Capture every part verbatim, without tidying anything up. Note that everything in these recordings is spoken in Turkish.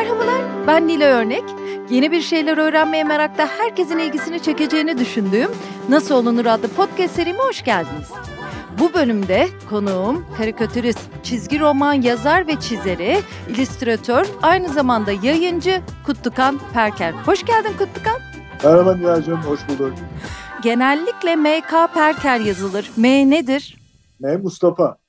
Merhabalar, ben Nilay Örnek. Yeni bir şeyler öğrenmeye merakta herkesin ilgisini çekeceğini düşündüğüm Nasıl Olunur adlı podcast serime hoş geldiniz. Bu bölümde konuğum karikatürist, çizgi roman yazar ve çizeri, illüstratör, aynı zamanda yayıncı Kutlukan Perker. Hoş geldin Kutlukan. Merhaba Nilay'cığım, hoş bulduk. Genellikle M K Perker yazılır. M nedir? M Mustafa.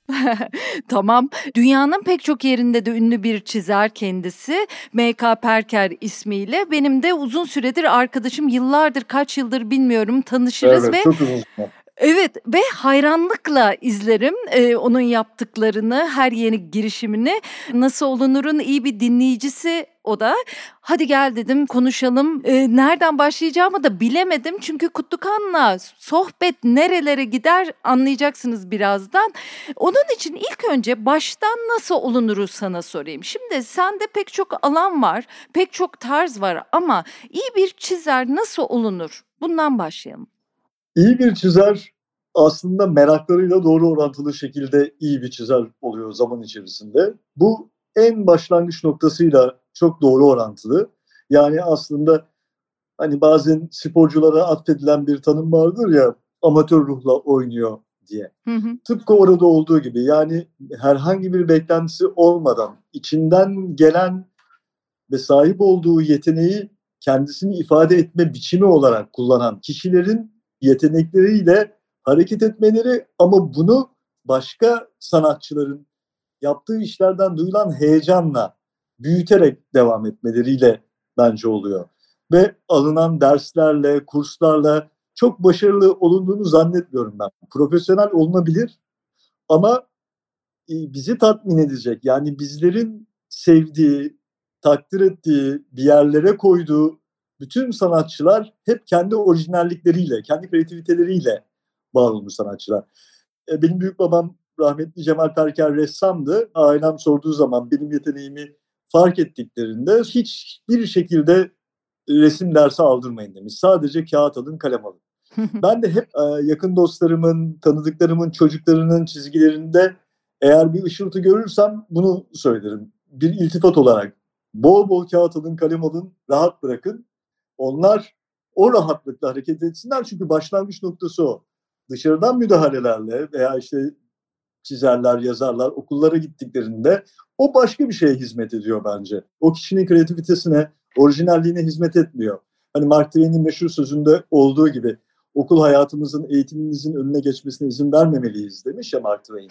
Tamam. Dünyanın pek çok yerinde de ünlü bir çizer kendisi. M K Perker ismiyle. Benim de uzun süredir arkadaşım, yıllardır, kaç yıldır bilmiyorum, tanışırız evet, ve çok uzun zaman. Evet ve hayranlıkla izlerim e, onun yaptıklarını, her yeni girişimini. Nasıl Olunur'un iyi bir dinleyicisi o da. Hadi gel dedim, konuşalım. E, nereden başlayacağımı da bilemedim. Çünkü Kutlukan'la sohbet nerelere gider anlayacaksınız birazdan. Onun için ilk önce baştan Nasıl Olunur'u sana sorayım. Şimdi sende pek çok alan var, pek çok tarz var ama iyi bir çizer nasıl olunur? Bundan başlayalım. İyi bir çizer aslında meraklarıyla doğru orantılı şekilde iyi bir çizer oluyor zaman içerisinde. Bu en başlangıç noktasıyla çok doğru orantılı. Yani aslında hani bazen sporculara atfedilen bir tanım vardır ya, amatör ruhla oynuyor diye. Hı hı. Tıpkı orada olduğu gibi, yani herhangi bir beklentisi olmadan içinden gelen ve sahip olduğu yeteneği kendisini ifade etme biçimi olarak kullanan kişilerin yetenekleriyle hareket etmeleri, ama bunu başka sanatçıların yaptığı işlerden duyulan heyecanla büyüterek devam etmeleriyle bence oluyor. Ve alınan derslerle, kurslarla çok başarılı olunduğunu zannetmiyorum ben. Profesyonel olunabilir ama bizi tatmin edecek, yani bizlerin sevdiği, takdir ettiği, bir yerlere koyduğu bütün sanatçılar hep kendi orijinallikleriyle, kendi kreativiteleriyle var olmuş sanatçılar. Benim büyük babam rahmetli Cemal Perker ressamdı. Ailem sorduğu zaman benim yeteneğimi fark ettiklerinde hiçbir şekilde resim dersi aldırmayın demiş. Sadece kağıt alın, kalem alın. Ben de hep yakın dostlarımın, tanıdıklarımın çocuklarının çizgilerinde eğer bir ışıltı görürsem bunu söylerim. Bir iltifat olarak bol bol kağıt alın, kalem alın, rahat bırakın. Onlar o rahatlıkla hareket etsinler, çünkü başlangıç noktası o. Dışarıdan müdahalelerle veya işte çizerler, yazarlar okullara gittiklerinde o başka bir şeye hizmet ediyor bence. O kişinin kreativitesine, orijinalliğine hizmet etmiyor. Hani Mark Twain'in meşhur sözünde olduğu gibi, okul hayatımızın, eğitimimizin önüne geçmesine izin vermemeliyiz demiş ya Mark Twain.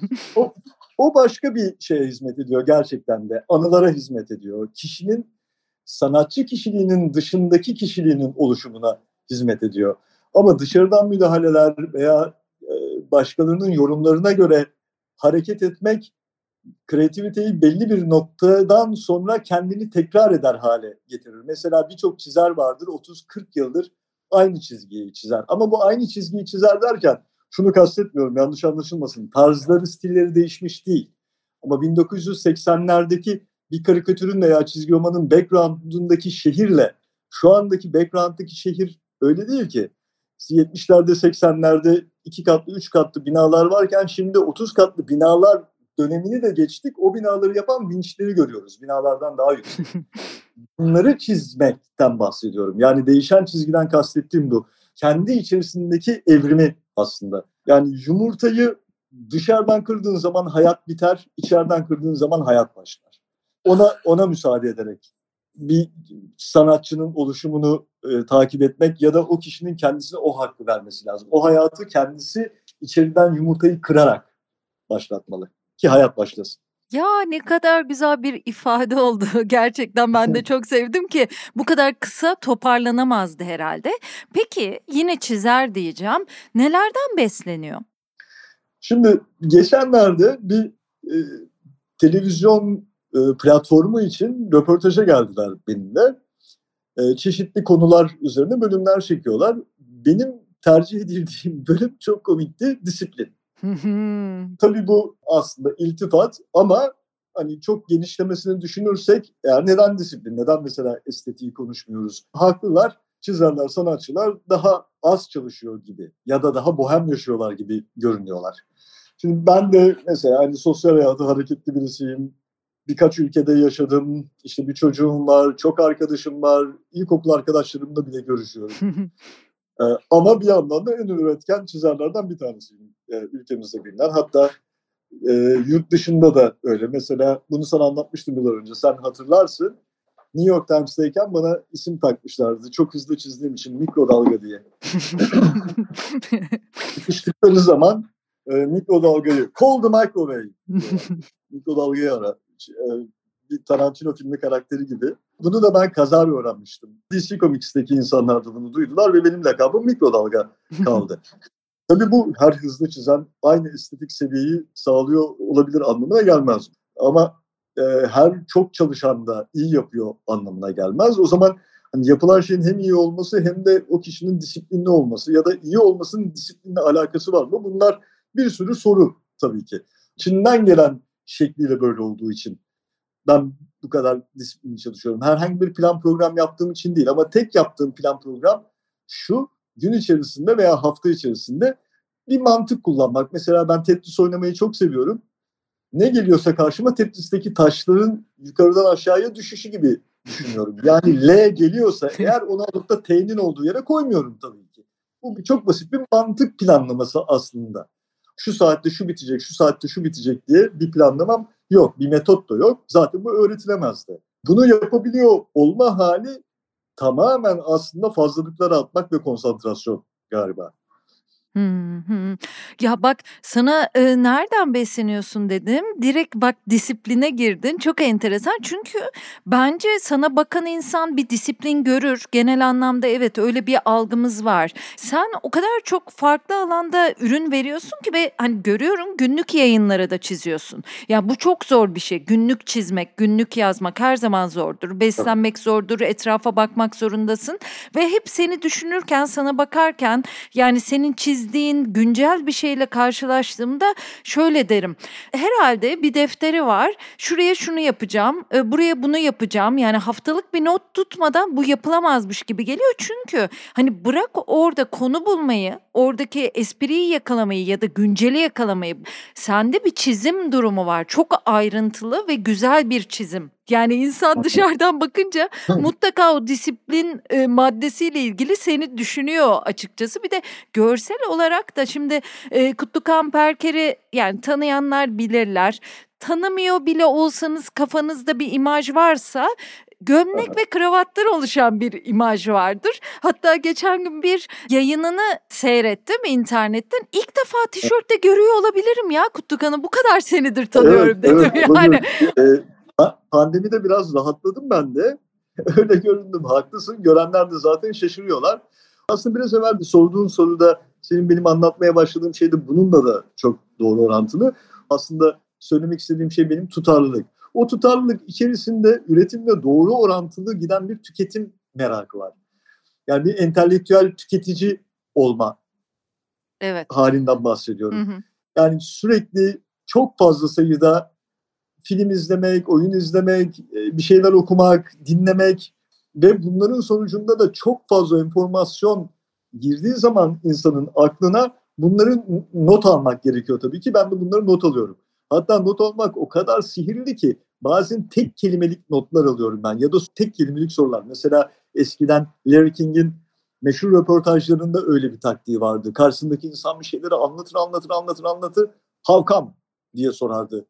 o, o başka bir şeye hizmet ediyor gerçekten de. Anılara hizmet ediyor. Kişinin, sanatçı kişiliğinin dışındaki kişiliğinin oluşumuna hizmet ediyor. Ama dışarıdan müdahaleler veya başkalarının yorumlarına göre hareket etmek, kreativiteyi belli bir noktadan sonra kendini tekrar eder hale getirir. Mesela birçok çizer vardır, otuz kırk yıldır aynı çizgiyi çizer. Ama bu aynı çizgiyi çizer derken şunu kastetmiyorum, yanlış anlaşılmasın. Tarzları, stilleri değişmiş değil. Ama bin dokuz yüz seksenlerdeki bir karikatürün veya çizgi romanın background'undaki şehirle şu andaki background'daki şehir öyle değil ki. yetmişlerde, seksenlerde iki katlı, üç katlı binalar varken şimdi otuz katlı binalar dönemini de geçtik. O binaları yapan vinçleri görüyoruz. Binalardan daha yüksek. Bunları çizmekten bahsediyorum. Yani değişen çizgiden kastettiğim bu. Kendi içerisindeki evrimi aslında. Yani yumurtayı dışarıdan kırdığın zaman hayat biter, içeriden kırdığın zaman hayat başlar. Ona ona müsaade ederek bir sanatçının oluşumunu e, takip etmek ya da o kişinin kendisine o hakkı vermesi lazım. O hayatı kendisi içeriden yumurtayı kırarak başlatmalı ki hayat başlasın. Ya ne kadar güzel bir ifade oldu. Gerçekten ben de çok sevdim ki bu kadar kısa toparlanamazdı herhalde. Peki yine çizer diyeceğim. Nelerden besleniyor? Şimdi geçenlerde bir e, televizyon e, platformu için röportaja geldiler benimle. E, çeşitli konular üzerine bölümler çekiyorlar. Benim tercih edildiğim bölüm çok komikti, disiplin. Tabii bu aslında iltifat ama hani çok genişlemesini düşünürsek, eğer neden disiplin, neden mesela estetiği konuşmuyoruz? Haklılar, çizerler, sanatçılar daha az çalışıyor gibi ya da daha bohem yaşıyorlar gibi görünüyorlar. Şimdi ben de mesela hani sosyal hayatı hareketli birisiyim. birkaç ülkede yaşadım, işte bir çocuğum var, çok arkadaşım var, ilkokul arkadaşlarımla bile görüşüyorum. Ee, ama bir yandan da en üretken çizerlerden bir tanesiyim e, ülkemizde bilinen. Hatta e, yurt dışında da öyle. Mesela bunu sana anlatmıştım yıllar önce, sen hatırlarsın. New York Times'tayken bana isim takmışlardı. Çok hızlı çizdiğim için mikrodalga diye. Sıkıştıkları zaman e, mikrodalgayı, call the microwave diyorlar. Mikrodalgayı ara. E, bir Tarantino filmi karakteri gibi. Bunu da ben kazara öğrenmiştim. D C Comics'teki insanlar da bunu duydular ve benim lakabım mikrodalga kaldı. Tabii bu her hızlı çizen aynı estetik seviyeyi sağlıyor olabilir anlamına gelmez. Ama e, her çok çalışan da iyi yapıyor anlamına gelmez. O zaman hani yapılan şeyin hem iyi olması hem de o kişinin disiplinli olması ya da iyi olmasının disiplinle alakası var mı? Bunlar bir sürü soru tabii ki. İçinden gelen şekliyle böyle olduğu için ben bu kadar disiplinli çalışıyorum. Herhangi bir plan program yaptığım için değil ama tek yaptığım plan program şu: gün içerisinde veya hafta içerisinde bir mantık kullanmak. Mesela ben Tetris oynamayı çok seviyorum. Ne geliyorsa karşıma Tetris'teki taşların yukarıdan aşağıya düşüşü gibi düşünüyorum. Yani L geliyorsa eğer onu alıp da T'nin olduğu yere koymuyorum tabii ki. Bu çok basit bir mantık planlaması aslında. Şu saatte şu bitecek, şu saatte şu bitecek diye bir planlamam yok. Bir metot da yok. Zaten bu öğretilemezdi. Bunu yapabiliyor olma hali tamamen aslında fazlalıkları atmak ve konsantrasyon galiba. Hı hı. Ya bak sana e, nereden besleniyorsun dedim. Direkt bak disipline girdin. Çok enteresan. Çünkü bence sana bakan insan bir disiplin görür. Genel anlamda evet öyle bir algımız var. Sen o kadar çok farklı alanda ürün veriyorsun ki ve hani görüyorum günlük yayınlara da çiziyorsun. Ya bu çok zor bir şey. Günlük çizmek, günlük yazmak her zaman zordur. Beslenmek zordur. Etrafa bakmak zorundasın. Ve hep seni düşünürken, sana bakarken yani senin çiz çizdiğin güncel bir şeyle karşılaştığımda şöyle derim. Herhalde bir defteri var. Şuraya şunu yapacağım, buraya bunu yapacağım. Yani haftalık bir not tutmadan bu yapılamazmış gibi geliyor. Çünkü hani bırak orada konu bulmayı, oradaki espriyi yakalamayı ya da günceli yakalamayı. Sende bir çizim durumu var. Çok ayrıntılı ve güzel bir çizim. Yani insan dışarıdan bakınca mutlaka o disiplin e, maddesiyle ilgili seni düşünüyor açıkçası. Bir de görsel olarak da şimdi e, Kutlukan Perker'i yani tanıyanlar bilirler. Tanımıyor bile olsanız kafanızda bir imaj varsa gömlek ve kravattan oluşan bir imaj vardır. Hatta geçen gün bir yayınını seyrettim internetten. İlk defa tişörtte görüyor olabilirim ya Kutlukan'ı. Bu kadar senedir tanıyorum evet, dedim evet, yani. E, pandemide biraz rahatladım ben de. Öyle göründüm. Haklısın. Görenler de zaten şaşırıyorlar. Aslında biraz evvel de sorduğun soruda senin benim anlatmaya başladığım şey de bununla da çok doğru orantılı. Aslında söylemek istediğim şey benim tutarlılık. O tutarlılık içerisinde üretimle doğru orantılı giden bir tüketim merakı var. Yani bir entelektüel tüketici olma evet. halinden bahsediyorum. Hı hı. Yani sürekli çok fazla sayıda film izlemek, oyun izlemek, bir şeyler okumak, dinlemek ve bunların sonucunda da çok fazla informasyon girdiği zaman insanın aklına bunları not almak gerekiyor tabii ki. Ben de bunları not alıyorum. Hatta not almak o kadar sihirli ki bazen tek kelimelik notlar alıyorum ben ya da tek kelimelik sorular. Mesela eskiden Larry King'in meşhur röportajlarında öyle bir taktiği vardı. Karşısındaki insan bir şeyleri anlatır, anlatır, anlatır, anlatır. How come? diye sorardı.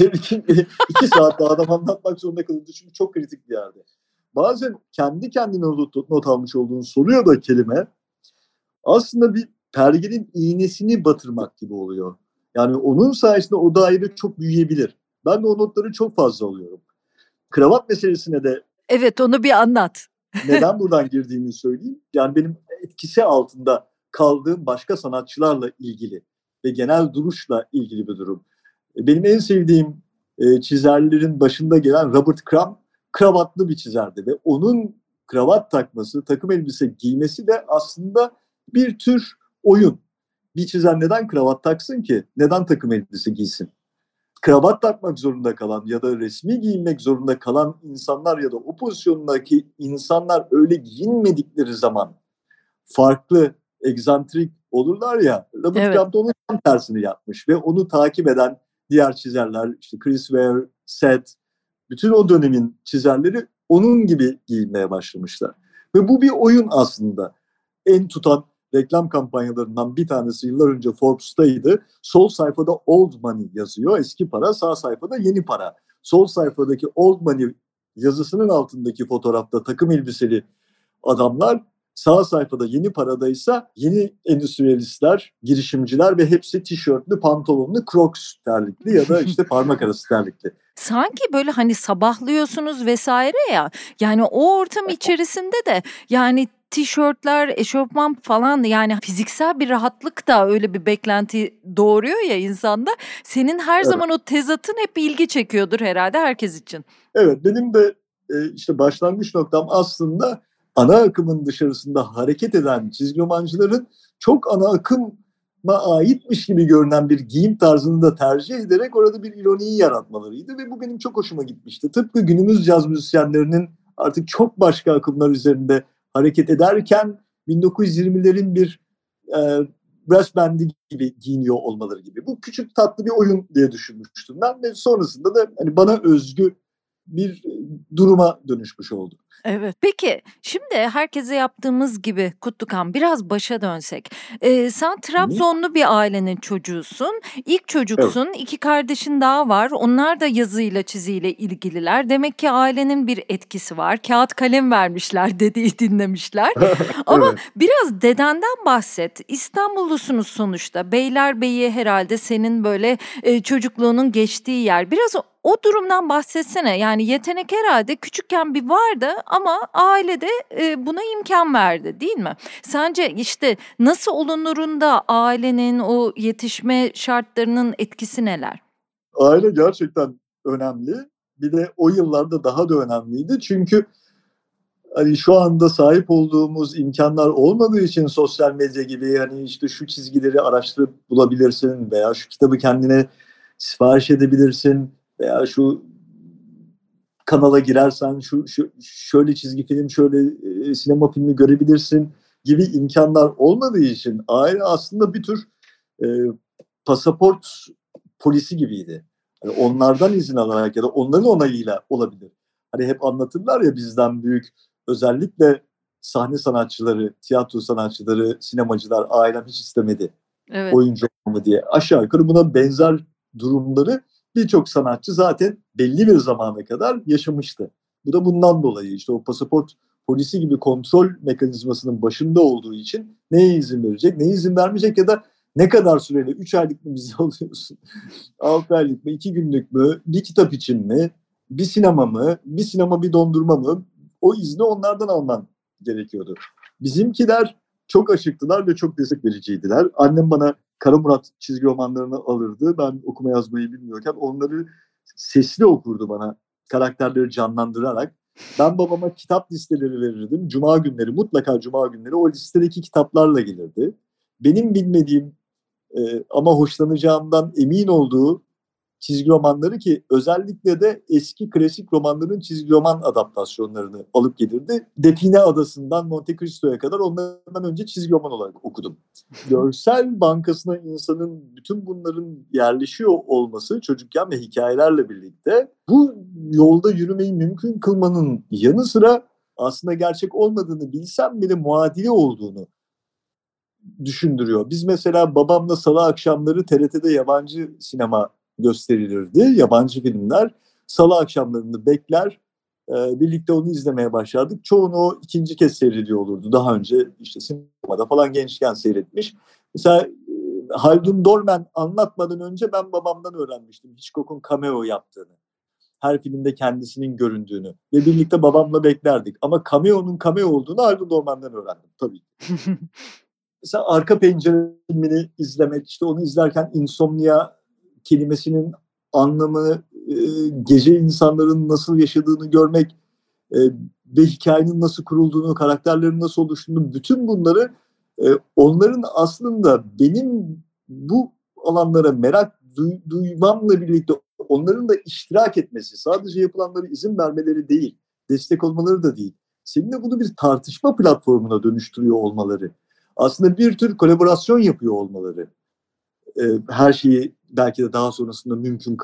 İki saat daha adam anlatmak zorunda kalırdı çünkü çok kritik bir yerde. Bazen kendi kendine not, not almış olduğun soruyor da kelime aslında bir pergenin iğnesini batırmak gibi oluyor. Yani onun sayesinde o daire çok büyüyebilir. Ben de o notları çok fazla alıyorum. Kravat meselesine de evet onu bir anlat. neden buradan girdiğimi söyleyeyim. Yani benim etkisi altında kaldığım başka sanatçılarla ilgili ve genel duruşla ilgili bir durum. Benim en sevdiğim e, çizerlerin başında gelen Robert Crumb kravatlı bir çizerdi ve onun kravat takması, takım elbise giymesi de aslında bir tür oyun. Bir çizer neden kravat taksın ki? Neden takım elbise giysin? Kravat takmak zorunda kalan ya da resmi giyinmek zorunda kalan insanlar ya da o pozisyondaki insanlar öyle giyinmedikleri zaman farklı, egzantrik olurlar ya. Robert evet. Crumb da onun tam tersini yapmış ve onu takip eden diğer çizerler, işte Chris Ware, Seth, bütün o dönemin çizerleri onun gibi giyinmeye başlamışlar. Ve bu bir oyun aslında. En tutan reklam kampanyalarından bir tanesi yıllar önce Forbes'taydı. Sol sayfada old money yazıyor, eski para, sağ sayfada yeni para. Sol sayfadaki old money yazısının altındaki fotoğrafta takım elbiseli adamlar, sağ sayfada yeni paradaysa yeni endüstriyalistler, girişimciler ve hepsi tişörtlü, pantolonlu, Crocs terlikli ya da işte parmak arası terlikli. Sanki böyle hani sabahlıyorsunuz vesaire ya, yani o ortam içerisinde de yani tişörtler, eşofman falan, yani fiziksel bir rahatlık da öyle bir beklenti doğuruyor ya insanda. Senin her Evet. zaman o tezatın hep ilgi çekiyordur herhalde herkes için. Evet, benim de e, işte başlangıç noktam aslında ana akımın dışarısında hareket eden çizgi romancıların çok ana akıma aitmiş gibi görünen bir giyim tarzını da tercih ederek orada bir ironiyi yaratmalarıydı ve bu benim çok hoşuma gitmişti. Tıpkı günümüz caz müzisyenlerinin artık çok başka akımlar üzerinde hareket ederken bin dokuz yüz yirmilerin bir e, brass bandi gibi giyiniyor olmaları gibi. Bu küçük tatlı bir oyun diye düşünmüştüm ben ve sonrasında da hani bana özgü bir duruma dönüşmüş oldu. Evet. Peki şimdi herkese yaptığımız gibi Kutlukan biraz başa dönsek. Ee, sen Trabzonlu bir ailenin çocuğusun. İlk çocuksun. Evet. İki kardeşin daha var. Onlar da yazıyla çiziyle ilgililer. Demek ki ailenin bir etkisi var. Kağıt kalem vermişler, dediği dinlemişler. Ama evet, biraz dedenden bahset. İstanbullusunuz sonuçta. Beylerbeyi herhalde senin böyle e, çocukluğunun geçtiği yer. Biraz o O durumdan bahsetsene. Yani yetenek herhalde küçükken bir vardı ama ailede e, buna imkan verdi, değil mi? Sence işte nasıl olunurun da ailenin o yetişme şartlarının etkisi neler? Aile gerçekten önemli. Bir de o yıllarda daha da önemliydi. Çünkü hani şu anda sahip olduğumuz imkanlar olmadığı için sosyal medya gibi hani işte şu çizgileri araştırıp bulabilirsin veya şu kitabı kendine sipariş edebilirsin veya şu kanala girersen şu, şu şöyle çizgi film, şöyle e, sinema filmi görebilirsin gibi imkanlar olmadığı için aile aslında bir tür e, pasaport polisi gibiydi. Yani onlardan izin alarak ya da onların onayıyla olabilir. Hani hep anlatırlar ya bizden büyük, özellikle sahne sanatçıları, tiyatro sanatçıları, sinemacılar ailem hiç istemedi. Evet. Oyuncu olma diye. Aşağı yukarı buna benzer durumları birçok sanatçı zaten belli bir zamana kadar yaşamıştı. Bu da bundan dolayı işte o pasaport polisi gibi kontrol mekanizmasının başında olduğu için neye izin verecek, neye izin vermeyecek ya da ne kadar süreli, üç aylık mı vize alıyorsun, altı aylık mı, iki günlük mü, bir kitap için mi, bir sinema mı, bir sinema bir dondurma mı, o izni onlardan alman gerekiyordu. Bizimkiler çok açıktılar ve çok destek vericiydiler. Annem bana Kara Murat çizgi romanlarını alırdı. Ben okuma yazmayı bilmiyorken onları sesli okurdu bana, karakterleri canlandırarak. Ben babama kitap listeleri verirdim. Cuma günleri, mutlaka cuma günleri o listedeki kitaplarla gelirdi. Benim bilmediğim e, ama hoşlanacağımdan emin olduğu çizgi romanları, ki özellikle de eski klasik romanların çizgi roman adaptasyonlarını alıp gelirdi. Define Adası'ndan Monte Cristo'ya kadar onlardan önce çizgi roman olarak okudum. Görsel bankasına insanın bütün bunların yerleşiyor olması çocukken ve hikayelerle birlikte bu yolda yürümeyi mümkün kılmanın yanı sıra aslında gerçek olmadığını bilsem bile muadili olduğunu düşündürüyor. Biz mesela babamla salı akşamları T R T'de yabancı sinema gösterilirdi. Yabancı filmler. Salı akşamlarını bekler, e, birlikte onu izlemeye başlardık. Çoğunu o ikinci kez seyrediyor olurdu. Daha önce işte sinemada falan gençken seyretmiş. Mesela e, Haldun Dorman anlatmadan önce ben babamdan öğrenmiştim Hitchcock'un cameo yaptığını. Her filmde kendisinin göründüğünü. Ve birlikte babamla beklerdik. Ama cameo'nun cameo olduğunu Haldun Dorman'dan öğrendim tabii. Mesela Arka Pencere filmini izlemek, işte onu izlerken insomnia kelimesinin anlamı, e, gece insanların nasıl yaşadığını görmek e, ve hikayenin nasıl kurulduğunu, karakterlerin nasıl oluştuğunu, bütün bunları e, onların aslında benim bu alanlara merak duy, duymamla birlikte onların da iştirak etmesi, sadece yapılanları izin vermeleri değil, destek olmaları da değil, seninle bunu bir tartışma platformuna dönüştürüyor olmaları, aslında bir tür kolaborasyon yapıyor olmaları e, her şeyi belki de daha sonrasında mümkün kıldı.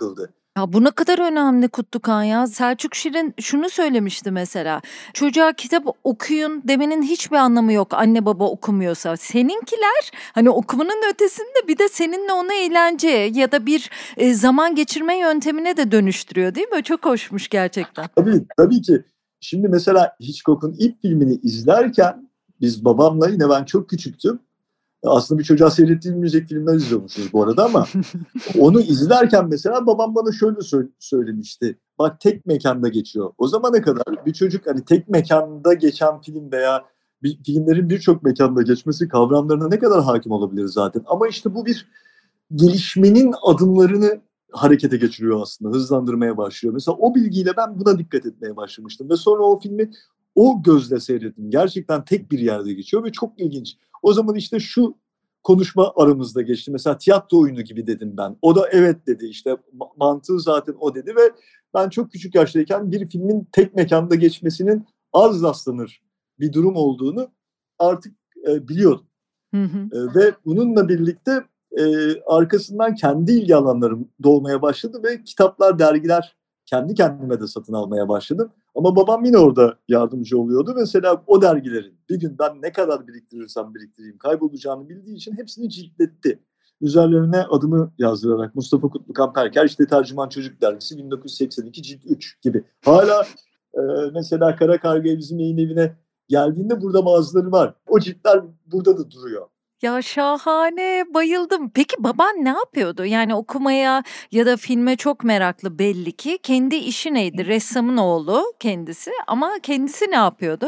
Ya, bu ne kadar önemli Kutlukan ya. Selçuk Şirin şunu söylemişti mesela, "Çocuğa kitap okuyun demenin hiçbir anlamı yok anne baba okumuyorsa." Seninkiler, hani, okumanın ötesinde bir de seninle onu eğlenceye ya da bir, eee, zaman geçirme yöntemine de dönüştürüyor, değil mi? Çok hoşmuş gerçekten. Tabii, tabii ki. Şimdi mesela Hitchcock'un ilk filmini izlerken biz babamla, yine ben çok küçüktüm. Aslında bir çocuğa seyrettirilmeyecek filmler izliyormuşuz bu arada ama onu izlerken mesela babam bana şöyle sö- söylemişti. Bak, tek mekanda geçiyor. O zamana kadar bir çocuk hani tek mekanda geçen film veya bir, filmlerin birçok mekanda geçmesi kavramlarına ne kadar hakim olabilir zaten. Ama işte bu bir gelişmenin adımlarını harekete geçiriyor aslında. Hızlandırmaya başlıyor. Mesela o bilgiyle ben buna dikkat etmeye başlamıştım. Ve sonra o filmi o gözle seyrettim. Gerçekten tek bir yerde geçiyor ve çok ilginç. O zaman işte şu konuşma aramızda geçti. Mesela tiyatro oyunu gibi dedim ben. O da evet dedi. İşte mantığı zaten o dedi ve ben çok küçük yaştayken bir filmin tek mekanda geçmesinin az rastlanır bir durum olduğunu artık e, biliyordum. Hı hı. E, ve bununla birlikte e, arkasından kendi ilgi alanlarım doğmaya başladı ve kitaplar, dergiler kendi kendime de satın almaya başladım. Ama babam yine orada yardımcı oluyordu. Mesela o dergilerin bir gün ben ne kadar biriktirirsem biriktireyim kaybolacağını bildiği için hepsini ciltletti. Üzerlerine adımı yazdırarak Mustafa Kutlukan Perker, işte Tercüman Çocuk Dergisi bin dokuz yüz seksen iki cilt üç gibi. Hala e, mesela Kara Karga bizim yayın evine geldiğinde burada bazıları var. O ciltler burada da duruyor. Ya, şahane, bayıldım. Peki baban ne yapıyordu? Yani okumaya ya da filme çok meraklı belli ki. Kendi işi neydi? Ressamın oğlu kendisi ama kendisi ne yapıyordu?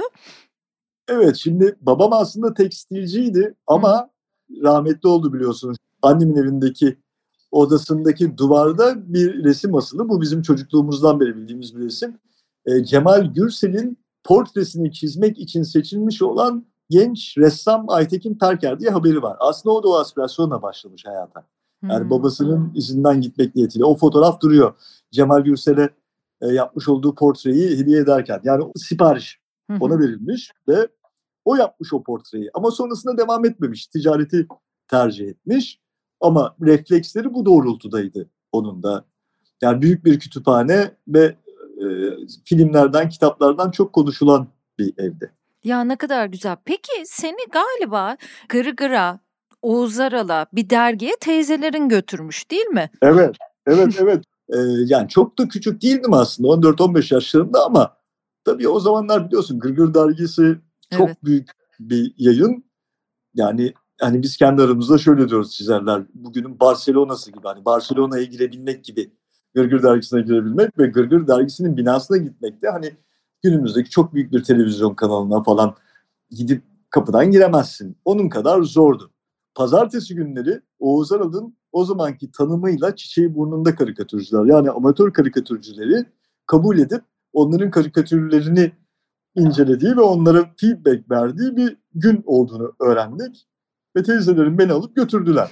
Evet, şimdi babam aslında tekstilciydi Hı hı. ama rahmetli oldu biliyorsunuz. Annemin evindeki odasındaki duvarda bir resim asılı. Bu bizim çocukluğumuzdan beri bildiğimiz bir resim. E, Cemal Gürsel'in portresini çizmek için seçilmiş olan genç ressam Aytekin Perker diye haberi var. Aslında o da o aspirasyonla başlamış hayata. Yani Hımm. babasının izinden gitmek niyetiyle. O fotoğraf duruyor. Cemal Gürsel'e e, yapmış olduğu portreyi hediye ederken. Yani sipariş Hı ona hı. verilmiş ve o yapmış o portreyi. Ama sonrasında devam etmemiş. Ticareti tercih etmiş. Ama refleksleri bu doğrultudaydı onun da. Yani büyük bir kütüphane ve e, filmlerden, kitaplardan çok konuşulan bir evde. Ya, ne kadar güzel. Peki seni galiba Gırgır'a, Oğuz Aral'a bir dergiye teyzelerin götürmüş, değil mi? Evet, evet, evet. Ee, yani çok da küçük değildim aslında. on dört on beş yaşlarında ama tabii o zamanlar biliyorsun Gırgır dergisi Evet. çok büyük bir yayın. Yani hani biz kendi aramızda şöyle diyoruz çizerler. Bugünün Barcelona'sı gibi. Hani Barcelona'ya girebilmek gibi. Gırgır dergisine girebilmek ve Gırgır dergisinin binasına gitmek de hani günümüzdeki çok büyük bir televizyon kanalına falan gidip kapıdan giremezsin. Onun kadar zordu. Pazartesi günleri Oğuz Aral'ın o zamanki tanımıyla çiçeği burnunda karikatürcüler, yani amatör karikatürcüleri kabul edip onların karikatürlerini incelediği ve onlara feedback verdiği bir gün olduğunu öğrendik. Ve teyzelerim beni alıp götürdüler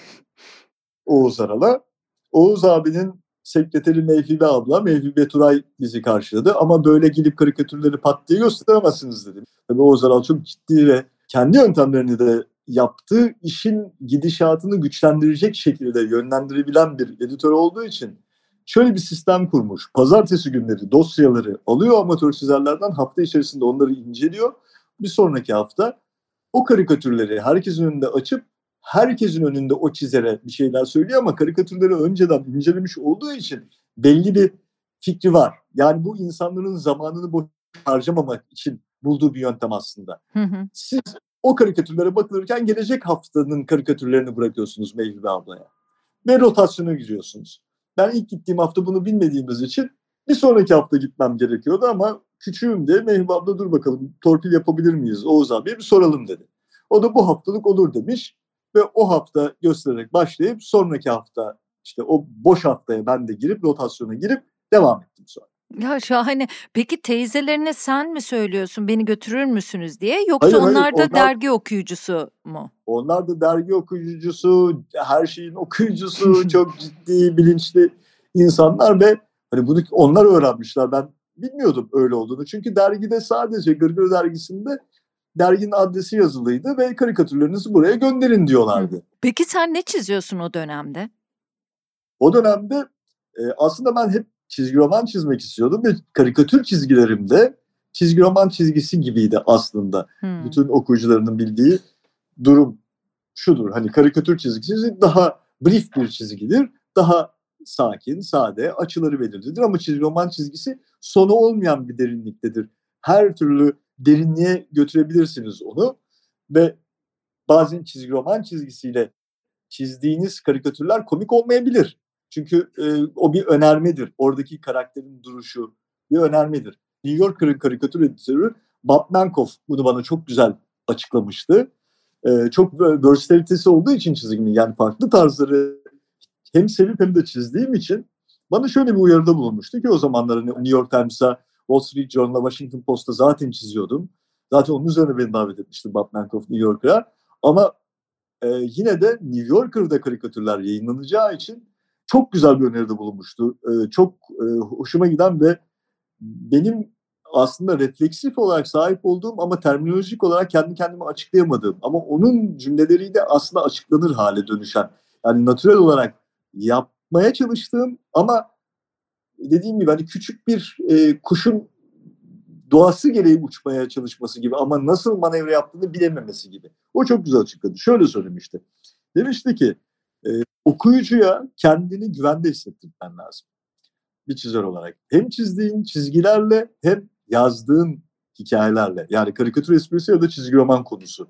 Oğuz Aral'a. Oğuz abinin sekreteri Mevhibe abla, Mevhibe Turay bizi karşıladı. Ama böyle gidip karikatürleri pat diye gösteremezsiniz dedi. Tabii Oğuz Aral çok ciddi ve kendi yöntemlerini de yaptığı işin gidişatını güçlendirecek şekilde yönlendirebilen bir editör olduğu için şöyle bir sistem kurmuş. Pazartesi günleri dosyaları alıyor amatör çizerlerden, hafta içerisinde onları inceliyor. Bir sonraki hafta o karikatürleri herkesin önünde açıp herkesin önünde o çizere bir şeyler söylüyor ama karikatürleri önceden incelemiş olduğu için belli bir fikri var. Yani bu insanların zamanını boş harcamamak için bulduğu bir yöntem aslında. Hı hı. Siz o karikatürlere bakılırken gelecek haftanın karikatürlerini bırakıyorsunuz Mevhibe ablaya ve rotasyona giriyorsunuz. Ben ilk gittiğim hafta bunu bilmediğimiz için bir sonraki hafta gitmem gerekiyordu ama küçüğüm de Mevhibe abla dur bakalım torpil yapabilir miyiz Oğuz abiye bir soralım dedi. O da bu haftalık olur demiş ve o hafta göstererek başlayıp sonraki hafta işte o boş haftaya ben de girip rotasyona girip devam ettim sonra. Ya, şahane. Peki teyzelerine sen mi söylüyorsun, "Beni götürür müsünüz?" diye yoksa Hayır hayır onlar da onlar dergi okuyucusu mu? onlar da dergi okuyucusu, her şeyin okuyucusu, çok ciddi, bilinçli insanlar ve hani bunu onlar öğrenmişler. Ben bilmiyordum öyle olduğunu. Çünkü dergide sadece Gırgır dergisinde derginin adresi yazılıydı ve karikatürlerinizi buraya gönderin Hı hı. diyorlardı. Peki sen ne çiziyorsun o dönemde? O dönemde E, aslında ben hep çizgi roman çizmek istiyordum ve karikatür çizgilerimde çizgi roman çizgisi gibiydi aslında. Hmm. Bütün okuyucularının bildiği durum şudur. Hani karikatür çizgisi daha brief bir çizgidir. Daha sakin, sade, açıları belirlidir ama çizgi roman çizgisi sonu olmayan bir derinliktedir. Her türlü derinliğe götürebilirsiniz onu ve bazen çizgi roman çizgisiyle çizdiğiniz karikatürler komik olmayabilir. Çünkü e, o bir önermedir. Oradaki karakterin duruşu bir önermedir. New Yorker'ın karikatür editörü Bob Mankoff bunu bana çok güzel açıklamıştı. E, çok versatility'si olduğu için çizgimin, yani farklı tarzları hem sevip hem de çizdiğim için bana şöyle bir uyarıda bulunmuştu ki o zamanlar hani New York Times'a, Wall Street Journal'a, Washington Post'a zaten çiziyordum. Zaten onun üzerine beni davet etmişti Bob Mankoff New York'a. Ama e, yine de New Yorker'da karikatürler yayınlanacağı için çok güzel bir öneride bulunmuştu. E, çok e, hoşuma giden ve benim aslında refleksif olarak sahip olduğum ama terminolojik olarak kendi kendime açıklayamadığım ama onun cümleleriyle aslında açıklanır hale dönüşen, yani natürel olarak yapmaya çalıştığım ama dediğim gibi hani küçük bir e, kuşun doğası gereği uçmaya çalışması gibi ama nasıl manevra yaptığını bilememesi gibi. O çok güzel açıkladı. Şöyle söylemişti. Demişti ki e, okuyucuya kendini güvende hissettirmen lazım. Bir çizer olarak. Hem çizdiğin çizgilerle hem yazdığın hikayelerle. Yani karikatür esprisi ya da çizgi roman konusu.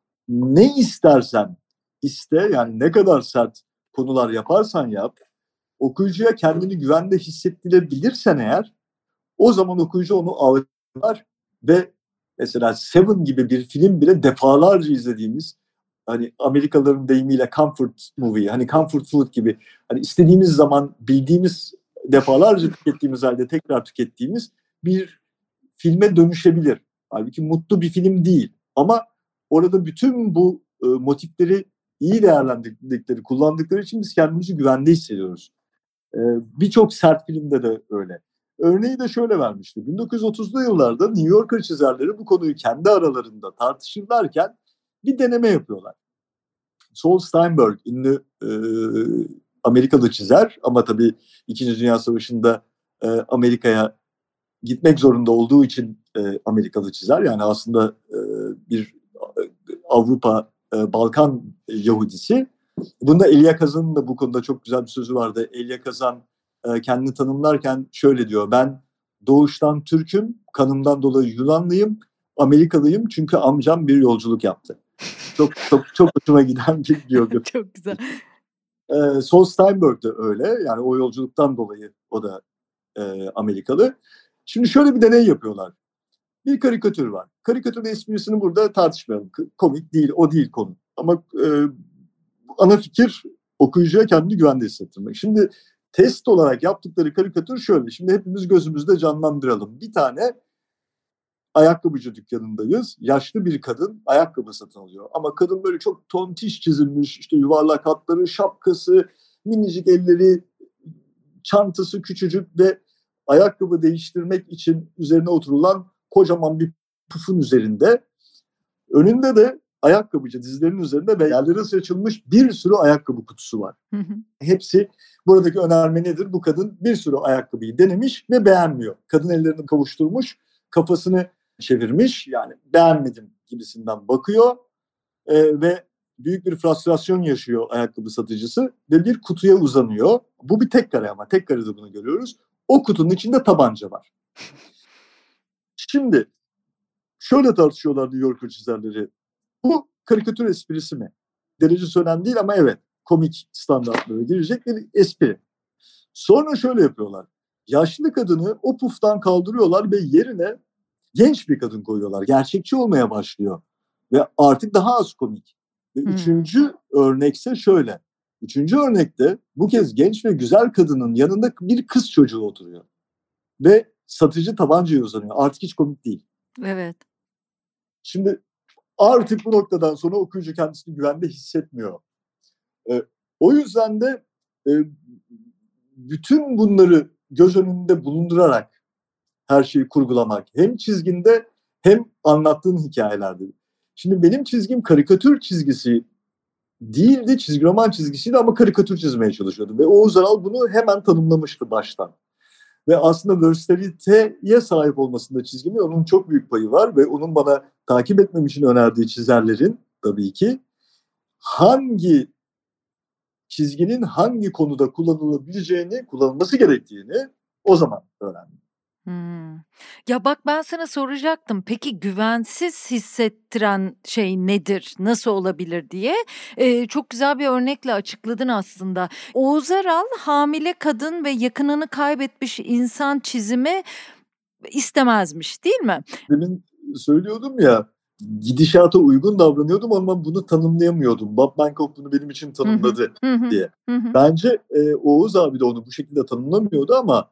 Ne istersen iste, yani ne kadar sert konular yaparsan yap, okuyucuya kendini güvende hissettirebilirsen eğer, o zaman okuyucu onu algılar ve mesela Seven gibi bir film bile defalarca izlediğimiz, hani Amerikalıların deyimiyle comfort movie, hani comfort food gibi, hani istediğimiz zaman bildiğimiz, defalarca tükettiğimiz halde tekrar tükettiğimiz bir filme dönüşebilir. Halbuki mutlu bir film değil ama orada bütün bu e, motifleri iyi değerlendirdikleri, kullandıkları için biz kendimizi güvende hissediyoruz. E, Birçok sert filmde de öyle. Örneği de şöyle vermişti. bin dokuz yüz otuzlu yıllarda New Yorker çizerleri bu konuyu kendi aralarında tartışırlarken bir deneme yapıyorlar. Saul Steinberg, ünlü e, Amerikalı çizer ama tabii İkinci Dünya Savaşı'nda e, Amerika'ya gitmek zorunda olduğu için e, Amerikalı çizer. Yani aslında e, bir Avrupa, e, Balkan Yahudisi. Bunda Elia Kazan'ın da bu konuda çok güzel bir sözü vardı. Elia Kazan e, kendini tanımlarken şöyle diyor: ben doğuştan Türk'üm, kanımdan dolayı Yunanlıyım, Amerikalıyım çünkü amcam bir yolculuk yaptı. Çok çok çok hoşuma giden bir biyografi. Çok güzel. E, Saul Steinberg de öyle. Yani o yolculuktan dolayı o da e, Amerikalı. Şimdi şöyle bir deney yapıyorlar. Bir karikatür var. Karikatürün esprisini burada tartışmayalım. Komik değil, o değil konu. Ama e, ana fikir okuyucuya kendini güvende hissettirmek. Şimdi test olarak yaptıkları karikatür şöyle. Şimdi hepimiz gözümüzde canlandıralım. Bir tane ayakkabıcı dükkanındayız. Yaşlı bir kadın ayakkabı satın alıyor. Ama kadın böyle çok tontiş çizilmiş. İşte yuvarlak hatları, şapkası, minicik elleri, çantası küçücük ve ayakkabı değiştirmek için üzerine oturulan kocaman bir pufun üzerinde. Önünde de ayakkabıcı dizlerinin üzerinde ve yerlere saçılmış bir sürü ayakkabı kutusu var. Hı hı. Hepsi, buradaki önerme nedir? Bu kadın bir sürü ayakkabıyı denemiş ve beğenmiyor. Kadın ellerini kavuşturmuş, kafasını çevirmiş, yani beğenmedim gibisinden bakıyor ee, ve büyük bir frustrasyon yaşıyor ayakkabı satıcısı ve bir kutuya uzanıyor. Bu bir tek kare ama tek karede bunu görüyoruz. O kutunun içinde tabanca var. Şimdi şöyle tartışıyorlar New Yorker çizerleri. Bu karikatür esprisi mi? Derecesi önemli değil ama evet, komik standartlara girecek bir espri. Sonra şöyle yapıyorlar. Yaşlı kadını o puftan kaldırıyorlar ve yerine genç bir kadın koyuyorlar. Gerçekçi olmaya başlıyor. Ve artık daha az komik. Ve hmm. Üçüncü örnekse şöyle. Üçüncü örnekte bu kez genç ve güzel kadının yanında bir kız çocuğu oturuyor. Ve satıcı tabancaya uzanıyor. Artık hiç komik değil. Evet. Şimdi artık bu noktadan sonra okuyucu kendisini güvende hissetmiyor. Ee, o yüzden de e, bütün bunları göz önünde bulundurarak her şeyi kurgulamak. Hem çizginde hem anlattığın hikayelerde. Şimdi benim çizgim karikatür çizgisi değildi, çizgi roman çizgisiydi ama karikatür çizmeye çalışıyordu. Ve Oğuz Aral bunu hemen tanımlamıştı baştan. Ve aslında versatiliteye sahip olmasında çizgimi onun çok büyük payı var ve onun bana takip etmem için önerdiği çizerlerin tabii ki hangi çizginin hangi konuda kullanılabileceğini, kullanılması gerektiğini o zaman öğrendim. Hmm. Ya bak ben sana soracaktım. Peki güvensiz hissettiren şey nedir? Nasıl olabilir diye. Ee, çok güzel bir örnekle açıkladın aslında. Oğuz Aral hamile kadın ve yakınını kaybetmiş insan çizimi istemezmiş, değil mi? Demin söylüyordum ya, gidişata uygun davranıyordum ama bunu tanımlayamıyordum. Bob Mankoff bunu benim için tanımladı Hı hı, diye. hı hı. Bence e, Oğuz abi de onu bu şekilde tanımlamıyordu ama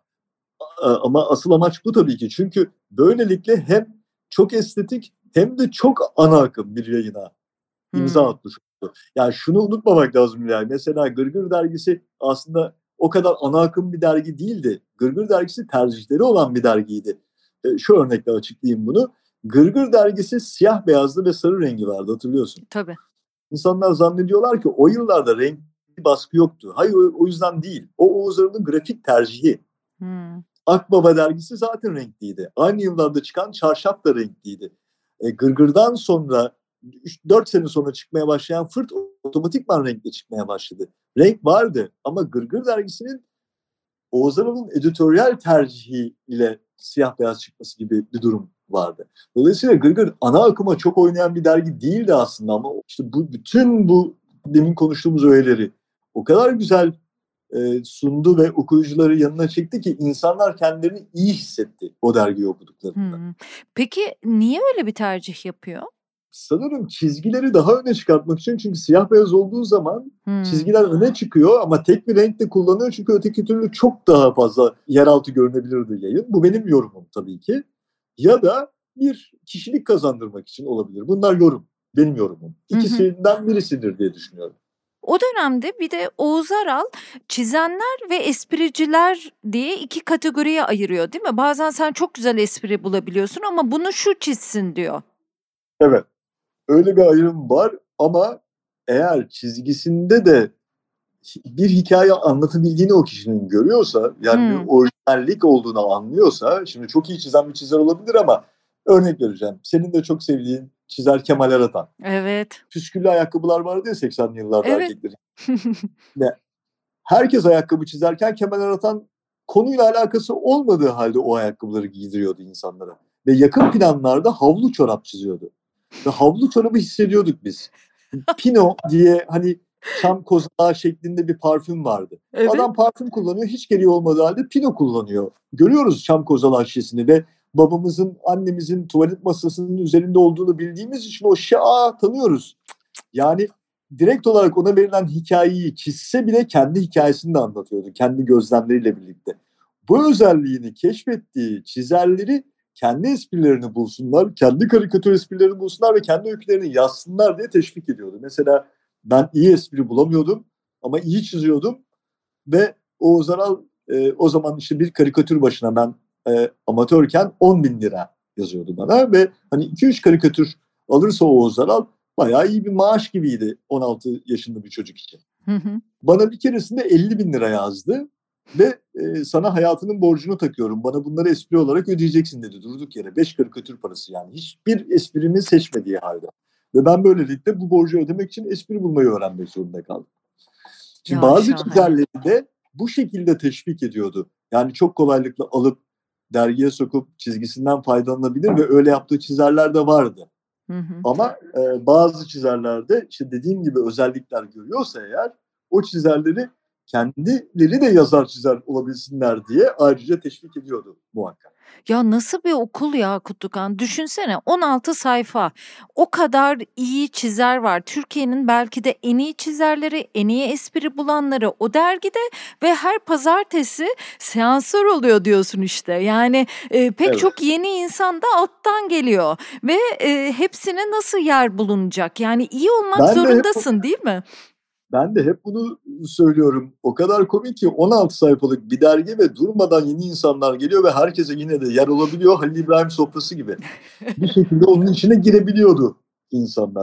ama asıl amaç bu tabii ki. Çünkü böylelikle hem çok estetik hem de çok ana akım bir yayına imza Hmm. atmış oldu. Yani şunu unutmamak lazım yani. Mesela Gırgır dergisi aslında o kadar ana akım bir dergi değildi. Gırgır dergisi tercihleri olan bir dergiydi. E, şu örnekle açıklayayım bunu. Gırgır dergisi siyah beyazlı ve sarı rengi vardı, hatırlıyorsun. Tabii. İnsanlar zannediyorlar ki o yıllarda renkli baskı yoktu. Hayır, o, o yüzden değil. O Oğuz Aral'ın grafik tercihi. Hmm. Akbaba dergisi zaten renkliydi. Aynı yıllarda çıkan Çarşaf da renkliydi. E, Gırgır'dan sonra üç dört sene sonra çıkmaya başlayan Fırt otomatikman renkli çıkmaya başladı. Renk vardı ama Gırgır dergisinin Oğuz Aral'ın editoryal tercihiyle siyah beyaz çıkması gibi bir durum vardı. Dolayısıyla Gırgır ana akıma çok oynayan bir dergi değildi aslında ama işte bu bütün bu demin konuştuğumuz öğeleri o kadar güzel e, sundu ve okuyucuları yanına çekti ki insanlar kendilerini iyi hissetti o dergiyi okuduklarında. Hmm. Peki niye öyle bir tercih yapıyor? Sanırım çizgileri daha öne çıkartmak için, çünkü siyah beyaz olduğu zaman hmm. çizgiler öne çıkıyor ama tek bir renkte kullanıyor çünkü öteki türlü çok daha fazla yeraltı görünebilirdi yayın. Bu benim yorumum tabii ki. Ya da bir kişilik kazandırmak için olabilir. Bunlar yorum, benim yorumum. İkisinden birisidir diye düşünüyorum. O dönemde bir de Oğuz Aral çizenler ve espriciler diye iki kategoriye ayırıyor, değil mi? Bazen sen çok güzel espri bulabiliyorsun ama bunu şu çizsin diyor. Evet. Öyle bir ayrım var ama eğer çizgisinde de bir hikaye anlatabildiğini o kişinin görüyorsa, yani hmm. bir orijinallik olduğunu anlıyorsa, şimdi çok iyi çizen bir çizer olabilir ama örnek vereceğim. Senin de çok sevdiğin çizer Kemal Aratan. Evet. Püsküllü ayakkabılar vardı ya seksenli yıllarda evet. erkeklerin. Ve herkes ayakkabı çizerken Kemal Aratan konuyla alakası olmadığı halde o ayakkabıları giydiriyordu insanlara. Ve yakın planlarda havlu çorap çiziyordu. Ve havlu çorabı hissediyorduk biz. Pino diye hani çam kozalağı şeklinde bir parfüm vardı. Evet. Adam parfüm kullanıyor, hiç gereği olmadığı halde Pino kullanıyor. Görüyoruz çam kozalağı şişesini ve babamızın, annemizin tuvalet masasının üzerinde olduğunu bildiğimiz için o şişe aa tanıyoruz. Yani direkt olarak ona verilen hikayeyi çizse bile kendi hikayesini de anlatıyordu. Kendi gözlemleriyle birlikte. Bu özelliğini keşfettiği çizerleri kendi esprilerini bulsunlar, kendi karikatür esprilerini bulsunlar ve kendi öykülerini yazsınlar diye teşvik ediyordu. Mesela ben iyi espri bulamıyordum ama iyi çiziyordum ve Oğuz Aral e, o zaman işte bir karikatür başına ben e, amatörken on bin lira yazıyordu bana ve hani iki üç karikatür alırsa Oğuz Aral bayağı iyi bir maaş gibiydi on altı yaşında bir çocuk için. Hı hı. Bana bir keresinde elli bin lira yazdı. Ve e, sana hayatının borcunu takıyorum. Bana bunları espri olarak ödeyeceksin dedi durduk yere. Beş karikatür parası yani. Hiçbir esprimi seçmediği halde. Ve ben böylelikle bu borcu ödemek için espri bulmayı öğrenmek zorunda kaldım. Şimdi ya bazı çizerleri de bu şekilde teşvik ediyordu. Yani çok kolaylıkla alıp dergiye sokup çizgisinden faydalanabilir ve öyle yaptığı çizerler de vardı. Hı hı. Ama e, bazı çizerlerde işte dediğim gibi özellikler görüyorsa eğer o çizerleri kendileri de yazar çizer olabilsinler diye ayrıca teşvik ediyordu muhakkak. Ya nasıl bir okul ya Kutlukan? Düşünsene on altı sayfa. O kadar iyi çizer var. Türkiye'nin belki de en iyi çizerleri, en iyi espri bulanları o dergide ve her pazartesi seanslar oluyor diyorsun işte. Yani e, pek evet. çok yeni insan da alttan geliyor ve e, hepsine nasıl yer bulunacak? Yani iyi olmak ben zorundasın hep... değil mi? Ben de hep bunu söylüyorum. O kadar komik ki on altı sayfalık bir dergi ve durmadan yeni insanlar geliyor ve herkese yine de yer olabiliyor. Halil İbrahim sofrası gibi. Bir şekilde onun içine girebiliyordu insanlar.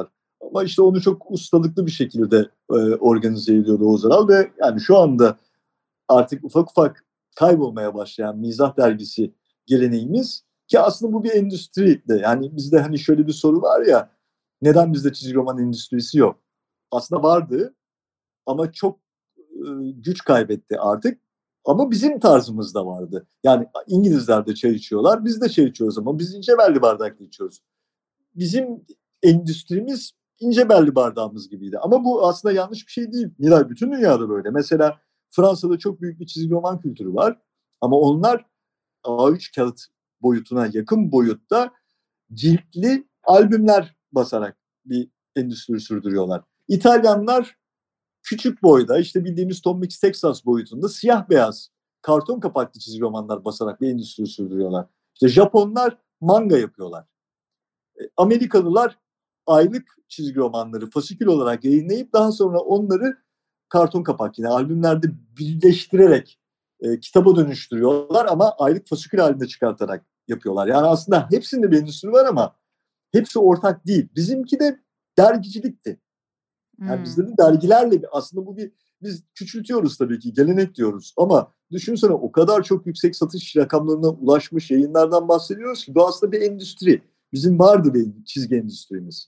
Ama işte onu çok ustalıklı bir şekilde e, organize ediyordu Oğuz Aral ve yani şu anda artık ufak ufak kaybolmaya başlayan Mizah Dergisi geleneğimiz ki aslında bu bir endüstri de. Yani bizde hani şöyle bir soru var ya, neden bizde çizgi roman endüstrisi yok? Aslında vardı ama çok e, güç kaybetti artık. Ama bizim tarzımızda vardı. Yani İngilizler de çay içiyorlar, biz de çay içiyoruz ama biz ince belli bardakla içiyoruz. Bizim endüstrimiz ince belli bardağımız gibiydi. Ama bu aslında yanlış bir şey değil. Nilay, bütün dünyada böyle. Mesela Fransa'da çok büyük bir çizgi roman kültürü var. Ama onlar A üç kağıt boyutuna yakın boyutta ciltli albümler basarak bir endüstri sürdürüyorlar. İtalyanlar küçük boyda, işte bildiğimiz Tom Mix Texas boyutunda siyah beyaz karton kapaklı çizgi romanlar basarak bir endüstri sürdürüyorlar. İşte Japonlar manga yapıyorlar. Amerikalılar aylık çizgi romanları fasikül olarak yayınlayıp daha sonra onları karton kapak, yine albümlerde birleştirerek e, kitaba dönüştürüyorlar ama aylık fasikül halinde çıkartarak yapıyorlar. Yani aslında hepsinde bir endüstri var ama hepsi ortak değil. Bizimki de dergicilikti. Yani Hmm. bizde de dergilerle aslında bu bir, biz küçültüyoruz tabii ki, gelenek diyoruz ama düşünsene o kadar çok yüksek satış rakamlarına ulaşmış yayınlardan bahsediyoruz ki bu aslında bir endüstri. Bizim vardı bir çizgi endüstrimiz.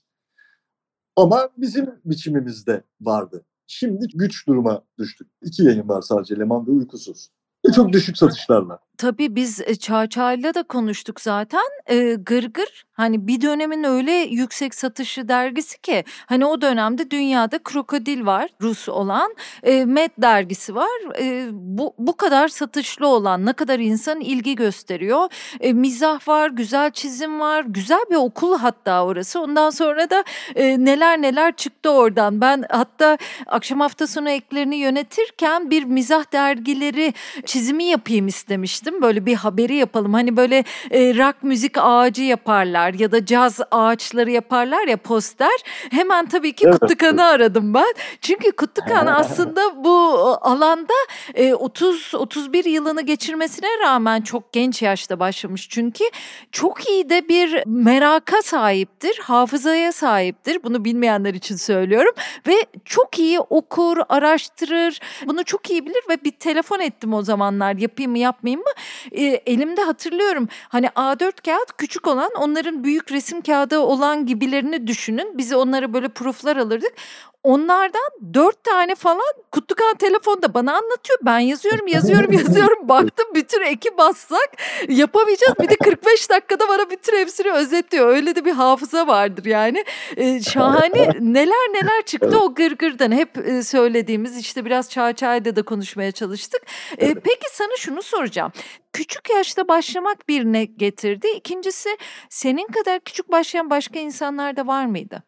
Ama bizim biçimimizde vardı. Şimdi güç duruma düştük. İki yayın var sadece, Leman ve Uykusuz. Ve çok düşük satışlarla. Tabii biz e, Çağçay'la da konuştuk zaten. E, Gırgır hani bir dönemin öyle yüksek satışı dergisi ki hani o dönemde dünyada Krokodil var, Rus olan. E, Met dergisi var. E, bu bu kadar satışlı olan, ne kadar insan ilgi gösteriyor. E, mizah var, güzel çizim var, güzel bir okul hatta orası. Ondan sonra da e, neler neler çıktı oradan. Ben hatta akşam hafta sonu eklerini yönetirken bir mizah dergileri çizimi yapayım istemiştim. Böyle bir haberi yapalım. Hani böyle e, rock müzik ağacı yaparlar ya da caz ağaçları yaparlar ya, poster. Hemen tabii ki Evet. Kutukan'ı aradım ben. Çünkü Kutukan aslında bu alanda e, otuz otuz bir yılını geçirmesine rağmen çok genç yaşta başlamış. Çünkü çok iyi de bir meraka sahiptir, hafızaya sahiptir. Bunu bilmeyenler için söylüyorum. Ve çok iyi okur, araştırır. Bunu çok iyi bilir ve bir telefon ettim o zamanlar, yapayım mı yapmayayım mı? E, elimde hatırlıyorum, hani A dört kağıt küçük olan, onların büyük resim kağıdı olan gibilerini düşünün. Biz onlara böyle prooflar alırdık. Onlardan dört tane falan Kutlukan telefonda bana anlatıyor. Ben yazıyorum, yazıyorum, yazıyorum. Baktım bütün ekip bassak yapamayacağız. Bir de kırk beş dakikada bana bütün hepsini özetliyor. Öyle de bir hafıza vardır yani. Ee, şahane, neler neler çıktı o Gırgır'dan. Hep e, söylediğimiz, işte biraz Çağçay'da da konuşmaya çalıştık. Ee, peki sana şunu soracağım. Küçük yaşta başlamak bir ne getirdi? İkincisi, senin kadar küçük başlayan başka insanlar da var mıydı?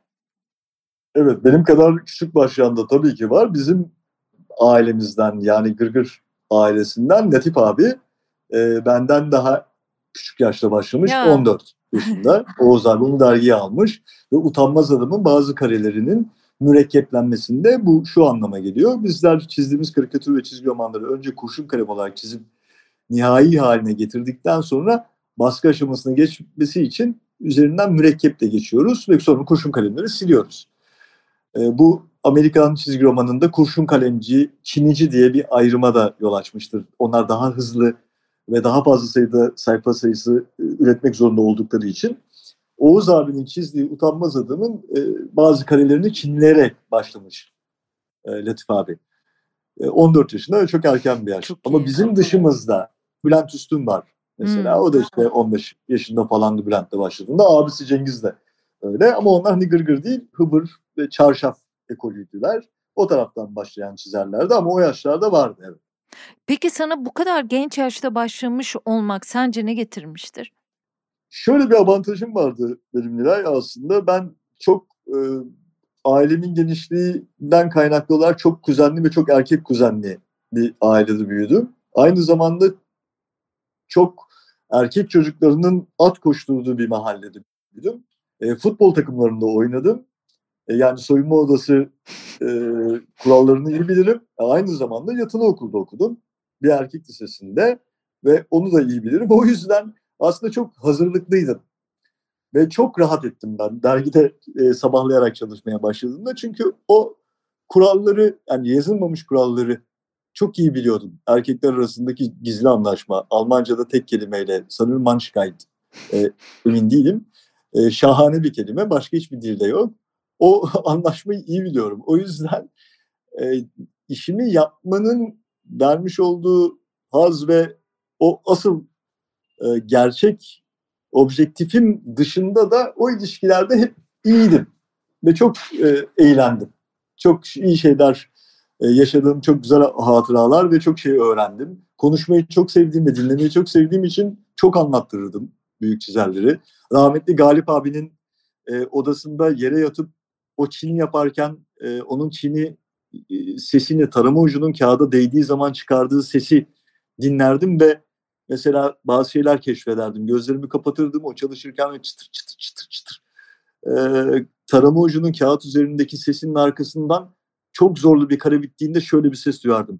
Evet, benim kadar küçük başlayan da tabii ki var. Bizim ailemizden, yani Gırgır ailesinden Latif abi e, benden daha küçük yaşta başlamış, Ya. on dört yaşında. Oğuz abi onu dergiye almış ve Utanmaz Adam'ın bazı karelerinin mürekkeplenmesinde bu şu anlama geliyor. Bizler çizdiğimiz karikatür ve çizgi romanları önce kurşun kalem olarak çizip nihai haline getirdikten sonra baskı aşamasına geçmesi için üzerinden mürekkeple geçiyoruz ve sonra kurşun kalemleri siliyoruz. E, bu Amerikan çizgi romanında kurşun kalemci, çinici diye bir ayrıma da yol açmıştır. Onlar daha hızlı ve daha fazla sayıda sayfa sayısı e, üretmek zorunda oldukları için. Oğuz abinin çizdiği Utanmaz Adam'ın e, bazı karelerini çinleyerek başlamış e, Latif abi. E, on dört yaşında, çok erken bir yaş. Çok Ama iyi. bizim dışımızda Bülent Üstün var mesela. Hmm. O da işte on beş yaşında falandı Bülent'le başladığında. Abisi Cengiz de öyle. Ama onlar hani Gırgır değil, Hıbır ve Çarşaf ekolüydüler. O taraftan başlayan çizerlerdi ama o yaşlarda vardı, evet. Peki sana bu kadar genç yaşta başlamış olmak sence ne getirmiştir? Şöyle bir avantajım vardı benim, Nilay, aslında. Ben çok e, ailemin genişliğinden kaynaklı olarak çok kuzenli ve çok erkek kuzenli bir ailede büyüdüm. Aynı zamanda çok erkek çocuklarının at koşturduğu bir mahallede büyüdüm. E, futbol takımlarında oynadım. E, yani soyunma odası e, kurallarını iyi bilirim. E, aynı zamanda yatılı okulda okudum. Bir erkek lisesinde ve onu da iyi bilirim. O yüzden aslında çok hazırlıklıydım. Ve çok rahat ettim ben dergide e, sabahlayarak çalışmaya başladığımda. Çünkü o kuralları, yani yazılmamış kuralları çok iyi biliyordum. Erkekler arasındaki gizli anlaşma, Almanca'da tek kelimeyle, sanırım Mannschaft, e, emin değilim. E, şahane bir kelime, başka hiçbir dilde yok. O anlaşmayı iyi biliyorum. O yüzden e, işimi yapmanın vermiş olduğu haz ve o asıl e, gerçek objektifim dışında da o ilişkilerde hep iyiydim. Ve çok e, eğlendim. Çok iyi şeyler e, yaşadığım, çok güzel hatıralar ve çok şey öğrendim. Konuşmayı çok sevdiğim ve dinlemeyi çok sevdiğim için çok anlattırırdım büyük çizerleri. Rahmetli Galip abinin e, odasında yere yatıp o çini yaparken e, onun çini e, sesini, tarama ucunun kağıda değdiği zaman çıkardığı sesi dinlerdim ve mesela bazı şeyler keşfederdim. Gözlerimi kapatırdım, o çalışırken ve çıtır çıtır çıtır çıtır. Ee, tarama ucunun kağıt üzerindeki sesinin arkasından çok zorlu bir kare bittiğinde şöyle bir ses duyardım.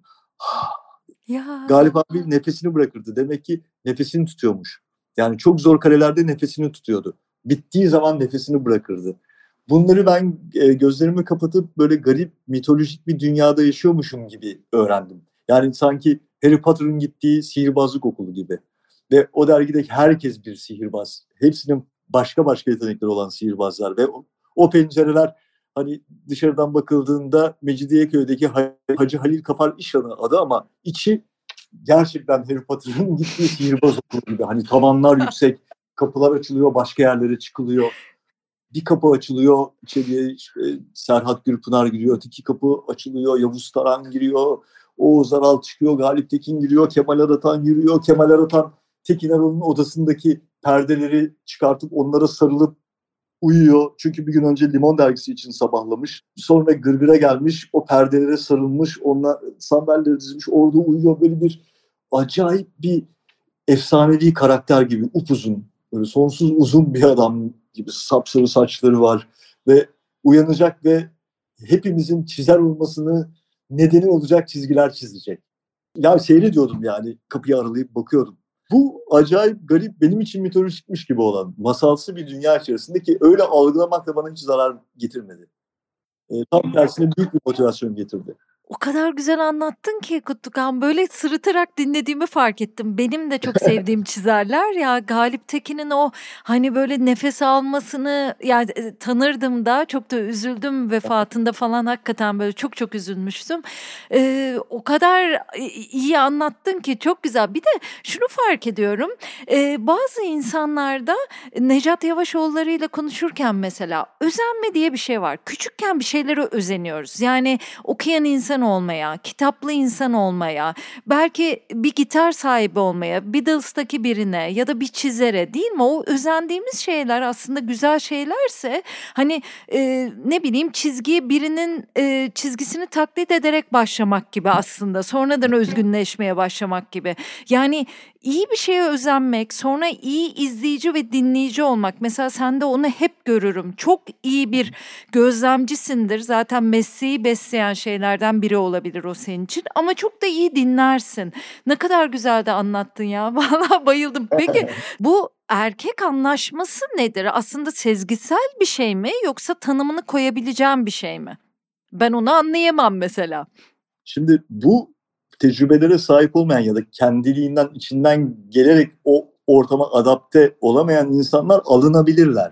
Ya. Galip abi nefesini bırakırdı. Demek ki nefesini tutuyormuş. Yani çok zor karelerde nefesini tutuyordu. Bittiği zaman nefesini bırakırdı. Bunları ben e, gözlerimi kapatıp böyle garip mitolojik bir dünyada yaşıyormuşum gibi öğrendim. Yani sanki Harry Potter'ın gittiği sihirbazlık okulu gibi. Ve o dergideki herkes bir sihirbaz. Hepsinin başka başka yetenekleri olan sihirbazlar. Ve o, o pencereler hani dışarıdan bakıldığında Mecidiyeköy'deki Hacı Halil Kafar İşhan'ın adı ama içi gerçekten Harry Potter'ın gittiği sihirbaz okulu gibi. Hani tavanlar yüksek, kapılar açılıyor, başka yerlere çıkılıyor. Bir kapı açılıyor, içeriye işte Serhat Gürpınar giriyor, öteki kapı açılıyor, Yavuz Taran giriyor, Oğuz Aral çıkıyor, Galip Tekin giriyor, Kemal Aratan giriyor. Kemal Aratan Tekin Aral'ın odasındaki perdeleri çıkartıp onlara sarılıp uyuyor. Çünkü bir gün önce Limon dergisi için sabahlamış. Sonra gırgıra gelmiş, o perdelere sarılmış, onlar sandalyeleri dizmiş, orada uyuyor. Böyle bir acayip bir efsanevi karakter gibi, upuzun, böyle sonsuz uzun bir adam gibi, sapsarı saçları var ve uyanacak ve hepimizin çizer olmasını nedeni olacak çizgiler çizecek. Ya seyrediyordum yani, kapıyı aralayıp bakıyordum. Bu acayip garip, benim için mitolojikmiş gibi olan masalsı bir dünya içerisinde ki öyle algılamak da bana hiç zarar getirmedi. E, tam tersine büyük bir motivasyon getirdi. O kadar güzel anlattın ki Kutlukan, böyle sırıtarak dinlediğimi fark ettim. Benim de çok sevdiğim çizerler ya, Galip Tekin'in o hani böyle nefes almasını yani e, tanırdım da çok da üzüldüm vefatında falan, hakikaten böyle çok çok üzülmüştüm. Ee, o kadar iyi anlattın ki çok güzel. Bir de şunu fark ediyorum, e, bazı insanlarda Necat Yavaşoğulları ile konuşurken mesela özenme diye bir şey var. Küçükken bir şeylere özeniyoruz. Yani okuyan insan olmaya, kitaplı insan olmaya, belki bir gitar sahibi olmaya, Beatles'taki birine ya da bir çizere, değil mi? O özendiğimiz şeyler aslında güzel şeylerse hani e, ne bileyim çizgiye birinin e, çizgisini taklit ederek başlamak gibi aslında. Sonradan özgünleşmeye başlamak gibi. Yani iyi bir şeye özenmek, sonra iyi izleyici ve dinleyici olmak. Mesela sende onu hep görürüm. Çok iyi bir gözlemcisindir. Zaten mesleği besleyen şeylerden biri olabilir o senin için. Ama çok da iyi dinlersin. Ne kadar güzel de anlattın ya. Vallahi bayıldım. Peki bu erkek anlaşması nedir? Aslında sezgisel bir şey mi, yoksa tanımını koyabileceğim bir şey mi? Ben onu anlayamam mesela. Şimdi bu tecrübelere sahip olmayan ya da kendiliğinden, içinden gelerek o ortama adapte olamayan insanlar alınabilirler.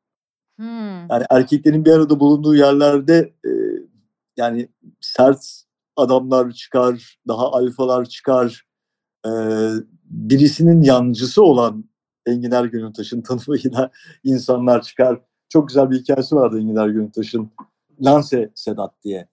Hmm. Yani erkeklerin bir arada bulunduğu yerlerde e, yani sert adamlar çıkar, daha alfalar çıkar. E, birisinin yancısı olan Engin Gönültaş'ın tanımıyla insanlar çıkar. Çok güzel bir hikayesi vardı Engin Gönültaş'ın. Lance Sedat diye.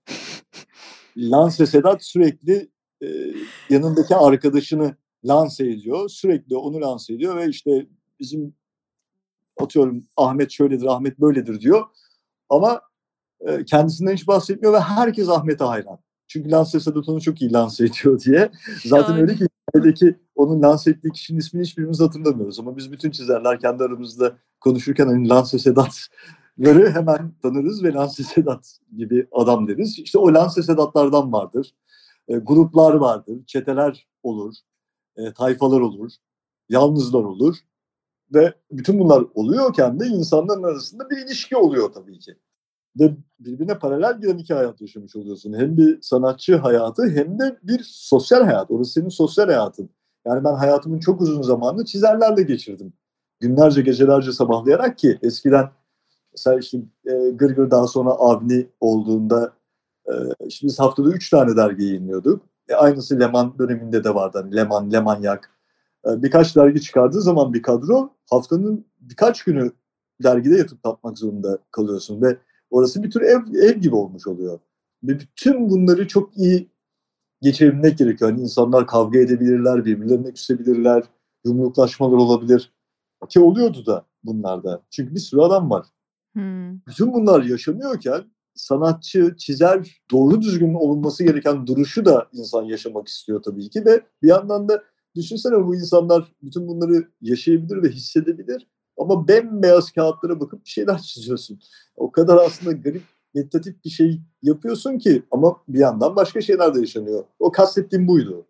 Lance Sedat sürekli e, yanındaki arkadaşını lanse ediyor. Sürekli onu lanse ediyor ve işte bizim atıyorum Ahmet şöyledir, Ahmet böyledir diyor. Ama e, kendisinden hiç bahsetmiyor ve herkes Ahmet'e hayran. Çünkü Lance Sedat onu çok iyi lanse ediyor diye. Zaten öyle ki hikayedeki onun lanse ettiği kişinin ismini hiçbirimiz hatırlamıyoruz. Ama biz bütün çizerler kendi aramızda konuşurken hani Lance Sedat'ları hemen tanırız ve Lance Sedat gibi adam deriz. İşte o Lance Sedat'lardan vardır. E, gruplar vardır, çeteler olur, e, tayfalar olur, yalnızlar olur. Ve bütün bunlar oluyorken de insanların arasında bir ilişki oluyor tabii ki. Ve birbirine paralel giden iki hayat yaşamış oluyorsun. Hem bir sanatçı hayatı hem de bir sosyal hayat. Orası senin sosyal hayatın. Yani ben hayatımın çok uzun zamanını çizerlerle geçirdim. Günlerce gecelerce sabahlayarak, ki eskiden mesela işte e, Gırgır daha sonra Avni olduğunda e, işte biz haftada üç tane dergi yayınlıyorduk. E, aynısı Leman döneminde de vardı. Hani Leman, Lemanyak. E, birkaç dergi çıkardığı zaman bir kadro haftanın birkaç günü dergide yatıp tatmak zorunda kalıyorsun ve orası bir tür ev, ev gibi olmuş oluyor. Ve bütün bunları çok iyi geçirebilmek gerekiyor. Hani insanlar kavga edebilirler, birbirlerine küsebilirler, yumruklaşmalar olabilir. Ki oluyordu da bunlarda. Çünkü bir sürü adam var. Hmm. Bütün bunlar yaşanıyorken sanatçı, çizer, doğru düzgün olunması gereken duruşu da insan yaşamak istiyor tabii ki. Ve bir yandan da düşünsene, bu insanlar bütün bunları yaşayabilir ve hissedebilir. Ama bembeyaz kağıtlara bakıp bir şeyler çiziyorsun. O kadar aslında garip, meditatif bir şey yapıyorsun ki, ama bir yandan başka şeyler de yaşanıyor. O kastettiğim buydu.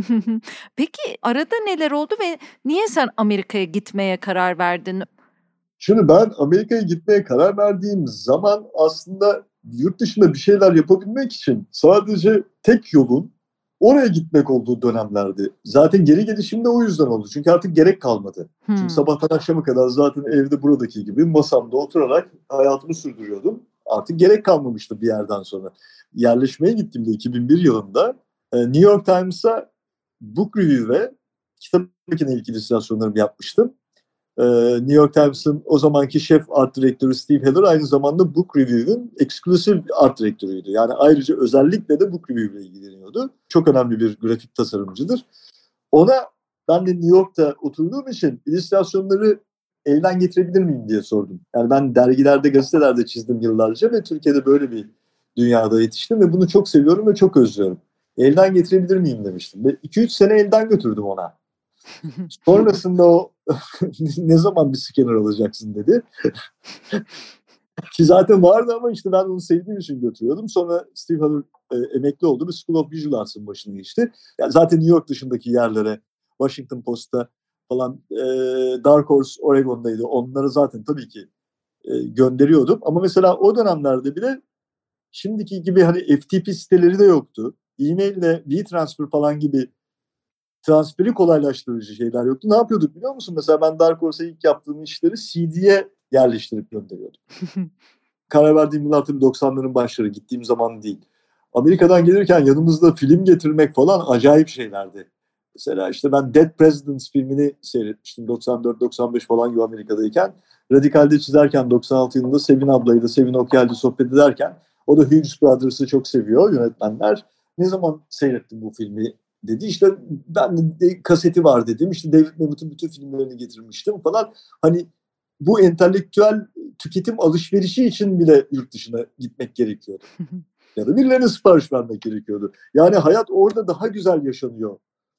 Peki arada neler oldu ve niye sen Amerika'ya gitmeye karar verdin? Şimdi ben Amerika'ya gitmeye karar verdiğim zaman aslında yurt dışında bir şeyler yapabilmek için sadece tek yolun oraya gitmek olduğu dönemlerdi. Zaten geri gelişim de o yüzden oldu. Çünkü artık gerek kalmadı. Hmm. Çünkü sabahtan akşama kadar zaten evde buradaki gibi masamda oturarak hayatımı sürdürüyordum. Artık gerek kalmamıştı bir yerden sonra. Yerleşmeye gittiğimde iki bin bir yılında New York Times'a book review ve kitap ile ilgili illüstrasyonlarımı yapmıştım. New York Times'ın o zamanki şef art direktörü Steve Heller aynı zamanda Book Review'un eksklusif art direktörüydü. Yani ayrıca özellikle de Book Review ile ilgileniyordu. Çok önemli bir grafik tasarımcıdır. Ona ben de New York'ta oturduğum için illüstrasyonları elden getirebilir miyim diye sordum. Yani ben dergilerde, gazetelerde çizdim yıllarca ve Türkiye'de böyle bir dünyada yetiştim ve bunu çok seviyorum ve çok özlüyorum. Elden getirebilir miyim demiştim. Ve iki üç sene elden götürdüm ona. Sonrasında o ne zaman bir scanner alacaksın dedi. Ki zaten vardı ama işte ben onu sevdiğim için götürüyordum. Sonra Steve Heller e, emekli oldu ve School of Visual Arts'ın başına geçti. Yani zaten New York dışındaki yerlere, Washington Post'ta falan, e, Dark Horse Oregon'daydı. Onları zaten tabii ki e, gönderiyordum. Ama mesela o dönemlerde bile şimdiki gibi hani F T P siteleri de yoktu. E-mail ile WeTransfer falan gibi transferi kolaylaştırıcı şeyler yoktu. Ne yapıyorduk biliyor musun? Mesela ben Dark Horse'a ilk yaptığım işleri C D'ye yerleştirip gönderiyordum. Karar verdiğim yıllar tabii doksanların başları, gittiğim zaman değil. Amerika'dan gelirken yanımızda film getirmek falan acayip şeylerdi. Mesela işte ben Dead Presidents filmini seyretmiştim doksan dört doksan beş falan gibi Amerika'dayken. Radikal'de çizerken doksan altı yılında Sevin ablayla, Sevin Okyel'de sohbet ederken, o da Hughes Brothers'ı çok seviyor yönetmenler. Ne zaman seyrettim bu filmi dedi. İşte ben de kaseti var dedim. İşte David Mamet'in bütün filmlerini getirmiştim falan. Hani bu entelektüel tüketim alışverişi için bile yurt dışına gitmek gerekiyordu. Ya da birilerine sipariş vermek gerekiyordu. Yani hayat orada daha güzel yaşanıyor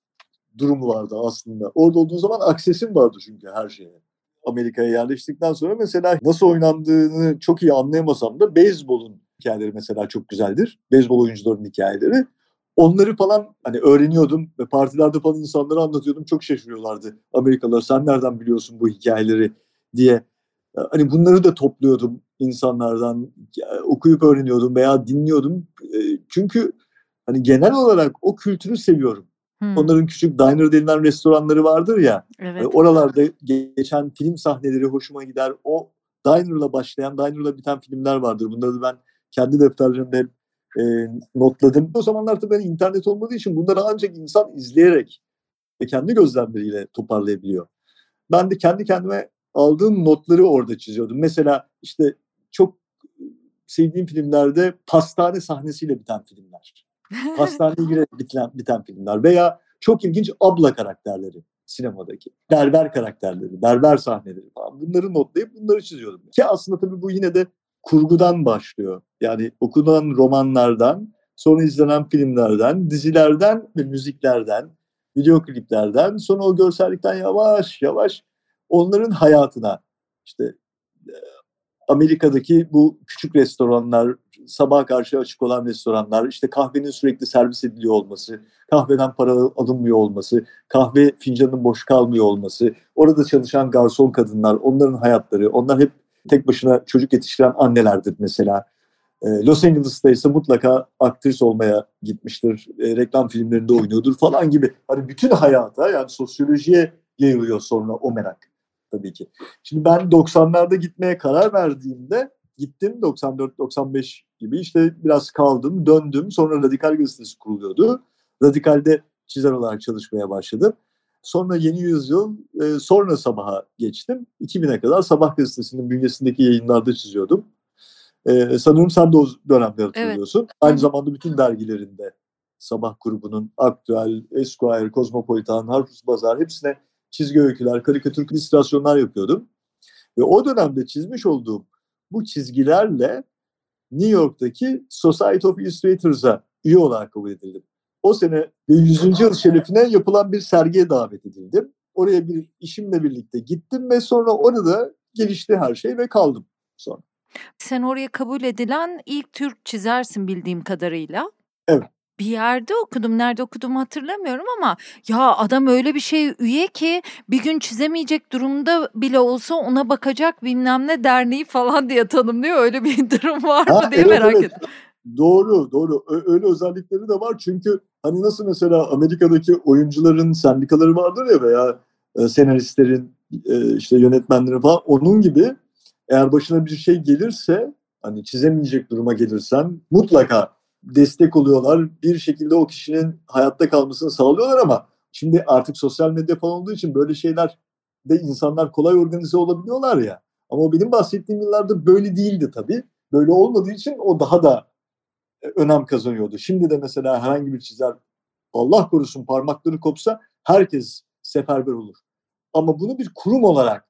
durumu vardı aslında. Orada olduğun zaman aksesin vardı çünkü her şeye. Amerika'ya yerleştikten sonra mesela nasıl oynandığını çok iyi anlayamasam da beyzbolun hikayeleri mesela çok güzeldir. Beyzbol oyuncularının hikayeleri. Onları falan hani öğreniyordum ve partilerde falan insanlara anlatıyordum. Çok şaşırıyorlardı Amerikalılar. Sen nereden biliyorsun bu hikayeleri diye. Hani bunları da topluyordum insanlardan, okuyup öğreniyordum veya dinliyordum. Çünkü hani genel olarak o kültürü seviyorum. Hmm. Onların küçük diner denilen restoranları vardır ya. Evet. Oralarda geçen film sahneleri hoşuma gider. O diner'la başlayan, diner'la biten filmler vardır. Bunları da ben kendi defterlerimde e, notladım. O zamanlar tabii internet olmadığı için bunları ancak insan izleyerek ve kendi gözlemleriyle toparlayabiliyor. Ben de kendi kendime aldığım notları orada çiziyordum. Mesela işte çok sevdiğim filmlerde pastane sahnesiyle biten filmler. Pastaneyle biten, biten filmler veya çok ilginç abla karakterleri sinemadaki. Berber karakterleri, berber sahneleri falan. Bunları notlayıp bunları çiziyordum. Ki aslında tabii bu yine de kurgudan başlıyor. Yani okunan romanlardan, sonra izlenen filmlerden, dizilerden ve müziklerden, video kliplerden, sonra o görsellikten yavaş yavaş onların hayatına, işte Amerika'daki bu küçük restoranlar, sabaha karşı açık olan restoranlar, işte kahvenin sürekli servis ediliyor olması, kahveden para alınmıyor olması, kahve fincanının boş kalmıyor olması, orada çalışan garson kadınlar, onların hayatları, onlar hep tek başına çocuk yetiştiren annelerdir mesela. Los Angeles'ta ise mutlaka aktris olmaya gitmiştir, e, reklam filmlerinde oynuyordur falan gibi. Hani bütün hayata, yani sosyolojiye yayılıyor sonra o merak tabii ki. Şimdi ben doksanlarda gitmeye karar verdiğimde gittim, doksan dört doksan beş gibi işte biraz kaldım, döndüm. Sonra Radikal Gazetesi kuruluyordu. Radikal'de çizer olarak çalışmaya başladım. Sonra Yeni Yüzyıl, e, sonra Sabah'a geçtim. iki bine kadar Sabah Gazetesi'nin bünyesindeki yayınlarda çiziyordum. Ee, sanırım sen de o dönemde hatırlıyorsun. Evet. Aynı zamanda bütün dergilerinde Sabah grubunun Aktüel, Esquire, Kozmopolitan, Harper's Bazaar hepsine çizgi öyküler, karikatür illüstrasyonlar yapıyordum. Ve o dönemde çizmiş olduğum bu çizgilerle New York'taki Society of Illustrators'a üye olarak kabul edildim. O sene yüzüncü yıl şerefine yapılan bir sergiye davet edildim. Oraya bir işimle birlikte gittim ve sonra orada gelişti her şey ve kaldım sonra. Sen oraya kabul edilen ilk Türk çizersin bildiğim kadarıyla. Evet. Bir yerde okudum, nerede okuduğumu hatırlamıyorum ama ya adam öyle bir şey üye ki bir gün çizemeyecek durumda bile olsa ona bakacak bilmem ne derneği falan diye tanımlıyor. Öyle bir durum var mı ha, diye evet, merak evet. ettim. Doğru, doğru. Ö- öyle özellikleri de var. Çünkü hani nasıl mesela Amerika'daki oyuncuların sendikaları vardır ya veya e, senaristlerin, e, işte yönetmenlerin falan, onun gibi eğer başına bir şey gelirse, hani çizemeyecek duruma gelirsen mutlaka destek oluyorlar. Bir şekilde o kişinin hayatta kalmasını sağlıyorlar ama şimdi artık sosyal medya falan olduğu için böyle şeyler de insanlar kolay organize olabiliyorlar ya. Ama o benim bahsettiğim yıllarda böyle değildi tabii. Böyle olmadığı için o daha da önem kazanıyordu. Şimdi de mesela herhangi bir çizer Allah korusun parmakları kopsa herkes seferber olur. Ama bunu bir kurum olarak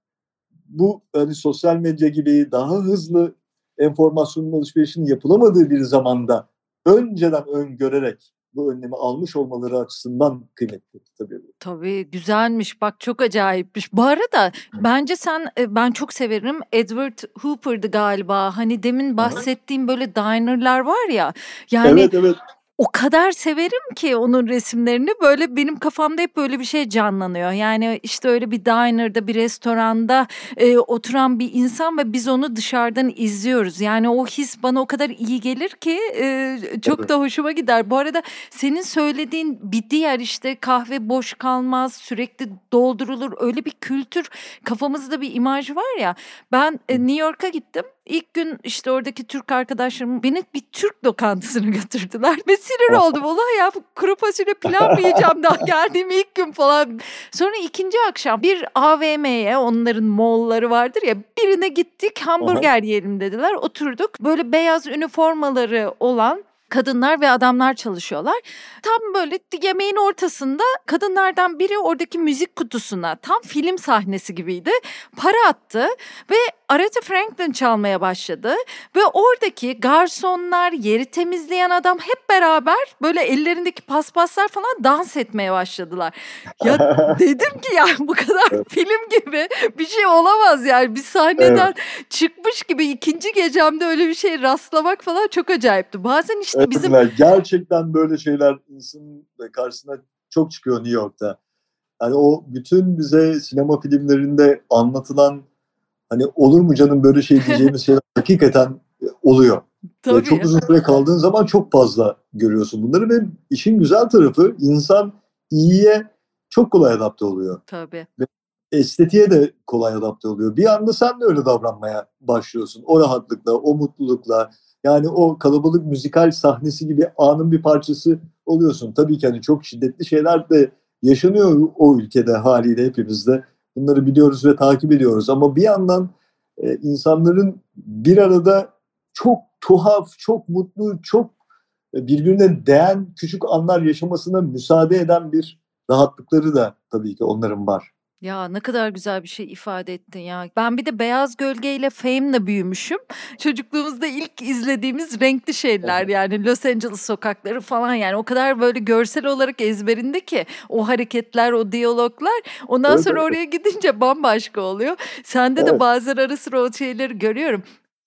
bu hani sosyal medya gibi daha hızlı enformasyonun alışverişinin yapılamadığı bir zamanda önceden öngörerek bu önlemi almış olmaları açısından kıymetli tabii. Tabii güzelmiş, bak çok acayipmiş. Bu arada bence sen, ben çok severim, Edward Hooper'dı galiba. Hani demin bahsettiğim böyle diner'lar var ya. Yani evet, evet. O kadar severim ki onun resimlerini, böyle benim kafamda hep böyle bir şey canlanıyor. Yani işte öyle bir diner'da, bir restoranda e, oturan bir insan ve biz onu dışarıdan izliyoruz. Yani o his bana o kadar iyi gelir ki e, çok Evet. da hoşuma gider. Bu arada senin söylediğin bir diğer, işte kahve boş kalmaz, sürekli doldurulur, öyle bir kültür, kafamızda bir imaj var ya. Ben e, New York'a gittim. İlk gün işte oradaki Türk arkadaşlarım beni bir Türk lokantasına götürdüler ve sinir oldum. Ulan ya, kuru fasulye pilav mı yiyeceğim daha geldiğim ilk gün falan. Sonra ikinci akşam bir A V M'ye, onların mallları vardır ya, birine gittik, hamburger yiyelim dediler. Oturduk, böyle beyaz üniformaları olan kadınlar ve adamlar çalışıyorlar. Tam böyle yemeğin ortasında kadınlardan biri oradaki müzik kutusuna, tam film sahnesi gibiydi, para attı ve Aretha Franklin çalmaya başladı. Ve oradaki garsonlar, yeri temizleyen adam hep beraber böyle ellerindeki paspaslar falan dans etmeye başladılar. Ya dedim ki ya bu kadar evet. film gibi bir şey olamaz yani. Bir sahneden evet. çıkmış gibi ikinci gecemde öyle bir şey rastlamak falan çok acayipti. Bazen işte evet, bizim... Gerçekten böyle şeyler insanın karşısına çok çıkıyor New York'ta. Yani o bütün bize sinema filmlerinde anlatılan, hani olur mu canım böyle şey diyeceğimiz şeyler hakikaten oluyor. Tabii. Çok uzun süre kaldığın zaman çok fazla görüyorsun bunları ve işin güzel tarafı, insan iyiye çok kolay adapte oluyor. Tabii. Ve estetiğe de kolay adapte oluyor. Bir anda sen de öyle davranmaya başlıyorsun. O rahatlıkla, o mutlulukla. Yani o kalabalık müzikal sahnesi gibi anın bir parçası oluyorsun. Tabii ki hani çok şiddetli şeyler de yaşanıyor o ülkede haliyle, hepimizde. Bunları biliyoruz ve takip ediyoruz. Ama bir yandan e, insanların bir arada çok tuhaf, çok mutlu, çok birbirine değen küçük anlar yaşamasına müsaade eden bir rahatlıkları da tabii ki onların var. Ya ne kadar güzel bir şey ifade ettin ya. Ben bir de Beyaz Gölge ile Fame'le büyümüşüm. Çocukluğumuzda ilk izlediğimiz renkli şeyler, yani Los Angeles sokakları falan, yani o kadar böyle görsel olarak ezberinde ki o hareketler, o diyaloglar. Ondan Evet, sonra evet. oraya gidince bambaşka oluyor. Sende Evet. de bazen ara sıra o şeyleri görüyorum.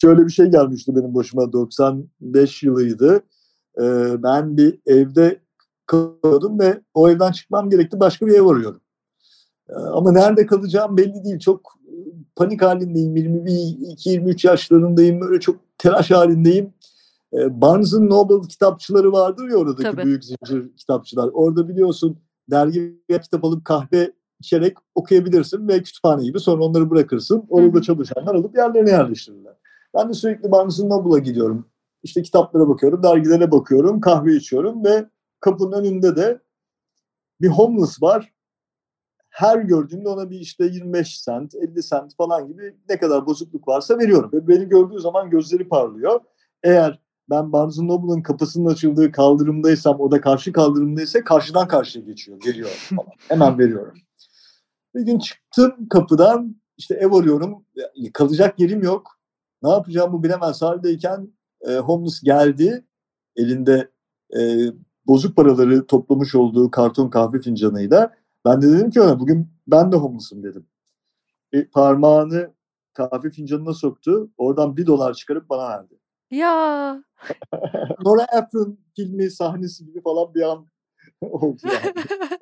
Şöyle bir şey gelmişti benim başıma, doksan beş yılıydı. Ee, ben bir evde kalıyordum ve o evden çıkmam gerekti. Başka bir ev arıyordum. Ee, ama nerede kalacağım belli değil. Çok panik halindeyim. yirmi iki yirmi üç yaşlarındayım. Böyle çok telaş halindeyim. Ee, Barnes and Noble kitapçıları vardır ya, oradaki Tabii. büyük zincir kitapçılar. Orada biliyorsun dergi ve kitap alıp kahve içerek okuyabilirsin ve kütüphane gibi, sonra onları bırakırsın. Orada çalışanlar alıp yerlerine yerleştirirler. Ben de sürekli Barnes and Noble'a gidiyorum. İşte kitaplara bakıyorum, dergilere bakıyorum, kahve içiyorum ve kapının önünde de bir homeless var. Her gördüğümde ona bir işte yirmi beş sent, elli sent falan gibi ne kadar bozukluk varsa veriyorum. Ve beni gördüğü zaman gözleri parlıyor. Eğer ben Barnes and Noble'ın kapısının açıldığı kaldırımdaysam, o da karşı kaldırımdaysa karşıdan karşıya geçiyor, geliyor falan. Hemen veriyorum. Bir gün çıktım kapıdan, işte ev arıyorum, kalacak yerim yok. Ne yapacağımı bilemez haldeyken e, homeless geldi. Elinde e, bozuk paraları toplamış olduğu karton kahve fincanıyla. Ben de dedim ki ona, bugün ben de homeless'ım dedim. E, parmağını kahve fincanına soktu. Oradan bir dolar çıkarıp bana verdi. Ya. Nora Ephron filmi sahnesi gibi falan bir an oldu yani.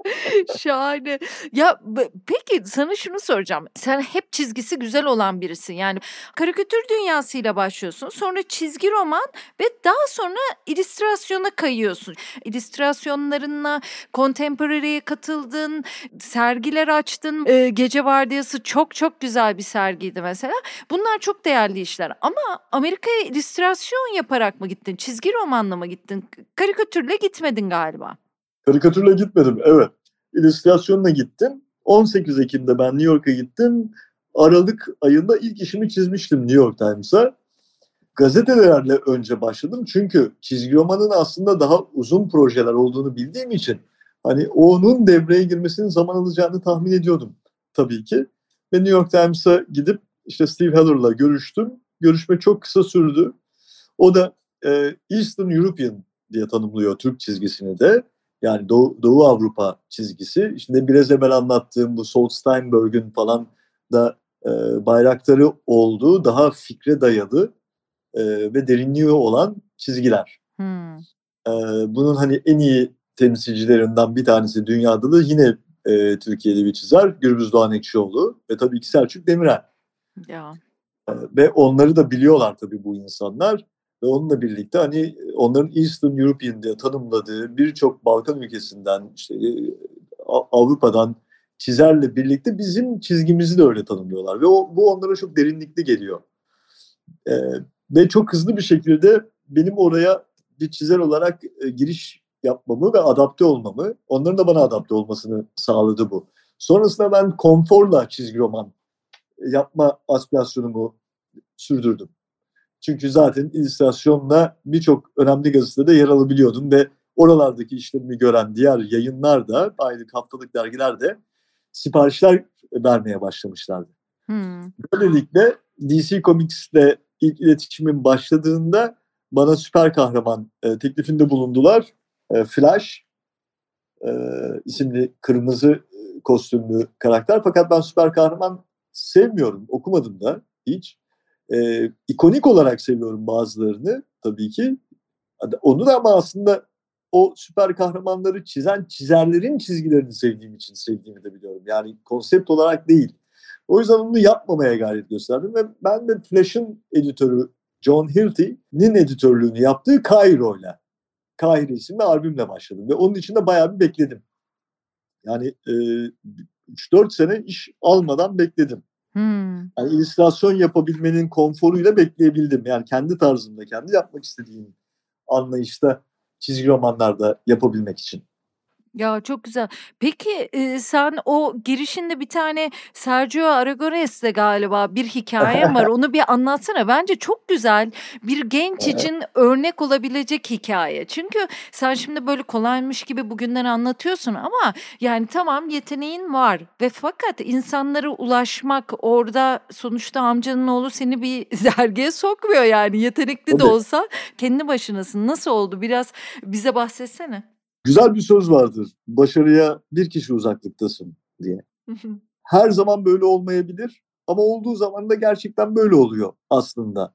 Şahane. Ya b- peki sana şunu soracağım. Sen hep çizgisi güzel olan birisin. Yani karikatür dünyasıyla başlıyorsun. Sonra çizgi roman ve daha sonra illüstrasyona kayıyorsun. İllüstrasyonlarınla Contemporary'ye katıldın, sergiler açtın. Ee, Gece Vardiyası çok çok güzel bir sergiydi mesela. Bunlar çok değerli işler. Ama Amerika'ya illüstrasyon yaparak mı gittin? Çizgi romanla mı gittin? Karikatürle gitmedin galiba. Karikatürle gitmedim, evet. İllüstrasyonla gittim. on sekiz Ekim'de ben New York'a gittim. Aralık ayında ilk işimi çizmiştim New York Times'a. Gazetelerle önce başladım. Çünkü çizgi romanın aslında daha uzun projeler olduğunu bildiğim için hani onun devreye girmesinin zaman alacağını tahmin ediyordum tabii ki. Ve New York Times'a gidip işte Steve Heller'la görüştüm. Görüşme çok kısa sürdü. O da e, Eastern European diye tanımlıyor Türk çizgisini de. Yani Doğu, Doğu Avrupa çizgisi. İşte biraz evvel anlattığım bu Salt Steinberg'ün falan da e, bayrakları olduğu daha fikre dayalı e, ve derinliği olan çizgiler. Hmm. E, bunun hani en iyi temsilcilerinden bir tanesi dünyada da yine e, Türkiye'de bir çizer, Gürbüz Doğan Ekşioğlu ve tabii ki Selçuk Demirel. Ya. E, ve onları da biliyorlar tabii bu insanlar. Ve onunla birlikte hani onların Eastern European diye tanımladığı birçok Balkan ülkesinden, işte Avrupa'dan çizerle birlikte bizim çizgimizi de öyle tanımlıyorlar. Ve o, bu onlara çok derinlikli geliyor. Ee, ve çok hızlı bir şekilde benim oraya bir çizer olarak e, giriş yapmamı ve adapte olmamı, onların da bana adapte olmasını sağladı bu. Sonrasında ben konforla çizgi roman yapma aspirasyonumu sürdürdüm. Çünkü zaten illüstrasyonla birçok önemli gazetede yer alabiliyordum ve oralardaki işlerimi gören diğer yayınlar da, aylık haftalık dergiler de siparişler vermeye başlamışlardı. Hmm. Böylelikle D C Comics'le ilk iletişimin başladığında bana süper kahraman e, teklifinde bulundular. E, Flash e, isimli kırmızı e, kostümlü karakter. Fakat ben süper kahraman sevmiyorum, okumadım da hiç. E, ikonik olarak seviyorum bazılarını tabii ki. Onu da ama aslında o süper kahramanları çizen çizerlerin çizgilerini sevdiğim için sevdiğimi de biliyorum. Yani konsept olarak değil. O yüzden onu yapmamaya gayret gösterdim ve ben de Flash'ın editörü John Hilty'nin editörlüğünü yaptığı Cairo'yla, Kahire isimli albümle başladım ve onun için de bayağı bir bekledim. Yani e, üç dört sene iş almadan bekledim. Hmm. Yani illüstrasyon yapabilmenin konforuyla bekleyebildim. Yani kendi tarzımda, kendi yapmak istediğim anlayışta çizgi romanlarda yapabilmek için. Ya çok güzel. Peki e, sen o girişinde bir tane Sergio Aragones'le galiba bir hikayen var. Onu bir anlatsana. Bence çok güzel bir genç için örnek olabilecek hikaye. Çünkü sen şimdi böyle kolaymış gibi bugünden anlatıyorsun ama yani tamam yeteneğin var ve fakat insanlara ulaşmak orada sonuçta amcanın oğlu seni bir dergiye sokmuyor yani yetenekli de Tabii. olsa kendi başınasın. Nasıl oldu? Biraz bize bahsetsene. Güzel bir söz vardır. Başarıya bir kişi uzaklıktasın diye. Her zaman böyle olmayabilir ama olduğu zaman da gerçekten böyle oluyor aslında.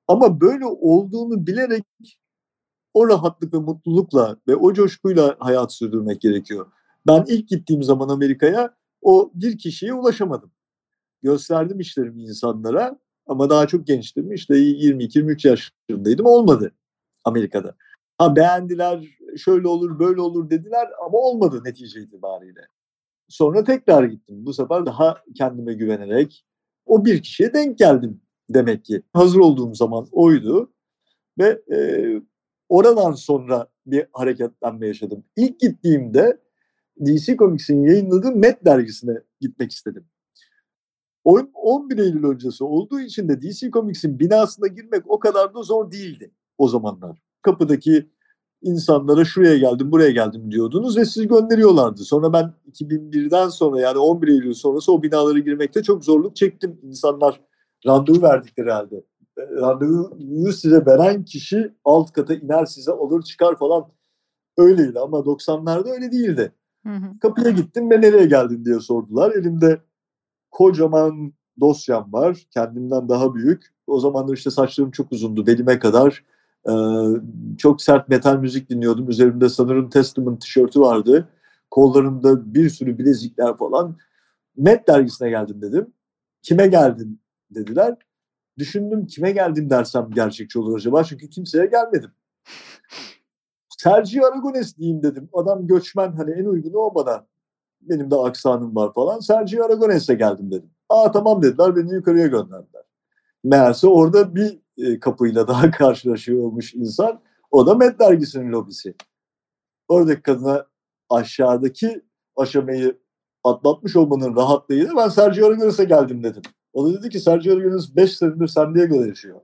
Ama böyle olduğunu bilerek o rahatlık ve mutlulukla ve o coşkuyla hayat sürdürmek gerekiyor. Ben ilk gittiğim zaman Amerika'ya o bir kişiye ulaşamadım. Gösterdim işlerimi insanlara ama daha çok gençtim. İşte yirmi iki yirmi üç yaşlarındaydım. Olmadı Amerika'da. Ha beğendiler, şöyle olur, böyle olur dediler ama olmadı netice itibariyle. Sonra tekrar gittim. Bu sefer daha kendime güvenerek o bir kişiye denk geldim demek ki. Hazır olduğum zaman oydu ve e, oradan sonra bir hareketlenme yaşadım. İlk gittiğimde D C Comics'in yayınladığı Met dergisine gitmek istedim. on bir Eylül öncesi olduğu için de D C Comics'in binasına girmek o kadar da zor değildi o zamanlar. Kapıdaki insanlara şuraya geldim, buraya geldim diyordunuz ve sizi gönderiyorlardı. Sonra ben iki bin birden sonra yani on bir Eylül sonrası o binalara girmekte çok zorluk çektim. İnsanlar randevu verdikleri halde. Randevuyu size veren kişi alt kata iner size alır çıkar falan öyleydi ama doksanlarda öyle değildi. Hı hı. Kapıya gittim ve nereye geldin diye sordular. Elimde kocaman dosyam var. Kendimden daha büyük. O zamanlar işte saçlarım çok uzundu. Belime kadar. Ee, çok sert metal müzik dinliyordum. Üzerimde sanırım Testament tişörtü vardı. Kollarımda bir sürü bilezikler falan. Met dergisine geldim dedim. Kime geldin dediler. Düşündüm kime geldim dersem gerçekçi olur acaba. Çünkü kimseye gelmedim. Sergio Aragonés diyeyim dedim. Adam göçmen hani en uygunu o bana. Benim de aksanım var falan. Sergio Aragonés'e geldim dedim. Aa tamam dediler. Beni yukarıya gönderdiler. Meğerse orada bir e, kapıyla daha karşılaşıyormuş insan. O da Met dergisinin lobisi. Oradaki kadına aşağıdaki aşamayı atlatmış olmanın rahatlığıyla ben Sergio Aragonés'e geldim dedim. O da dedi ki Sergio Aragonés beş senedir San Diego'da yaşıyor.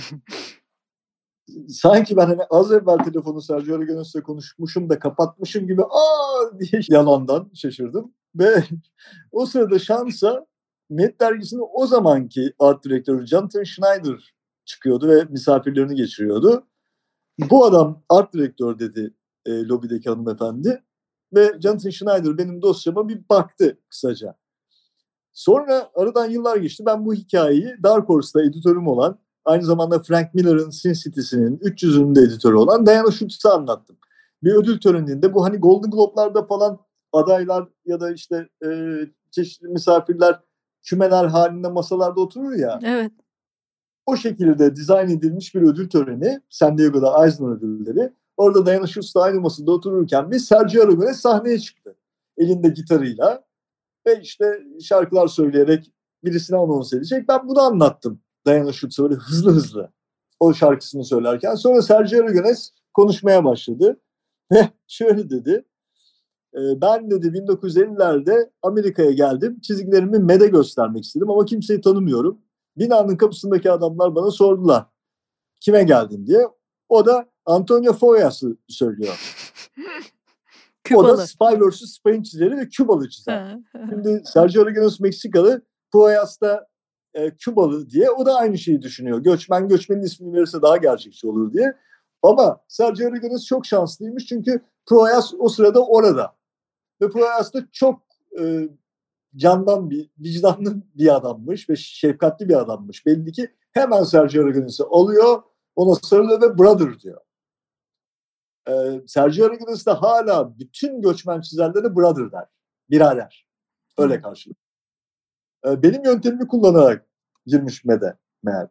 Sanki ben hani az evvel telefonu Sergio Aragonés'le konuşmuşum da kapatmışım gibi aa diye yalandan şaşırdım. Ve o sırada şansa Met dergisinin o zamanki art direktörü Jonathan Schneider çıkıyordu ve misafirlerini geçiriyordu. Bu adam art direktör dedi e, lobideki hanımefendi ve Jonathan Schneider benim dosyama bir baktı kısaca. Sonra aradan yıllar geçti. Ben bu hikayeyi Dark Horse'da editörüm olan aynı zamanda Frank Miller'ın Sin City'sinin üç yüzünün de editörü olan Diana Schultz'a anlattım. Bir ödül töreninde bu hani Golden Globe'larda falan adaylar ya da işte e, çeşitli misafirler kümeler halinde masalarda oturur ya. Evet. O şekilde dizayn edilmiş bir ödül töreni. San Diego'da Eisner ödülleri. Orada Diana Schultz'la aynı masada otururken bir Sergio Aragonés sahneye çıktı. Elinde gitarıyla ve işte şarkılar söyleyerek birisine anons edecek. Ben bunu anlattım. Diana Schultz'a böyle hızlı hızlı o şarkısını söylerken. Sonra Sergio Aragonés konuşmaya başladı. Ve şöyle dedi. Ben dedi bin dokuz yüz ellilerde Amerika'ya geldim. Çizgilerimi Met'e göstermek istedim ama kimseyi tanımıyorum. Binanın kapısındaki adamlar bana sordular. Kime geldin diye. O da Antonio Foyas'ı söylüyor. O da Spy versus. Spain çizeri ve Kübalı çizer. Şimdi Sergio Aragonés Meksikalı, Foyas da e, Kübalı diye o da aynı şeyi düşünüyor. Göçmen göçmenin ismini verirse daha gerçekçi olur diye. Ama Sergio Aragonés çok şanslıymış çünkü Proyas o sırada orada. Ve Proyas da çok e, candan bir, vicdanlı bir adammış ve şefkatli bir adammış. Belli ki hemen Sergio Aragonés'i alıyor, ona sarılıyor ve brother diyor. Ee, Sergio Aragonés de hala bütün göçmen çizerlere brother der. Birader. Öyle karşılıyor. Ee, benim yöntemimi kullanarak girmiş Met'e meğer.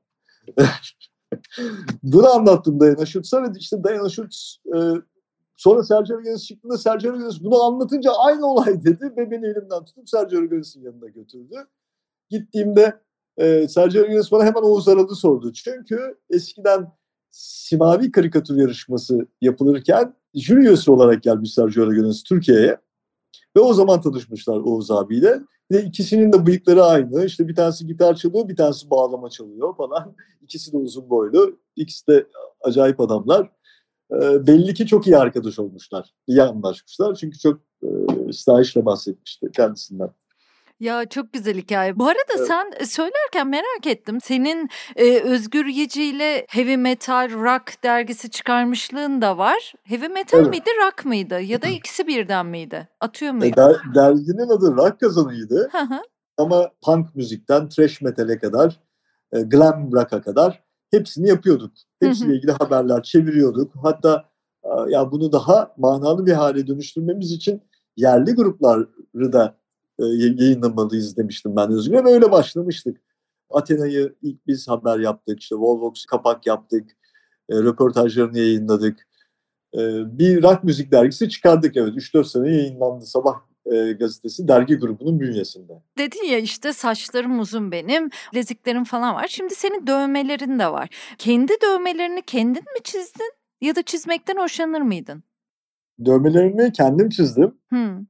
Bunu anlattım Diana Schultz'a ve işte Diana Schultz e, sonra Sergio Aragonés çıktığında Sergio Aragonés bunu anlatınca aynı olay dedi ve beni elimden tutup Sergio Aragonés'in yanına götürdü. Gittiğimde e, Sergio Aragonés bana hemen Oğuz Aral'ı sordu. Çünkü eskiden Simavi karikatür yarışması yapılırken jüri üyesi olarak gelmiş Sergio Aragonés Türkiye'ye. Ve o zaman tanışmışlar Oğuz abiyle. Ve ikisinin de bıyıkları aynı. İşte bir tanesi gitar çalıyor, bir tanesi bağlama çalıyor falan. İkisi de uzun boylu. İkisi de acayip adamlar. E, belli ki çok iyi arkadaş olmuşlar. İyi anlaşmışlar. Çünkü çok e, stahişle bahsetmişti kendisinden. Ya çok güzel hikaye. Bu arada evet. Sen söylerken merak ettim. Senin e, Özgür Yeci ile Heavy Metal Rock dergisi çıkarmışlığın da var. Heavy Metal evet. miydi, rock mıydı? Ya da ikisi birden miydi? Atıyor muydu? E, der, derginin adı Rock Kazanı'ydı. Ama punk müzikten thrash metal'e kadar, e, glam rock'a kadar hepsini yapıyorduk. Hepsiyle ilgili haberler çeviriyorduk. Hatta ya bunu daha manalı bir hale dönüştürmemiz için yerli grupları da e, yayınlamalıyız demiştim ben Özgür'e ve öyle başlamıştık. Athena'yı ilk biz haber yaptık. İşte Volvox kapak yaptık. E, röportajlarını yayınladık. E, bir rock müzik dergisi çıkardık, evet. üç dört sene yayınlandı. Sabah e, gazetesi dergi grubunun bünyesinde. Dedin ya işte saçlarım uzun benim, bileziklerim falan var. Şimdi senin dövmelerin de var. Kendi dövmelerini kendin mi çizdin ya da çizmekten hoşlanır mıydın? Dövmelerimi kendim çizdim. Hmm.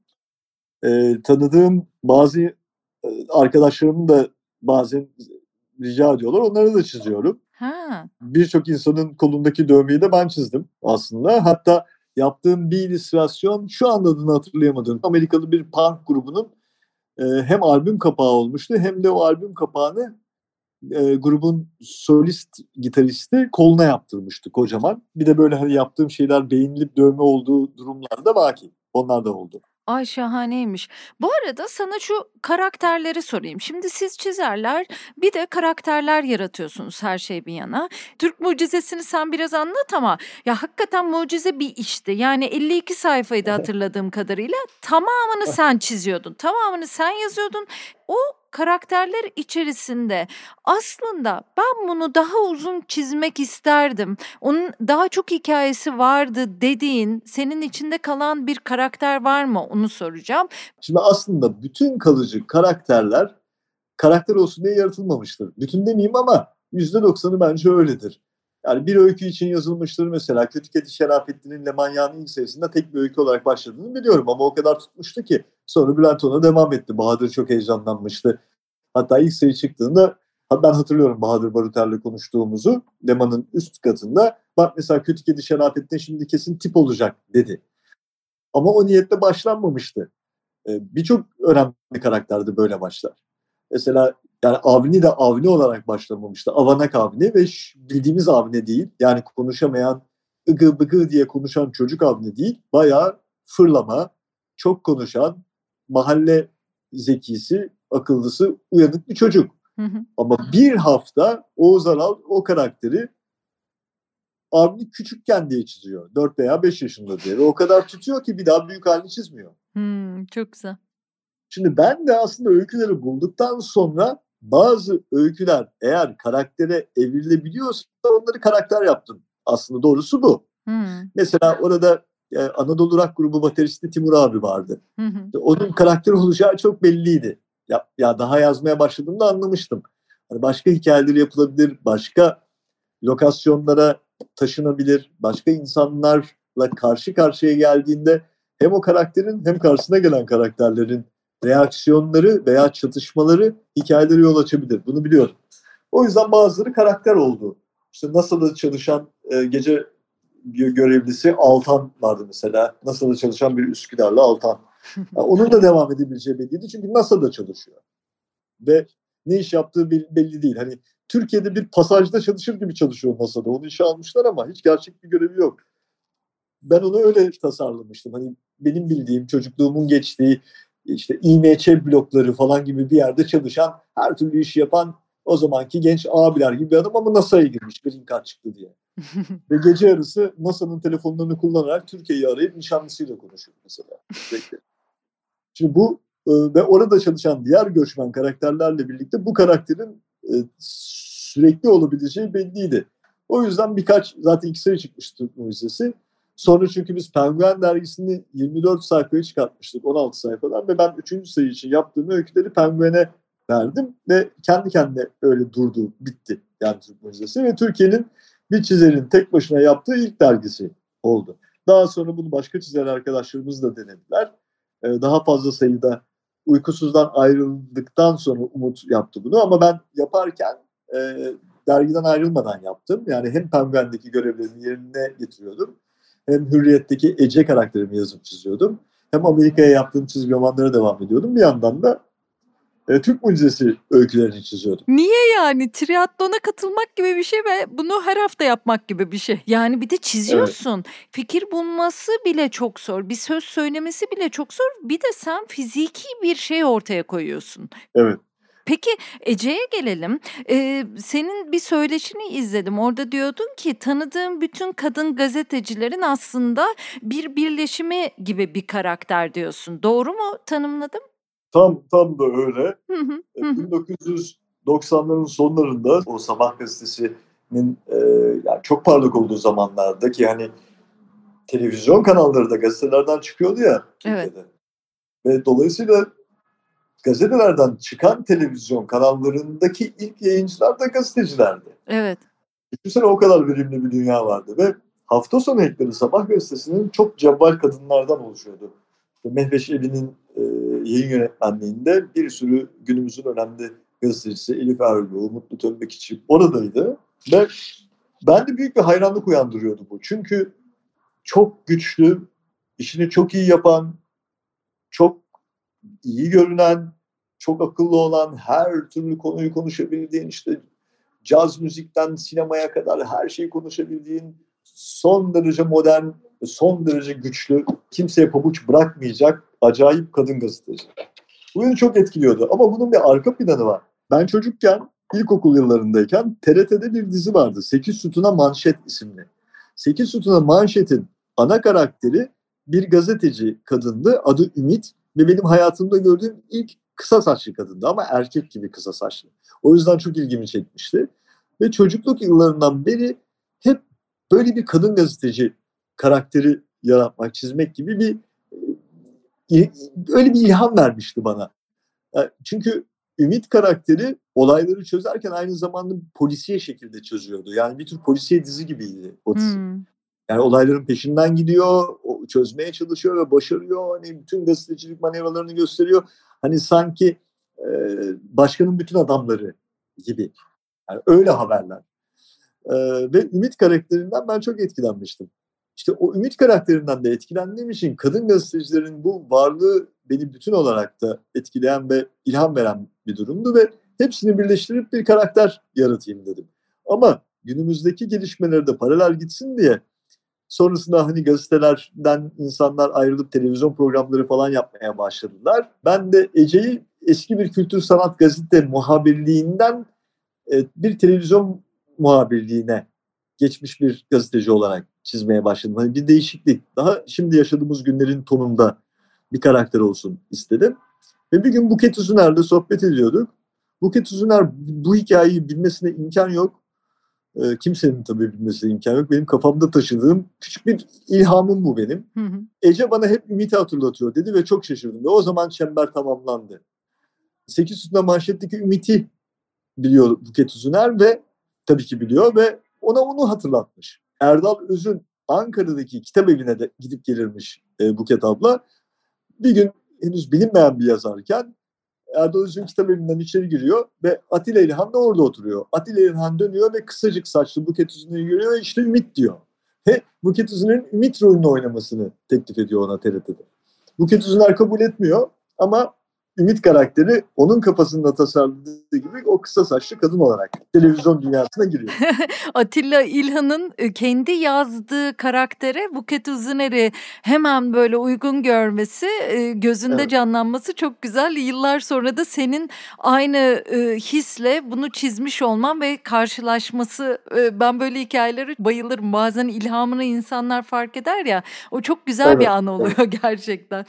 E, tanıdığım bazı e, arkadaşlarım da bazen rica ediyorlar. Onları da çiziyorum. Ha. Birçok insanın kolundaki dövmeyi de ben çizdim aslında. Hatta yaptığım bir illüstrasyon, şu anda adını hatırlayamadım, Amerikalı bir punk grubunun e, hem albüm kapağı olmuştu hem de o albüm kapağını e, grubun solist gitaristi koluna yaptırmıştı kocaman. Bir de böyle hani yaptığım şeyler beğenilip dövme olduğu durumlar da vaki. Onlar da oldu. Ay şahaneymiş. Bu arada sana şu karakterleri sorayım. Şimdi siz çizerler bir de karakterler yaratıyorsunuz, her şey bir yana. Türk Mucizesi'ni sen biraz anlat ama ya hakikaten mucize bir işti. Yani elli iki sayfaydı hatırladığım kadarıyla. Tamamını sen çiziyordun. Tamamını sen yazıyordun. O karakterler içerisinde aslında ben bunu daha uzun çizmek isterdim, onun daha çok hikayesi vardı dediğin, senin içinde kalan bir karakter var mı? Onu soracağım. Şimdi aslında bütün kalıcı karakterler karakter olsun diye yaratılmamıştır. Bütün demeyeyim ama yüzde doksanı bence öyledir. Yani bir öykü için yazılmıştır mesela. Kötü Kedi Şerafettin'in Le Manyağı'nın ilk sayısında tek bir öykü olarak başladığını biliyorum ama o kadar tutmuştu ki sonra Bülent ona devam etti. Bahadır çok heyecanlanmıştı. Hatta ilk sayı çıktığında ben hatırlıyorum Bahadır Baruter'le konuştuğumuzu, Leman'ın üst katında. Bak mesela Kötü Kedi Şerafettin şimdi kesin tip olacak dedi. Ama o niyetle başlanmamıştı. Ee, birçok önemli karakterde böyle başlar. Mesela yani Avni de Avni olarak başlamamıştı. Avanak Avni ve bildiğimiz Avni değil. Yani konuşamayan, ıgı bıgı diye konuşan çocuk Avni değil. Bayağı fırlama, çok konuşan, mahalle zekisi, akıllısı, uyanık bir çocuk. Hı hı. Ama bir hafta Oğuz Aral o karakteri Avni küçükken diye çiziyor. dört veya beş yaşında diye. Ve o kadar tutuyor ki bir daha büyük halini çizmiyor. Hmm, çok güzel. Şimdi ben de aslında öyküleri bulduktan sonra bazı öyküler eğer karaktere evrilebiliyorsa onları karakter yaptım. Aslında doğrusu bu. Hmm. Mesela orada e, Anadolu Rock grubu bateristi Timur abi vardı. Hı hı. Onun karakter olacağı çok belliydi. Ya, ya daha yazmaya başladığımda anlamıştım. Hani başka hikayeleri yapılabilir, başka lokasyonlara taşınabilir, başka insanlarla karşı karşıya geldiğinde hem o karakterin hem karşısına gelen karakterlerin reaksiyonları veya çatışmaları hikayeleri yol açabilir. Bunu biliyorum. O yüzden bazıları karakter oldu. İşte NASA'da çalışan e, gece görevlisi Altan vardı mesela. NASA'da çalışan bir Üsküdar'la Altan. Yani onun da devam edebileceği belliydi. Çünkü NASA'da çalışıyor. Ve ne iş yaptığı belli değil. Hani Türkiye'de bir pasajda çalışır gibi çalışıyor NASA'da. Onu işe almışlar ama hiç gerçek bir görevi yok. Ben onu öyle tasarlamıştım. Hani benim bildiğim, çocukluğumun geçtiği işte İ M Ç blokları falan gibi bir yerde çalışan, her türlü işi yapan o zamanki genç abiler gibi bir adam ama NASA'ya girmiş green card çıktı diye. Ve gece yarısı NASA'nın telefonlarını kullanarak Türkiye'yi arayıp nişanlısıyla konuşuyor mesela. Şimdi bu e, ve orada çalışan diğer göçmen karakterlerle birlikte bu karakterin e, sürekli olabileceği belliydi. O yüzden birkaç, zaten iki sayı çıkmıştı Türk Mucizesi. Sonra çünkü biz Penguen dergisini yirmi dört sayfaya çıkartmıştık, on altı sayfadan ve ben üçüncü sayı için yaptığım öyküleri Penguen'e verdim ve kendi kendine öyle durdu, bitti yani Türk Mucizesi ve Türkiye'nin bir çizerin tek başına yaptığı ilk dergisi oldu. Daha sonra bunu başka çizer arkadaşlarımız da denediler. Ee, daha fazla sayıda Uykusuz'dan ayrıldıktan sonra Umut yaptı bunu ama ben yaparken e, dergiden ayrılmadan yaptım. Yani hem Penguen'deki görevlerimi yerine getiriyordum, hem Hürriyet'teki Ece karakterimi yazıp çiziyordum, hem Amerika'ya yaptığım çizgi romanlara devam ediyordum. Bir yandan da e, Türk Mucizesi öykülerini çiziyordum. Niye yani? Triatlona katılmak gibi bir şey ve bunu her hafta yapmak gibi bir şey. Yani bir de çiziyorsun. Evet. Fikir bulması bile çok zor. Bir söz söylemesi bile çok zor. Bir de sen fiziki bir şey ortaya koyuyorsun. Evet. Peki Ece'ye gelelim. Eee, senin bir söyleşini izledim. Orada diyordun ki tanıdığım bütün kadın gazetecilerin aslında bir birleşimi gibi bir karakter diyorsun. Doğru mu tanımladım? Tam tam da öyle. Hı hı. E, Hı hı. bin dokuz yüz doksanların sonlarında o Sabah gazetesinin e, yani çok parlak olduğu zamanlarda ki hani televizyon kanalları da gazetelerden çıkıyordu ya Evet. Türkiye'de. Ve dolayısıyla gazetelerden çıkan televizyon kanallarındaki ilk yayıncılar da gazetecilerdi. Evet. Düşünsene o kadar verimli bir dünya vardı ve hafta sonu ekleri Sabah gazetesinin çok cevval kadınlardan oluşuyordu. İşte Mehveş Evi'nin e, yayın yönetmenliğinde bir sürü günümüzün önemli gazetecisi Elif Erdoğan, Mutlu Tönbekiçi oradaydı ve bende büyük bir hayranlık uyandırıyordu bu. Çünkü çok güçlü, işini çok iyi yapan, çok iyi görünen, çok akıllı olan, her türlü konuyu konuşabildiğin, işte caz müzikten sinemaya kadar her şeyi konuşabildiğin, son derece modern, son derece güçlü, kimseye pabuç bırakmayacak acayip kadın gazeteci. Bu beni çok etkiliyordu ama bunun bir arka planı var. Ben çocukken, ilkokul yıllarındayken T R T'de bir dizi vardı. Sekiz Sütuna Manşet isimli. Sekiz Sütuna Manşet'in ana karakteri bir gazeteci kadındı. Adı Ümit ve benim hayatımda gördüğüm ilk kısa saçlı kadındı ama erkek gibi kısa saçlı. O yüzden çok ilgimi çekmişti. Ve çocukluk yıllarından beri hep böyle bir kadın gazeteci karakteri yaratmak, çizmek gibi bir e, öyle bir ilham vermişti bana. Çünkü Ümit karakteri olayları çözerken aynı zamanda polisiye şekilde çözüyordu. Yani bir tür polisiye dizi gibiydi o dizi. Hmm. Yani olayların peşinden gidiyor, çözmeye çalışıyor ve başarıyor. Hani bütün gazetecilik manevralarını gösteriyor. Hani sanki e, başkanın bütün adamları gibi. Yani öyle haberler. E, ve Ümit karakterinden ben çok etkilenmiştim. İşte o Ümit karakterinden de etkilendiğim için kadın gazetecilerin bu varlığı beni bütün olarak da etkileyen ve ilham veren bir durumdu ve hepsini birleştirip bir karakter yaratayım dedim. Ama günümüzdeki gelişmeleri de paralel gitsin diye sonrasında hani gazetelerden insanlar ayrılıp televizyon programları falan yapmaya başladılar. Ben de Ece'yi eski bir kültür sanat gazete muhabirliğinden e, bir televizyon muhabirliğine geçmiş bir gazeteci olarak çizmeye başladım. Hani bir değişiklik. Daha şimdi yaşadığımız günlerin tonunda bir karakter olsun istedim. Ve bir gün Buket Uzuner'le sohbet ediyorduk. Buket Uzuner bu hikayeyi bilmesine imkan yok. E, kimsenin tabii bilmesine imkan yok. Benim kafamda taşıdığım küçük bir ilhamım bu benim. Hı hı. Ece bana hep Ümit'i hatırlatıyor dedi ve çok şaşırdım. Ve o zaman çember tamamlandı. Sekiz Sütuna Manşet'teki Ümit'i biliyor Buket Uzuner ve tabii ki biliyor ve ona onu hatırlatmış. Erdal Öz'ün Ankara'daki kitap evine de gidip gelirmiş e, Buket abla. Bir gün henüz bilinmeyen bir yazarken Erdal Öz'ün kitap evinden içeri giriyor ve Atilla İlhan da orada oturuyor. Atilla İlhan dönüyor ve kısacık saçlı Buket Uzuner'i görüyor ve işte Ümit diyor. Ve Buket Uzuner'in Ümit rolünü oynamasını teklif ediyor ona T R T'de. Buket Uzuner kabul etmiyor ama Ümit karakteri onun kafasında tasarladığı gibi o kısa saçlı kadın olarak televizyon dünyasına giriyor. Atilla İlhan'ın kendi yazdığı karaktere Buket Uzuner'i hemen böyle uygun görmesi, gözünde Evet. canlanması çok güzel. Yıllar sonra da senin aynı hisle bunu çizmiş olman ve karşılaşması, ben böyle hikâyelere bayılırım. Bazen ilhamını insanlar fark eder ya, o çok güzel Evet, bir an oluyor evet. gerçekten.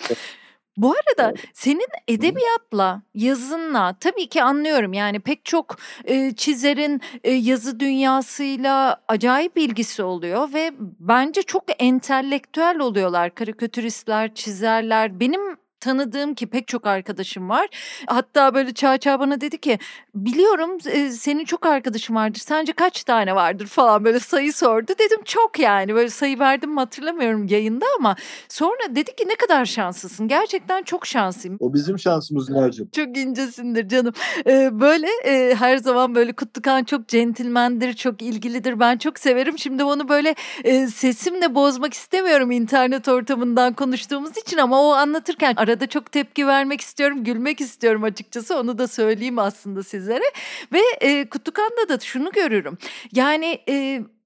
Bu arada Evet. senin edebiyatla, yazınla tabii ki anlıyorum yani pek çok e, çizerin e, yazı dünyasıyla acayip ilgisi oluyor ve bence çok entelektüel oluyorlar. Karikatüristler, çizerler. Benim tanıdığım ki pek çok arkadaşım var. Hatta böyle Çağçağ bana dedi ki biliyorum e, senin çok arkadaşın vardır. Sence kaç tane vardır falan böyle sayı sordu. Dedim çok yani böyle sayı verdim mi hatırlamıyorum yayında ama sonra dedi ki ne kadar şanslısın. Gerçekten çok şanslıyım. O bizim şansımız Nihal'cığım. Çok incesindir canım. Ee, böyle e, her zaman böyle Kutlukan çok centilmendir, çok ilgilidir. Ben çok severim. Şimdi onu böyle e, sesimle bozmak istemiyorum internet ortamından konuştuğumuz için ama o anlatırken arada çok tepki vermek istiyorum, gülmek istiyorum açıkçası. Onu da söyleyeyim aslında sizlere. Ve e, Kutlukan'da da şunu görürüm. Yani e,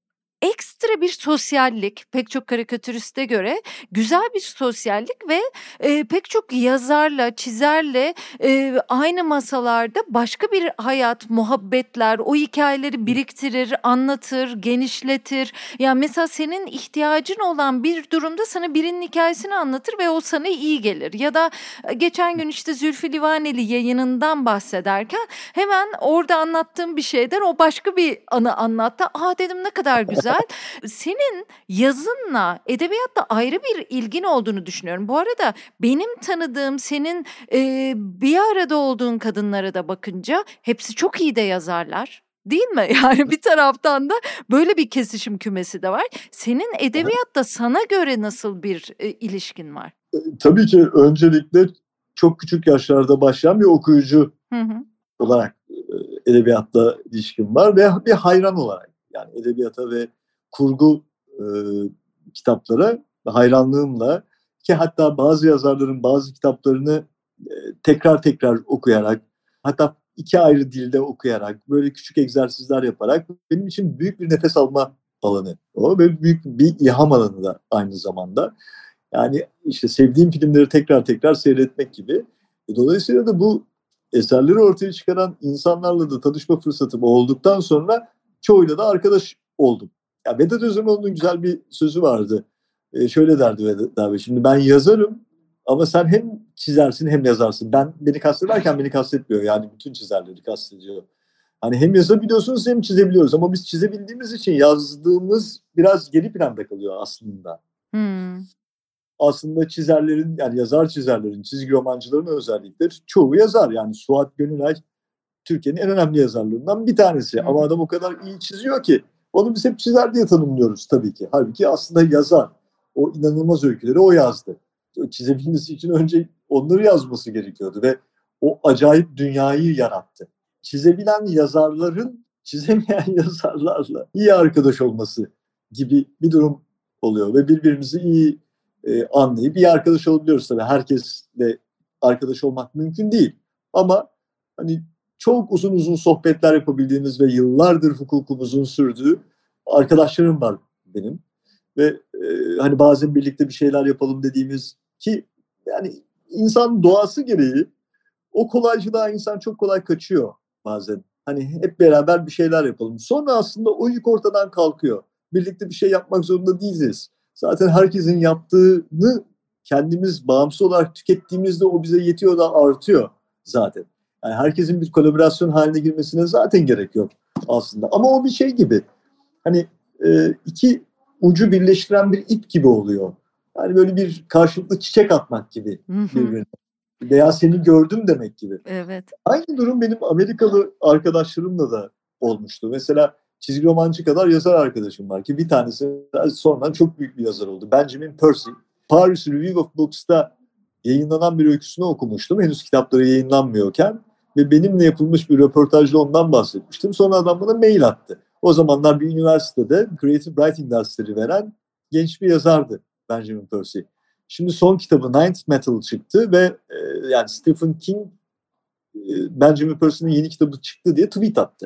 ekstra bir sosyallik, pek çok karikatüriste göre güzel bir sosyallik ve e, pek çok yazarla, çizerle e, aynı masalarda başka bir hayat, muhabbetler, o hikayeleri biriktirir, anlatır, genişletir. Yani mesela senin ihtiyacın olan bir durumda sana birinin hikayesini anlatır ve o sana iyi gelir. Ya da e, geçen gün işte Zülfü Livaneli yayınından bahsederken hemen orada anlattığım bir şeyden o başka bir anı anlattı. Aa dedim ne kadar güzel. Senin yazınla edebiyatla ayrı bir ilgin olduğunu düşünüyorum. Bu arada benim tanıdığım senin e, bir arada olduğun kadınlara da bakınca hepsi çok iyi de yazarlar. Değil mi? Yani bir taraftan da böyle bir kesişim kümesi de var. Senin edebiyatta sana göre nasıl bir e, ilişkin var? E, tabii ki öncelikle çok küçük yaşlarda başlayan bir okuyucu Hı hı. olarak e, edebiyatla ilişkim var ve bir hayran olarak, yani edebiyata ve kurgu e, kitaplara hayranlığımla, ki hatta bazı yazarların bazı kitaplarını e, tekrar tekrar okuyarak, hatta iki ayrı dilde okuyarak, böyle küçük egzersizler yaparak benim için büyük bir nefes alma alanı o ve büyük bir ilham alanı da aynı zamanda. Yani işte sevdiğim filmleri tekrar tekrar seyretmek gibi. Dolayısıyla da bu eserleri ortaya çıkaran insanlarla da tanışma fırsatım olduktan sonra çoğuyla da arkadaş oldum. Ya Vedat Özemoğlu'nun güzel bir sözü vardı. Ee, şöyle derdi Vedat abi: şimdi ben yazarım ama sen hem çizersin hem yazarsın. Ben beni kastederken beni kastetmiyor. Yani bütün çizerleri kastediyor. Hani hem yazabiliyorsunuz hem çizebiliyoruz ama biz çizebildiğimiz için yazdığımız biraz geri planda kalıyor aslında. Hmm. Aslında çizerlerin, yani yazar çizerlerin, çizgi romancıların özellikle çoğu yazar. Yani Suat Gönülay Türkiye'nin en önemli yazarlarından bir tanesi. Hı. Ama adam o kadar iyi çiziyor ki onu biz hep çizer diye tanımlıyoruz tabii ki. Halbuki aslında yazar. O inanılmaz öyküleri o yazdı. Çizebilmesi için önce onları yazması gerekiyordu ve o acayip dünyayı yarattı. Çizebilen yazarların çizemeyen yazarlarla iyi arkadaş olması gibi bir durum oluyor ve birbirimizi iyi e, anlayıp iyi arkadaş olabiliyoruz tabii. Herkesle arkadaş olmak mümkün değil. Ama hani çok uzun uzun sohbetler yapabildiğimiz ve yıllardır hukukumuzun sürdüğü arkadaşlarım var benim. Ve e, hani bazen birlikte bir şeyler yapalım dediğimiz, ki yani insan doğası gereği o kolaycılığa insan çok kolay kaçıyor bazen. Hani hep beraber bir şeyler yapalım. Sonra aslında o yük ortadan kalkıyor. Birlikte bir şey yapmak zorunda değiliz. Zaten herkesin yaptığını kendimiz bağımsız olarak tükettiğimizde o bize yetiyor da artıyor zaten. Yani herkesin bir kolaborasyon haline girmesine zaten gerek yok aslında. Ama o bir şey gibi. Hani e, iki ucu birleştiren bir ip gibi oluyor. Yani böyle bir karşılıklı çiçek atmak gibi birbirine. Veya seni gördüm demek gibi. Evet. Aynı durum benim Amerikalı arkadaşlarımla da olmuştu. Mesela çizgi romancı kadar yazar arkadaşım var ki bir tanesi sonradan çok büyük bir yazar oldu. Benjamin Percy. Paris Review of Books'ta yayınlanan bir öyküsünü okumuştum. Henüz kitapları yayınlanmıyorken ve benimle yapılmış bir röportajda ondan bahsetmiştim. Sonra adam bana mail attı. O zamanlar bir üniversitede creative writing dersleri veren genç bir yazardı Benjamin Percy. Şimdi son kitabı Ninth Metal çıktı ve e, yani Stephen King e, Benjamin Percy'nin yeni kitabı çıktı diye tweet attı.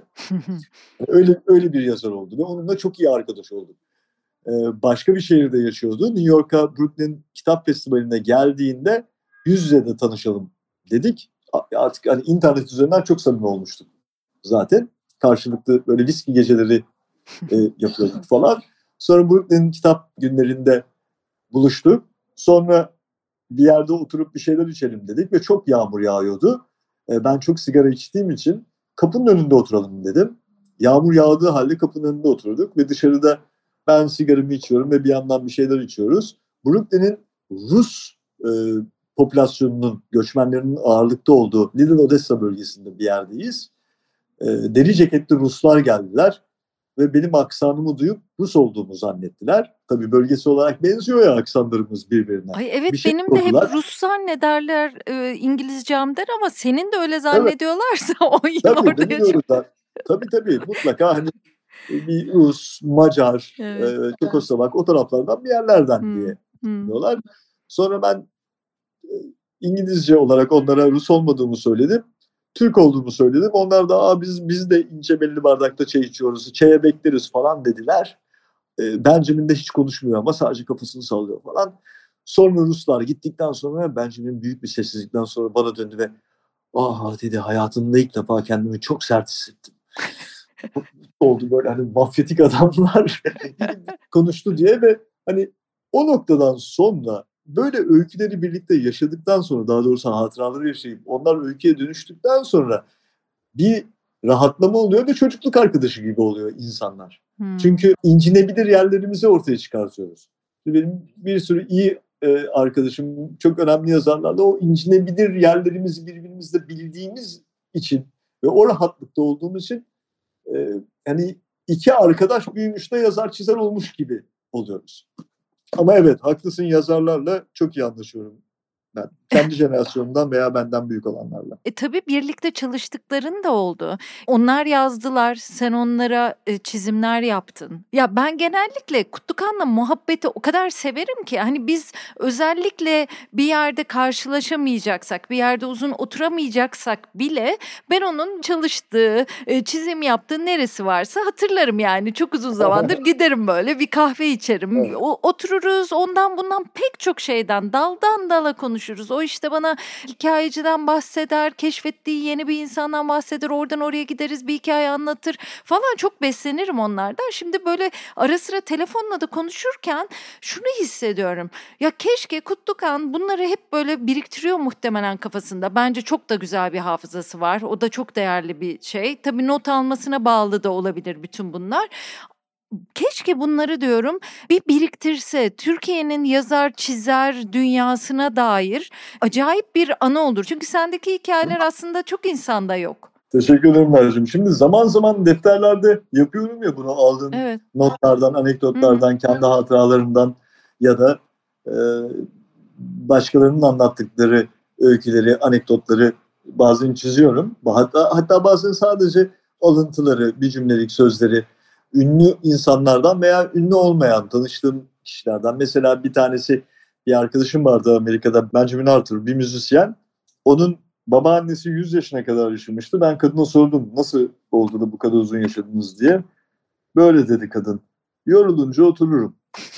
öyle öyle bir yazar oldu ve onunla çok iyi arkadaş olduk. E, başka bir şehirde yaşıyordu. New York'a, Brooklyn Kitap Festivali'ne geldiğinde yüz yüze de tanışalım dedik. Artık hani internet üzerinden çok samimi olmuştuk zaten. Karşılıklı böyle viski geceleri e, yapıyorduk falan. Sonra Brooklyn Kitap Günlerinde buluştuk. Sonra bir yerde oturup bir şeyler içelim dedik ve çok yağmur yağıyordu. E, ben çok sigara içtiğim için kapının önünde oturalım dedim. Yağmur yağdığı halde kapının önünde oturduk ve dışarıda ben sigaramı içiyorum ve bir yandan bir şeyler içiyoruz. Brooklyn'in Rus e, popülasyonunun, göçmenlerinin ağırlıkta olduğu Little Odessa bölgesinde bir yerdeyiz. E, deri ceketli Ruslar geldiler ve benim aksanımı duyup Rus olduğumu zannettiler. Tabii bölgesi olarak benziyor ya aksanlarımız birbirine. Ay evet, Bir şey benim de hep sordular. Rus zannederler, e, İngilizcem der ama senin de öyle zannediyorlarsa o yıl Tabii orada yaşıyor. bilmiyoruz da. Tabii tabii mutlaka hani bir Rus, Macar, Evet. e, Çekoslovak o taraflardan bir yerlerden Hmm, diye hmm. diyorlar. Sonra ben e, İngilizce olarak onlara Rus olmadığımı söyledim. Türk olduğumu söyledim. Onlar da Aa, biz biz de ince belli bardakta çay içiyoruz, çaya bekleriz falan dediler. E, Benjamin de hiç konuşmuyor ama sadece kafasını sallıyor falan. Sonra Ruslar gittikten sonra Benjamin büyük bir sessizlikten sonra bana döndü ve "Ah," dedi, "hayatımda ilk defa kendimi çok sert hissettim." Oldu böyle, hani mafyatik adamlar konuştu diye ve hani o noktadan sonra böyle öyküleri birlikte yaşadıktan sonra, daha doğrusu hatıraları yaşayıp onlar öyküye dönüştükten sonra bir rahatlama oluyor ve çocukluk arkadaşı gibi oluyor insanlar. Hmm. Çünkü incinebilir yerlerimizi ortaya çıkartıyoruz. Benim bir sürü iyi e, arkadaşım, çok önemli yazarlarla o incinebilir yerlerimizi birbirimizle bildiğimiz için ve o rahatlıkta olduğumuz için e, hani iki arkadaş büyümüş de yazar çizer olmuş gibi oluyoruz. Ama evet, haklısın, yazarlarla çok iyi anlaşıyorum ben. Kendi jenerasyonumdan veya benden büyük olanlarla. E tabii birlikte çalıştıkların da oldu. Onlar yazdılar, sen onlara e, çizimler yaptın. Ya ben genellikle Kutlukan'la muhabbeti o kadar severim ki hani biz özellikle bir yerde karşılaşamayacaksak, bir yerde uzun oturamayacaksak bile ben onun çalıştığı, e, çizim yaptığı neresi varsa hatırlarım yani. Çok uzun zamandır giderim böyle bir kahve içerim. Evet. O, otururuz ondan bundan pek çok şeyden daldan dala konuşuruz. O işte bana hikayeciden bahseder, keşfettiği yeni bir insandan bahseder, oradan oraya gideriz bir hikaye anlatır falan, çok beslenirim onlardan. Şimdi böyle ara sıra telefonla da konuşurken şunu hissediyorum. Ya keşke Kutlukan bunları hep böyle biriktiriyor muhtemelen kafasında. Bence çok da güzel bir hafızası var. O da çok değerli bir şey. Tabii not almasına bağlı da olabilir bütün bunlar. Keşke bunları diyorum bir biriktirse, Türkiye'nin yazar çizer dünyasına dair acayip bir anı olur. Çünkü sendeki hikayeler aslında çok insanda yok. Teşekkür ederim Merve'cim. Şimdi zaman zaman defterlerde yapıyorum ya bunu, aldığım Evet. notlardan, anekdotlardan, Hı-hı. kendi hatıralarımdan ya da e, başkalarının anlattıkları öyküleri, anekdotları bazen çiziyorum. Hatta, hatta bazen sadece alıntıları, bir cümlelik sözleri ünlü insanlardan veya ünlü olmayan tanıştığım kişilerden. Mesela bir tanesi, bir arkadaşım vardı Amerika'da, Benjamin Arthur, bir müzisyen. Onun babaannesi yüz yaşına kadar yaşamıştı. Ben kadına sordum, nasıl oldu da bu kadar uzun yaşadınız diye. Böyle dedi kadın, yorulunca otururum.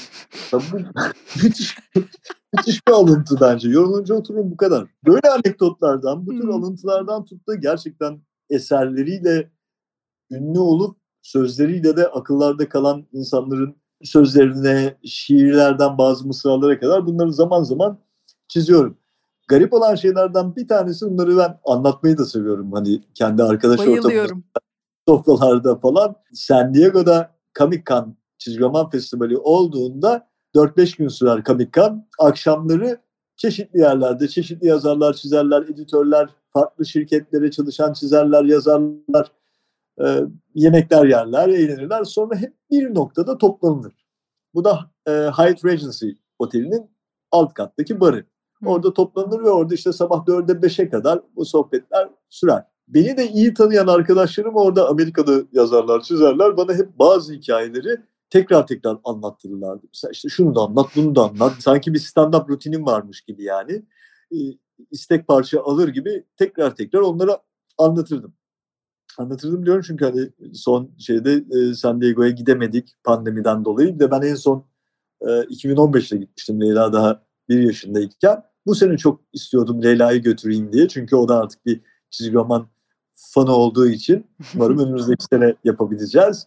Bu müthiş, müthiş bir alıntı bence. Yorulunca otururum, bu kadar. Böyle anekdotlardan, bu tür Hmm. alıntılardan tut da gerçekten eserleriyle ünlü olup sözleriyle de akıllarda kalan insanların sözlerine, şiirlerden bazı mısralara kadar bunları zaman zaman çiziyorum. Garip olan şeylerden bir tanesi, bunları ben anlatmayı da seviyorum. Hani kendi arkadaş ortamında, Bayılıyorum. sofralarda falan. San Diego'da Comic Con çizgi roman festivali olduğunda dört beş gün sürer Comic Con. Akşamları çeşitli yerlerde çeşitli yazarlar, çizerler, editörler, farklı şirketlere çalışan çizerler, yazarlar e, yemekler yerler, eğlenirler. Sonra hep bir noktada toplanılır. Bu da e, Hyatt Regency Oteli'nin alt kattaki barı. Orada toplanır ve orada işte sabah dörde beşe kadar bu sohbetler sürer. Beni de iyi tanıyan arkadaşlarım orada, Amerika'da yazarlar, çizerler, bana hep bazı hikayeleri tekrar tekrar anlattırırlardı. Mesela işte şunu da anlat, bunu da anlat. Sanki bir stand-up rutinim varmış gibi yani. E, istek parça alır gibi tekrar tekrar onlara anlatırdım. Anlatırdım diyorum çünkü hani son şeyde e, San Diego'ya gidemedik pandemiden dolayı. Bir de ben en son e, iki bin on beşte gitmiştim, Leyla daha bir yaşındayken. Bu sene çok istiyordum Leyla'yı götüreyim diye. Çünkü o da artık bir çizgi roman fanı olduğu için umarım önümüzdeki sene yapabileceğiz.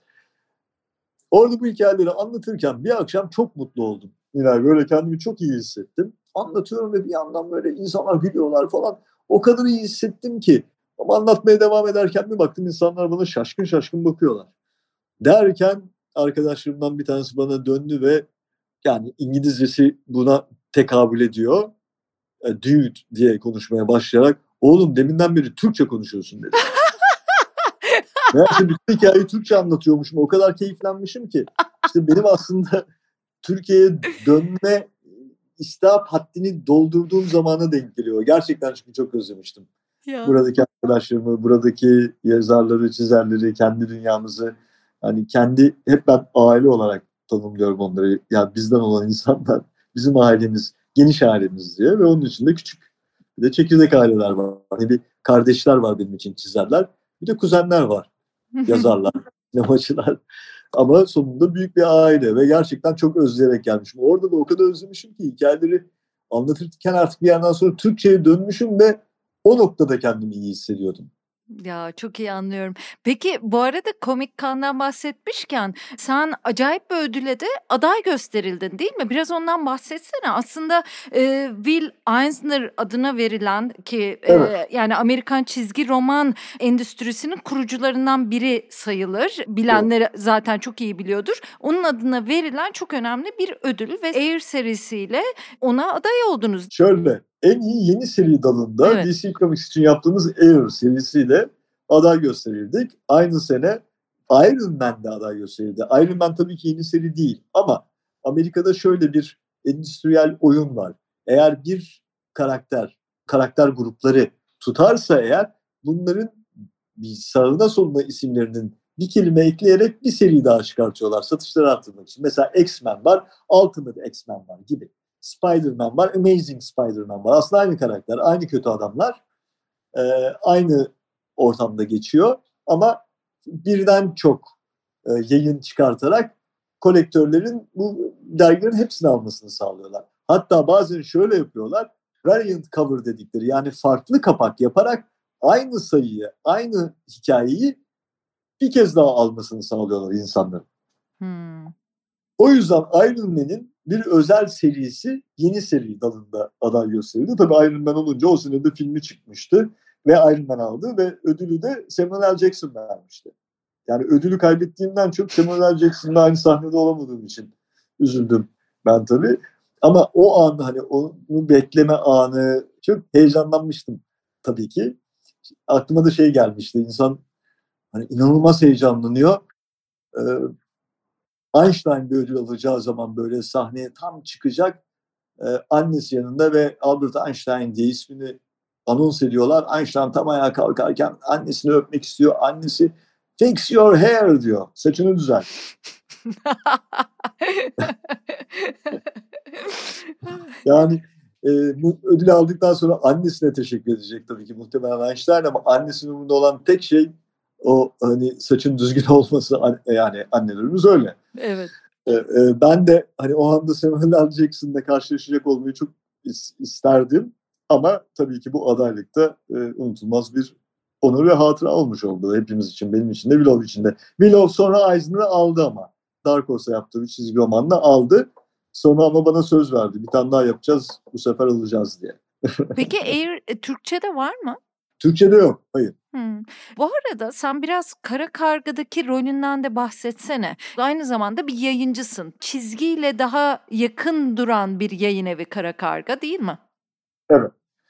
Orada bu hikayeleri anlatırken bir akşam çok mutlu oldum. Yine böyle kendimi çok iyi hissettim. Anlatıyorum ve bir yandan böyle insanlar gülüyorlar falan. O kadar iyi hissettim ki. Ama anlatmaya devam ederken bir baktım insanlar bana şaşkın şaşkın bakıyorlar. Derken arkadaşlarımdan bir tanesi bana döndü ve yani İngilizcesi buna tekabül ediyor. Dude diye konuşmaya başlayarak, oğlum deminden beri Türkçe konuşuyorsun dedi. Meğerse bütün hikayeyi Türkçe anlatıyormuşum. O kadar keyiflenmişim ki. İşte benim aslında Türkiye'ye dönme istihap haddini doldurduğum zamana denk geliyor. Gerçekten çünkü çok özlemiştim. Ya. Buradaki arkadaşlarımı, buradaki yazarları, çizerleri, kendi dünyamızı, hani kendi, hep ben aile olarak tanımlıyorum onları. Yani bizden olan insanlar, bizim ailemiz, geniş ailemiz diye ve onun içinde küçük bir de çekirdek aileler var. Hani bir kardeşler var benim için, çizerler. Bir de kuzenler var, yazarlar, sinemacılar. Ama sonunda büyük bir aile ve gerçekten çok özleyerek gelmişim. Orada da o kadar özlemişim ki hikayeleri anlatırken artık bir yerden sonra Türkçe'ye dönmüşüm ve o noktada kendimi iyi hissediyordum. Ya, çok iyi anlıyorum. Peki, bu arada Comic Con'dan bahsetmişken sen acayip bir ödüle de aday gösterildin, değil mi? Biraz ondan bahsetsene. Aslında, eee, Will Eisner adına verilen ki, Evet. eee, yani Amerikan çizgi roman endüstrisinin kurucularından biri sayılır. Bilenler zaten çok iyi biliyordur. Onun adına verilen çok önemli bir ödül ve Air serisiyle ona aday oldunuz. Şöyle, en iyi yeni seri dalında Evet. D C Comics için yaptığımız Air serisiyle aday gösterildik. Aynı sene Iron Man'de aday gösterildi. Iron Man tabii ki yeni seri değil ama Amerika'da şöyle bir endüstriyel oyun var. Eğer bir karakter, karakter grupları tutarsa eğer bunların bir sağına soluna isimlerinin bir kelime ekleyerek bir seri daha çıkartıyorlar satışları arttırmak için. Mesela X-Men var, Ultimate X-Men var gibi. Spider-Man var, Amazing Spider-Man var. Aslında aynı karakter, aynı kötü adamlar. Ee, aynı ortamda geçiyor ama birden çok e, yayın çıkartarak kolektörlerin bu dergilerin hepsini almasını sağlıyorlar. Hatta bazen şöyle yapıyorlar, variant cover dedikleri, yani farklı kapak yaparak aynı sayıyı, aynı hikayeyi bir kez daha almasını sağlıyorlar insanların. Hmm. O yüzden Iron Man'in bir özel serisi yeni seri dalında aday gösterildi. Tabii Iron Man olunca o sene de filmi çıkmıştı ve Iron Man aldı ve ödülü de Samuel L. Jackson vermişti. Yani ödülü kaybettiğimden çok Samuel L. Jackson'la aynı sahnede olamadığım için üzüldüm ben tabii. Ama o an, hani onu bekleme anı, çok heyecanlanmıştım tabii ki. Aklıma da şey gelmişti. İnsan hani inanılmaz heyecanlanıyor. Ee, Einstein bir ödül alacağı zaman böyle sahneye tam çıkacak. Ee, annesi yanında ve Albert Einstein diye ismini anons ediyorlar. Einstein tam ayağa kalkarken annesini öpmek istiyor. Annesi fix your hair diyor. Saçını düzelt. Yani e, bu ödülü aldıktan sonra annesine teşekkür edecek tabii ki muhtemelen Einstein, ama annesinin umurunda olan tek şey o, hani saçın düzgün olması. Yani annelerimiz öyle. Evet. E, e, ben de hani o anda Samuel L. Jackson'la karşılaşacak olmayı çok is- isterdim. Ama tabii ki bu adaylıkta e, unutulmaz bir onur ve hatıra olmuş oldu hepimiz için, benim için de, Willow için de. Willow sonra Eisner'ı aldı ama. Dark Horse'a yaptığı bir çizgi romanla aldı. Sonra ama bana söz verdi. Bir tane daha yapacağız, bu sefer alacağız diye. Peki Air e, Türkçe'de var mı? Türkçe'de yok, hayır. Hımm. Bu arada sen biraz Kara Karga'daki rolünden de bahsetsene. Aynı zamanda bir yayıncısın. Çizgiyle daha yakın duran bir yayın evi Kara Karga, değil mi? Evet.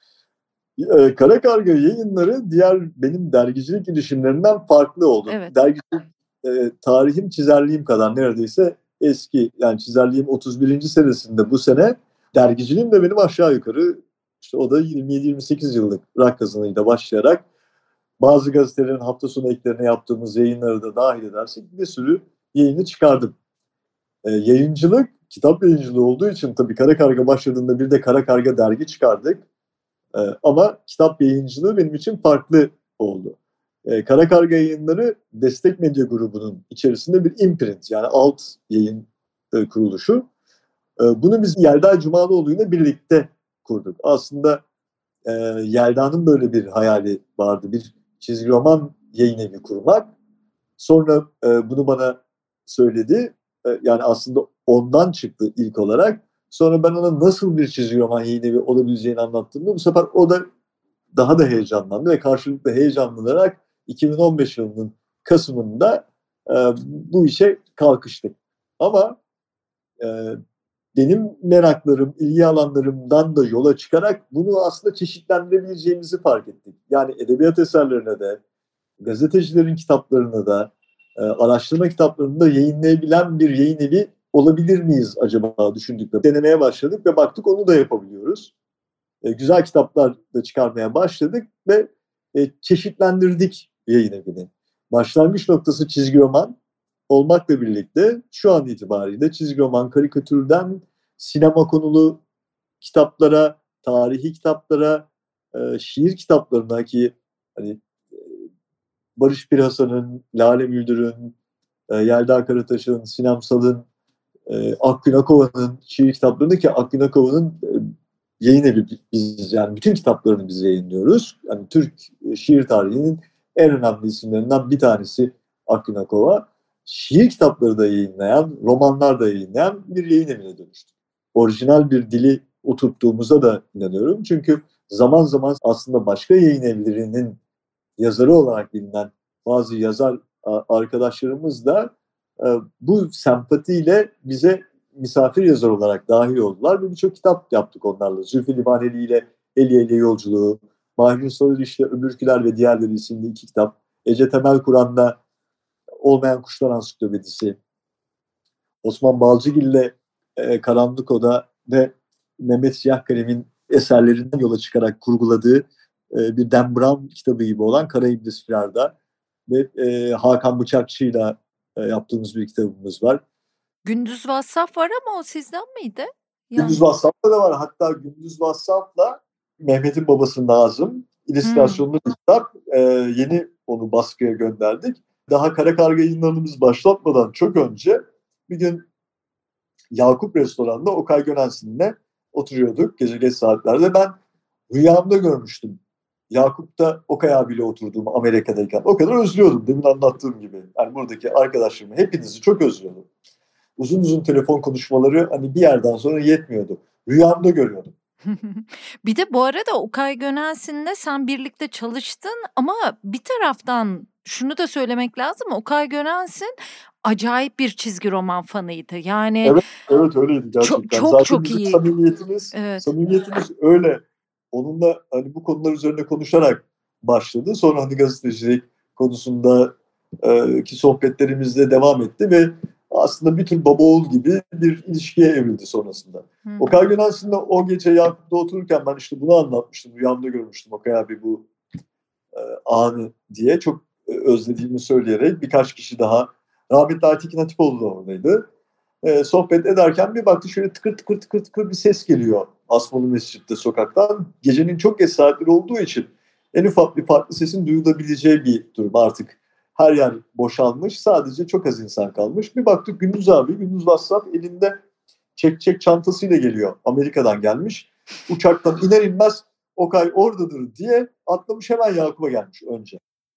Ee, Kara Karga Yayınları diğer benim dergicilik girişimlerimden farklı oldu. Evet. Dergicilik e, tarihim çizerliğim kadar neredeyse eski. Yani çizerliğim otuz birinci senesinde bu sene. Dergiciliğim de benim aşağı yukarı işte o da yirmi yedi yirmi sekiz yıllık rock kazanıyla başlayarak bazı gazetelerin hafta sonu eklerine yaptığımız yayınları da dahil edersek bir sürü yayını çıkardım. E, yayıncılık, kitap yayıncılığı olduğu için tabii Kara Karga başladığında bir de Kara Karga dergi çıkardık. Ee, ama kitap yayıncılığı benim için farklı oldu. Ee, Kara Karga Yayınları Destek Medya Grubu'nun içerisinde bir imprint, yani alt yayın e, kuruluşu. Ee, bunu biz Yelda Cumalıoğlu ile birlikte kurduk. Aslında e, Yelda'nın böyle bir hayali vardı, bir çizgi roman yayın evi kurmak. Sonra e, bunu bana söyledi. E, yani aslında ondan çıktı ilk olarak. Sonra ben ona nasıl bir çizgi roman yayın evi olabileceğini anlattığımda bu sefer o da daha da heyecanlandı ve karşılıklı heyecanlanarak iki bin on beş yılının Kasım'ında e, bu işe kalkıştık. Ama e, benim meraklarım, ilgi alanlarımdan da yola çıkarak bunu aslında çeşitlendirebileceğimizi fark ettik. Yani edebiyat eserlerine de, gazetecilerin kitaplarına da, e, araştırma kitaplarını da yayınlayabilen bir yayın evi olabilir miyiz acaba düşündük ve denemeye başladık ve baktık onu da yapabiliyoruz. E, güzel kitaplar da çıkarmaya başladık ve e, çeşitlendirdik yayın evini. Başlangıç noktası çizgi roman olmakla birlikte şu an itibariyle çizgi roman, karikatürden sinema konulu kitaplara, tarihi kitaplara, e, şiir kitaplarına, ki hani Barış Bir Hasan'ın, Lale Müldür'ün, e, Yelda Karataş'ın, Sinem Sal'ın, e, Akgün Akova'nın şiir kitaplarını, ki Akgün Akova'nın e, yayın evi biz, yani bütün kitaplarını biz yayınlıyoruz. Yani Türk şiir tarihinin en önemli isimlerinden bir tanesi Akgün Akova. Şiir kitapları da yayınlayan, romanlar da yayınlayan bir yayın evine dönüştü. Orijinal bir dili oturttuğumuza da inanıyorum. Çünkü zaman zaman aslında başka yayın evlerinin yazarı olarak bilinen bazı yazar arkadaşlarımız da e, bu sempatiyle bize misafir yazar olarak dahil oldular ve birçok kitap yaptık onlarla. Zülfü Livaneli ile Eliye ile Yolculuğu, Mahir Soylu işte Öbürküler ve Diğerleri isimli iki kitap, Ece Temel Kur'an'da Olmayan Kuşlar Ansiklopedisi, Osman Balcıgil ile e, Karanlık Oda ve Mehmet Siyahkalem'in eserlerinden yola çıkarak kurguladığı e, bir Dan Brown kitabı gibi olan Kara İblis Firarda ve e, Hakan Bıçakçı'yla e, yaptığımız bir kitabımız var. Gündüz Vassaf var ama o sizden miydi? Gündüz Vassaf'ta da var. Hatta Gündüz Vassaf'la Mehmet'in babası Nazım illüstrasyonlu bir kitap. E, yeni onu baskıya gönderdik. Daha Kara Karga yayınlarımız başlatmadan çok önce bir gün Yakup Restoran'da Okay Gönensin'le oturuyorduk gece geç saatlerde. Ben rüyamda görmüştüm. Yakup'ta Okay abiyle oturduğumu Amerika'dayken. O kadar özlüyordum demin anlattığım gibi. Yani buradaki arkadaşlarımı, hepinizi çok özlüyordum. Uzun uzun telefon konuşmaları hani bir yerden sonra yetmiyordu. Rüyamda görüyordum. Bir de bu arada Okay Gönensin'le sen birlikte çalıştın ama bir taraftan şunu da söylemek lazım. Okay Gönensin acayip bir çizgi roman fanıydı. Yani evet, evet öyleydi gerçekten. Çok çok, Zaten çok bizim iyi. samimiyetimiz, evet. samimiyetimiz öyle. Onunla hani bu konular üzerine konuşarak başladı. Sonra hani gazetecilik konusunda e, ki sohbetlerimizde devam etti ve aslında bir tür baba oğul gibi bir ilişkiye evrildi sonrasında. Hmm. Okay Gönensin'le o gece Yakup'ta otururken ben işte bunu anlatmıştım. Rüyamda görmüştüm Okay abi bu e, anı diye. Çok e, özlediğimi söyleyerek birkaç kişi daha. Rahmetli Aytekin Hatipoğlu da oradaydı. E, sohbet ederken bir baktı şöyle tıkır tıkır tıkır tıkır bir ses geliyor Asmalı Mescid'de sokaktan. Gecenin çok geç saatleri olduğu için en ufak bir farklı sesin duyulabileceği bir durum artık. Her yer boşalmış. Sadece çok az insan kalmış. Bir baktık Gündüz abi, Gündüz Vassaf elinde çek çek çantasıyla geliyor. Amerika'dan gelmiş. Uçaktan iner inmez Okay oradadır diye atlamış, hemen Yakup'a gelmiş önce.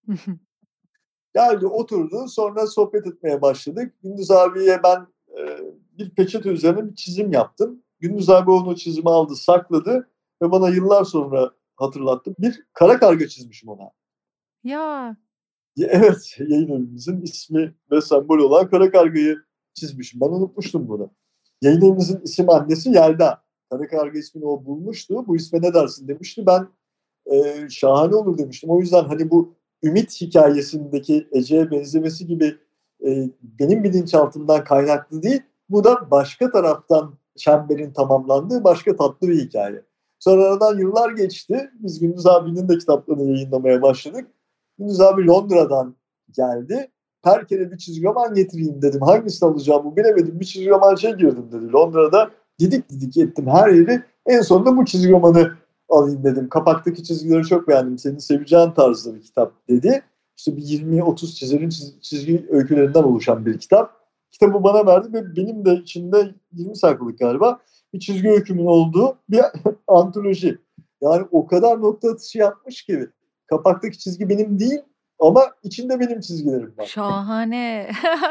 Geldi oturdu, sonra sohbet etmeye başladık. Gündüz abiye ben e, bir peçete üzerine bir çizim yaptım. Gündüz abi onu çizimi aldı, sakladı ve bana yıllar sonra hatırlattı. Bir kara karga çizmişim ona. Ya. Evet, yayın evimizin ismi ve sembol olan kara kargayı çizmişim. Ben unutmuştum bunu. Yayın evimizin isim annesi Yelda. Kara karga ismini o bulmuştu. Bu isme ne dersin demişti. Ben e, şahane olur demiştim. O yüzden hani bu Ümit hikayesindeki Ece'ye benzemesi gibi e, benim bilinçaltımdan kaynaklı değil. Bu da başka taraftan çemberin tamamlandığı başka tatlı bir hikaye. Sonra aradan yıllar geçti. Biz Gündüz abinin de kitaplarını yayınlamaya başladık. Gündüz abi Londra'dan geldi. Her kere bir çizgi roman getireyim dedim. Hangisini alacağımı bilemedim. Bir çizgi romancıya girdim dedi. Londra'da didik didik ettim her yeri. En sonunda bu çizgi romanı alayım dedim. Kapaktaki çizgileri çok beğendim. Senin seveceğin tarzda bir kitap dedi. İşte bir yirmi otuz çizerin çizgi öykülerinden oluşan bir kitap. Kitabı bana verdi ve benim de içinde yirmi sayfalık galiba bir çizgi öykümün olduğu bir antoloji. Yani o kadar nokta atışı yapmış ki kapaktaki çizgi benim değil ama içinde benim çizgilerim var. Şahane.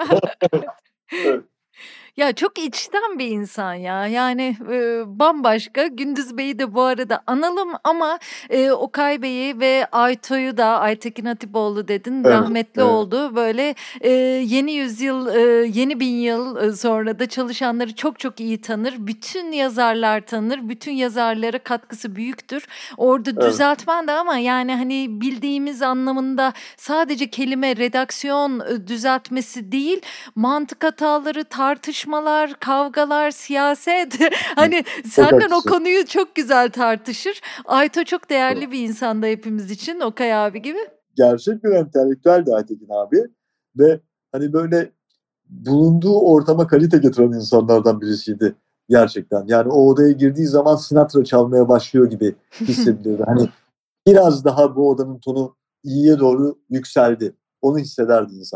Evet. Ya çok içten bir insan ya. Yani e, bambaşka. Gündüz Bey'i de bu arada analım ama e, Okay Bey'i ve Ayto'yu da, Aytekin Hatipoğlu dedin, Evet, rahmetli evet. oldu. Böyle e, yeni yüzyıl, e, yeni bin yıl e, sonra da çalışanları çok çok iyi tanır. Bütün yazarlar tanır. Bütün yazarlara katkısı büyüktür. Orada Evet. düzeltmen de ama yani hani bildiğimiz anlamında sadece kelime redaksiyon e, düzeltmesi değil, mantık hataları, tartışmalar, kavgalar, siyaset. Hani senden o haklısın. konuyu çok güzel tartışır. Ayto çok değerli bir insan da hepimiz için, Okay abi gibi. Gerçek bir entelektüeldi Aytekin abi ve hani böyle bulunduğu ortama kalite getiren insanlardan birisiydi gerçekten. Yani o odaya girdiği zaman Sinatra çalmaya başlıyor gibi hissediliyordu. Hani biraz daha bu odanın tonu iyiye doğru yükseldi. Onu hissederdi insan.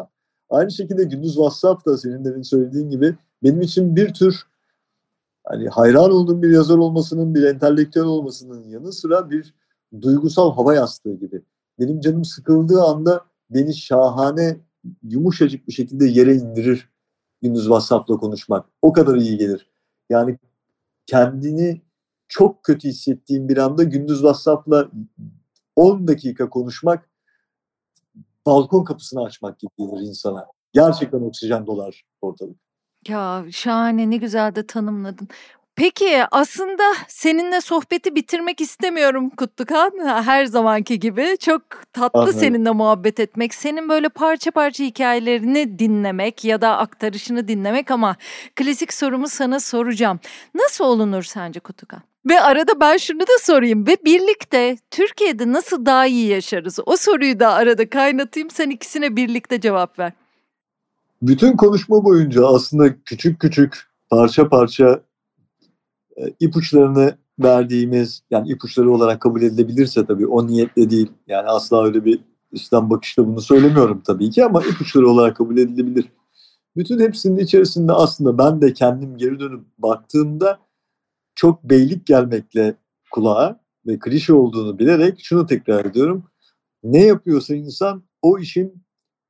Aynı şekilde Gündüz Vassaf da senin demin söylediğin gibi benim için bir tür hani hayran olduğum bir yazar olmasının, bir entelektüel olmasının yanı sıra bir duygusal hava yastığı gibi. Benim canım sıkıldığı anda beni şahane, yumuşacık bir şekilde yere indirir Gündüz Vassaf'la konuşmak. O kadar iyi gelir. Yani kendini çok kötü hissettiğim bir anda Gündüz Vassaf'la on dakika konuşmak balkon kapısını açmak gibi gelir insana. Gerçekten oksijen dolar ortalık. Ya şahane, ne güzel de tanımladın. Peki aslında seninle sohbeti bitirmek istemiyorum Kutlukan. Her zamanki gibi çok tatlı Anladım. seninle muhabbet etmek. Senin böyle parça parça hikayelerini dinlemek ya da aktarışını dinlemek ama klasik sorumu sana soracağım. Nasıl olunur sence Kutlukan? Ve arada ben şunu da sorayım ve birlikte Türkiye'de nasıl daha iyi yaşarız? O soruyu da arada kaynatayım, sen ikisine birlikte cevap ver. Bütün konuşma boyunca aslında küçük küçük parça parça e, ipuçlarını verdiğimiz, yani ipuçları olarak kabul edilebilirse tabii, o niyetle değil. Yani asla öyle bir İslam bakışta bunu söylemiyorum tabii ki, ama ipuçları olarak kabul edilebilir. Bütün hepsinin içerisinde aslında ben de kendim geri dönüp baktığımda çok beylik gelmekle kulağa ve klişe olduğunu bilerek şunu tekrar ediyorum. Ne yapıyorsa insan o işin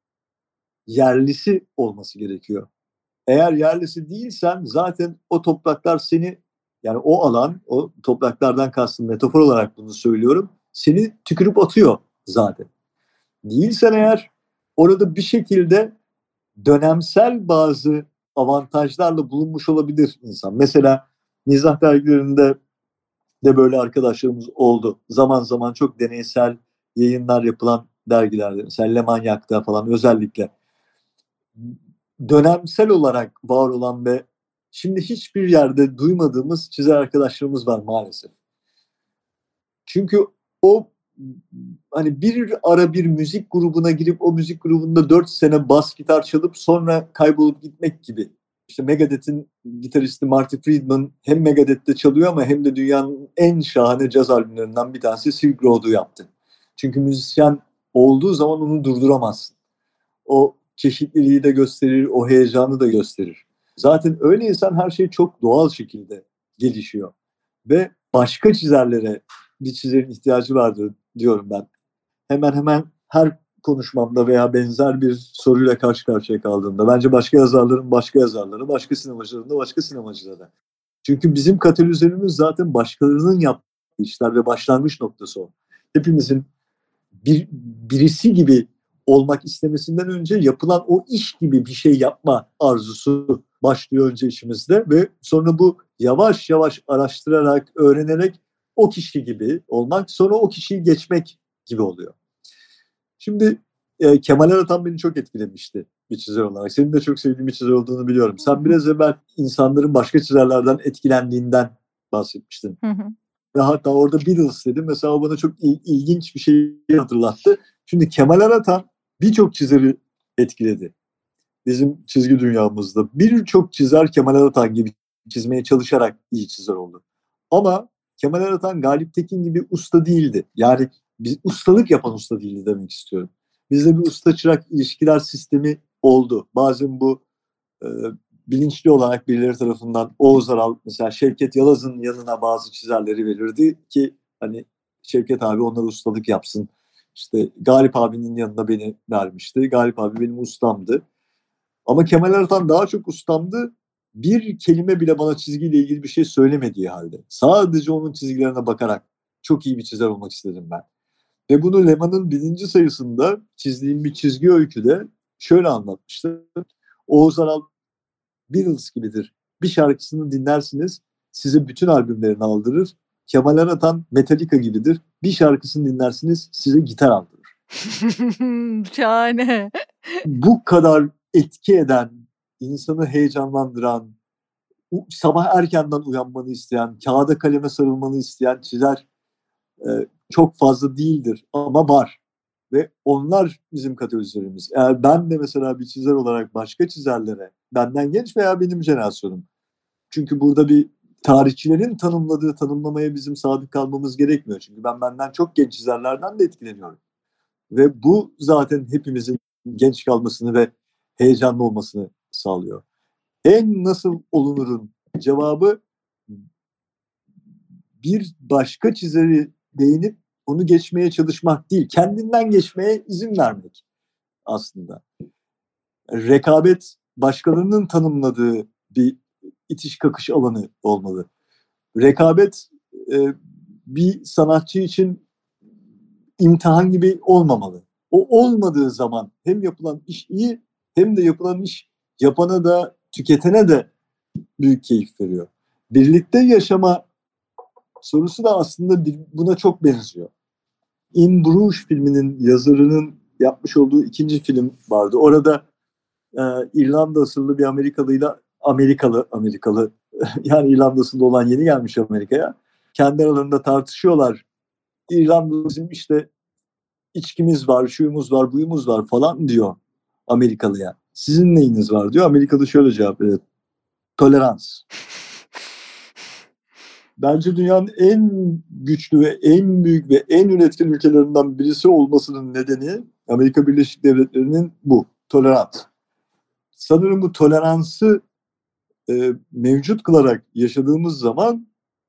yerlisi olması gerekiyor. Eğer yerlisi değilsen zaten o topraklar seni, yani o alan, o topraklardan kastım metafor olarak bunu söylüyorum, seni tükürüp atıyor zaten. Değilsen eğer orada bir şekilde dönemsel bazı avantajlarla bulunmuş olabilir insan. Mesela mizah dergilerinde de böyle arkadaşlarımız oldu. Zaman zaman çok deneysel yayınlar yapılan dergilerde, mesela Le Manyak'ta falan özellikle dönemsel olarak var olan ve şimdi hiçbir yerde duymadığımız çizer arkadaşlarımız var maalesef. Çünkü o hani bir ara bir müzik grubuna girip o müzik grubunda dört sene bas gitar çalıp sonra kaybolup gitmek gibi. İşte Megadeth'in gitaristi Marty Friedman hem Megadeth'te çalıyor ama hem de dünyanın en şahane caz albümlerinden bir tanesi Silk Road'u yaptı. Çünkü müzisyen olduğu zaman onu durduramazsın. O çeşitliliği de gösterir, o heyecanı da gösterir. Zaten öyle insan her şey çok doğal şekilde gelişiyor. Ve başka çizerlere bir çizerin ihtiyacı vardır diyorum ben. Hemen hemen her konuşmamda veya benzer bir soruyla karşı karşıya kaldığımda bence başka yazarların başka yazarları, başka sinemacıların da başka sinemacıları. Çünkü bizim katalizörümüz zaten başkalarının yaptığı işler ve başlangıç noktası o. Hepimizin bir, birisi gibi olmak istemesinden önce yapılan o iş gibi bir şey yapma arzusu başlıyor önce işimizde ve sonra bu yavaş yavaş araştırarak, öğrenerek o kişi gibi olmak, sonra o kişiyi geçmek gibi oluyor. Şimdi e, Kemal Aratan beni çok etkilemişti bir çizer olarak. Senin de çok sevdiğin bir çizer olduğunu biliyorum. Sen biraz evvel insanların başka çizerlerden etkilendiğinden bahsetmiştin. Hı hı. Ve hatta orada Beatles dedim. Mesela o bana çok il- ilginç bir şey hatırlattı. Şimdi Kemal Aratan birçok çizeri etkiledi. Bizim çizgi dünyamızda birçok çizer Kemal Aratan gibi çizmeye çalışarak iyi çizer oldu. Ama Kemal Aratan Galip Tekin gibi usta değildi. Yani biz ustalık yapan usta değildi demek istiyorum. Bizde bir usta çırak ilişkiler sistemi oldu. Bazen bu e, bilinçli olarak birileri tarafından Oğuz Aral, mesela Şevket Yalaz'ın yanına bazı çizerleri verirdi ki hani Şevket abi onlara ustalık yapsın. İşte Galip abinin yanına beni vermişti. Galip abi benim ustamdı. Ama Kemal Aratan daha çok ustamdı. Bir kelime bile bana çizgiyle ilgili bir şey söylemediği halde. Sadece onun çizgilerine bakarak çok iyi bir çizer olmak istedim ben. Ve bunu Leman'ın birinci sayısında çizdiğim bir çizgi öyküde şöyle anlatmıştı. Oğuz Aral Beatles gibidir. Bir şarkısını dinlersiniz, size bütün albümlerini aldırır. Kemal Aratan Metallica gibidir. Bir şarkısını dinlersiniz, size gitar aldırır. Şahane. Bu kadar etki eden, insanı heyecanlandıran, sabah erkenden uyanmanı isteyen, kağıda kaleme sarılmanı isteyen çizer e, çok fazla değildir ama var. Ve onlar bizim katalizörümüz. Eğer ben de mesela bir çizer olarak başka çizerlere, benden genç veya benim jenerasyonum, çünkü burada bir tarihçilerin tanımladığı tanımlamaya bizim sadık kalmamız gerekmiyor. Çünkü ben benden çok genç çizerlerden de etkileniyorum. Ve bu zaten hepimizin genç kalmasını ve heyecanlı olmasını sağlıyor. En nasıl olunurun cevabı bir başka çizeri değinip onu geçmeye çalışmak değil, kendinden geçmeye izin vermek aslında. Rekabet başkalarının tanımladığı bir itiş kakış alanı olmalı. Rekabet e, bir sanatçı için imtihan gibi olmamalı. O olmadığı zaman hem yapılan iş iyi hem de yapılan iş yapana da tüketene de büyük keyif veriyor. Birlikte yaşama sorusu da aslında buna çok benziyor. In Bruges filminin yazarının yapmış olduğu ikinci film vardı. Orada e, İrlanda asıllı bir Amerikalıyla Amerikalı Amerikalı yani İrlanda asıllı olan yeni gelmiş Amerika'ya. Kendi aralarında tartışıyorlar. İrlanda bizim işte içkimiz var, şuyumuz var, buyumuz var falan diyor Amerikalıya. Sizin neyiniz var diyor. Amerikalı şöyle cevap veriyor. Tolerans. Bence dünyanın en güçlü ve en büyük ve en üretken ülkelerinden birisi olmasının nedeni Amerika Birleşik Devletleri'nin bu. Tolerans. Sanırım bu toleransı e, mevcut kılarak yaşadığımız zaman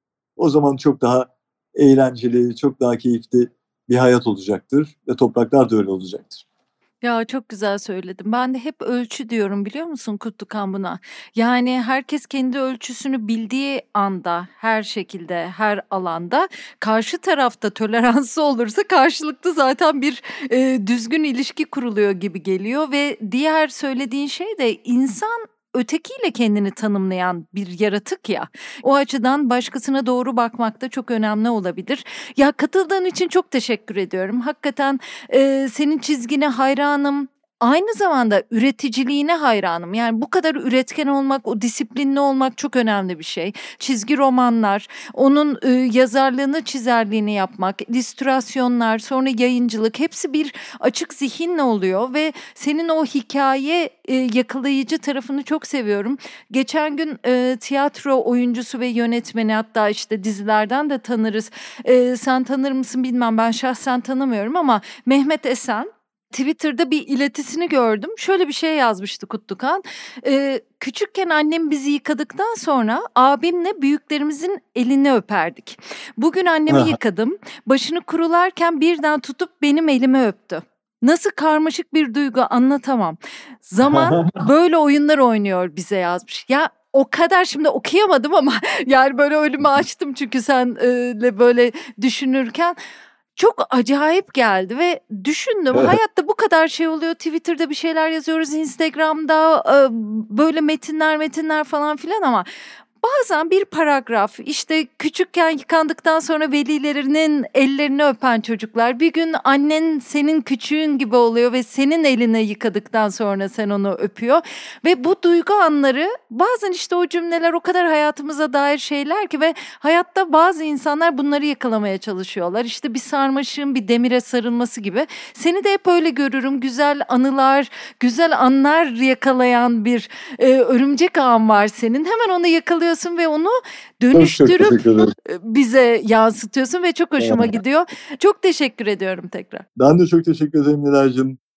o zaman çok daha eğlenceli, çok daha keyifli bir hayat olacaktır ve topraklar da öyle olacaktır. Ya çok güzel söyledin. Ben de hep ölçü diyorum biliyor musun Kutlukan buna? Yani herkes kendi ölçüsünü bildiği anda, her şekilde, her alanda karşı tarafta toleransı olursa karşılıklı zaten bir e, düzgün ilişki kuruluyor gibi geliyor ve diğer söylediğin şey de insan ötekiyle kendini tanımlayan bir yaratık ya. O açıdan başkasına doğru bakmak da çok önemli olabilir. Ya katıldığın için çok teşekkür ediyorum. Hakikaten e, senin çizgine hayranım. Aynı zamanda üreticiliğine hayranım. Yani bu kadar üretken olmak, o disiplinli olmak çok önemli bir şey. Çizgi romanlar, onun e, yazarlığını, çizerliğini yapmak, illüstrasyonlar, sonra yayıncılık hepsi bir açık zihinle oluyor ve senin o hikaye e, yakalayıcı tarafını çok seviyorum. Geçen gün e, tiyatro oyuncusu ve yönetmeni, hatta işte dizilerden de tanırız. E, sen tanır mısın bilmem, ben şahsen tanımıyorum ama Mehmet Esen Twitter'da bir iletisini gördüm. Şöyle bir şey yazmıştı Kutlukan. Ee, küçükken annem bizi yıkadıktan sonra abimle büyüklerimizin elini öperdik. Bugün annemi yıkadım. Başını kurularken birden tutup benim elimi öptü. Nasıl karmaşık bir duygu anlatamam. Zaman böyle oyunlar oynuyor bize yazmış. Ya o kadar şimdi okuyamadım ama yani böyle önümü açtım çünkü senle böyle düşünürken. Çok acayip geldi ve düşündüm hayatta bu kadar şey oluyor. Twitter'da bir şeyler yazıyoruz, Instagram'da böyle metinler metinler falan filan ama bazen bir paragraf, işte küçükken yıkandıktan sonra velilerinin ellerini öpen çocuklar, bir gün annen senin küçüğün gibi oluyor ve senin elini yıkadıktan sonra sen onu öpüyor ve bu duygu anları, bazen işte o cümleler o kadar hayatımıza dair şeyler ki ve hayatta bazı insanlar bunları yakalamaya çalışıyorlar. İşte bir sarmaşığın bir demire sarılması gibi. Seni de hep öyle görürüm. Güzel anılar, güzel anlar yakalayan bir e, örümcek ağın var senin. Hemen onu yakalıyorsun ve onu dönüştürüp bize yansıtıyorsun ve çok hoşuma gidiyor. Çok teşekkür ediyorum tekrar. Ben de çok teşekkür ederim Nilay'cığım.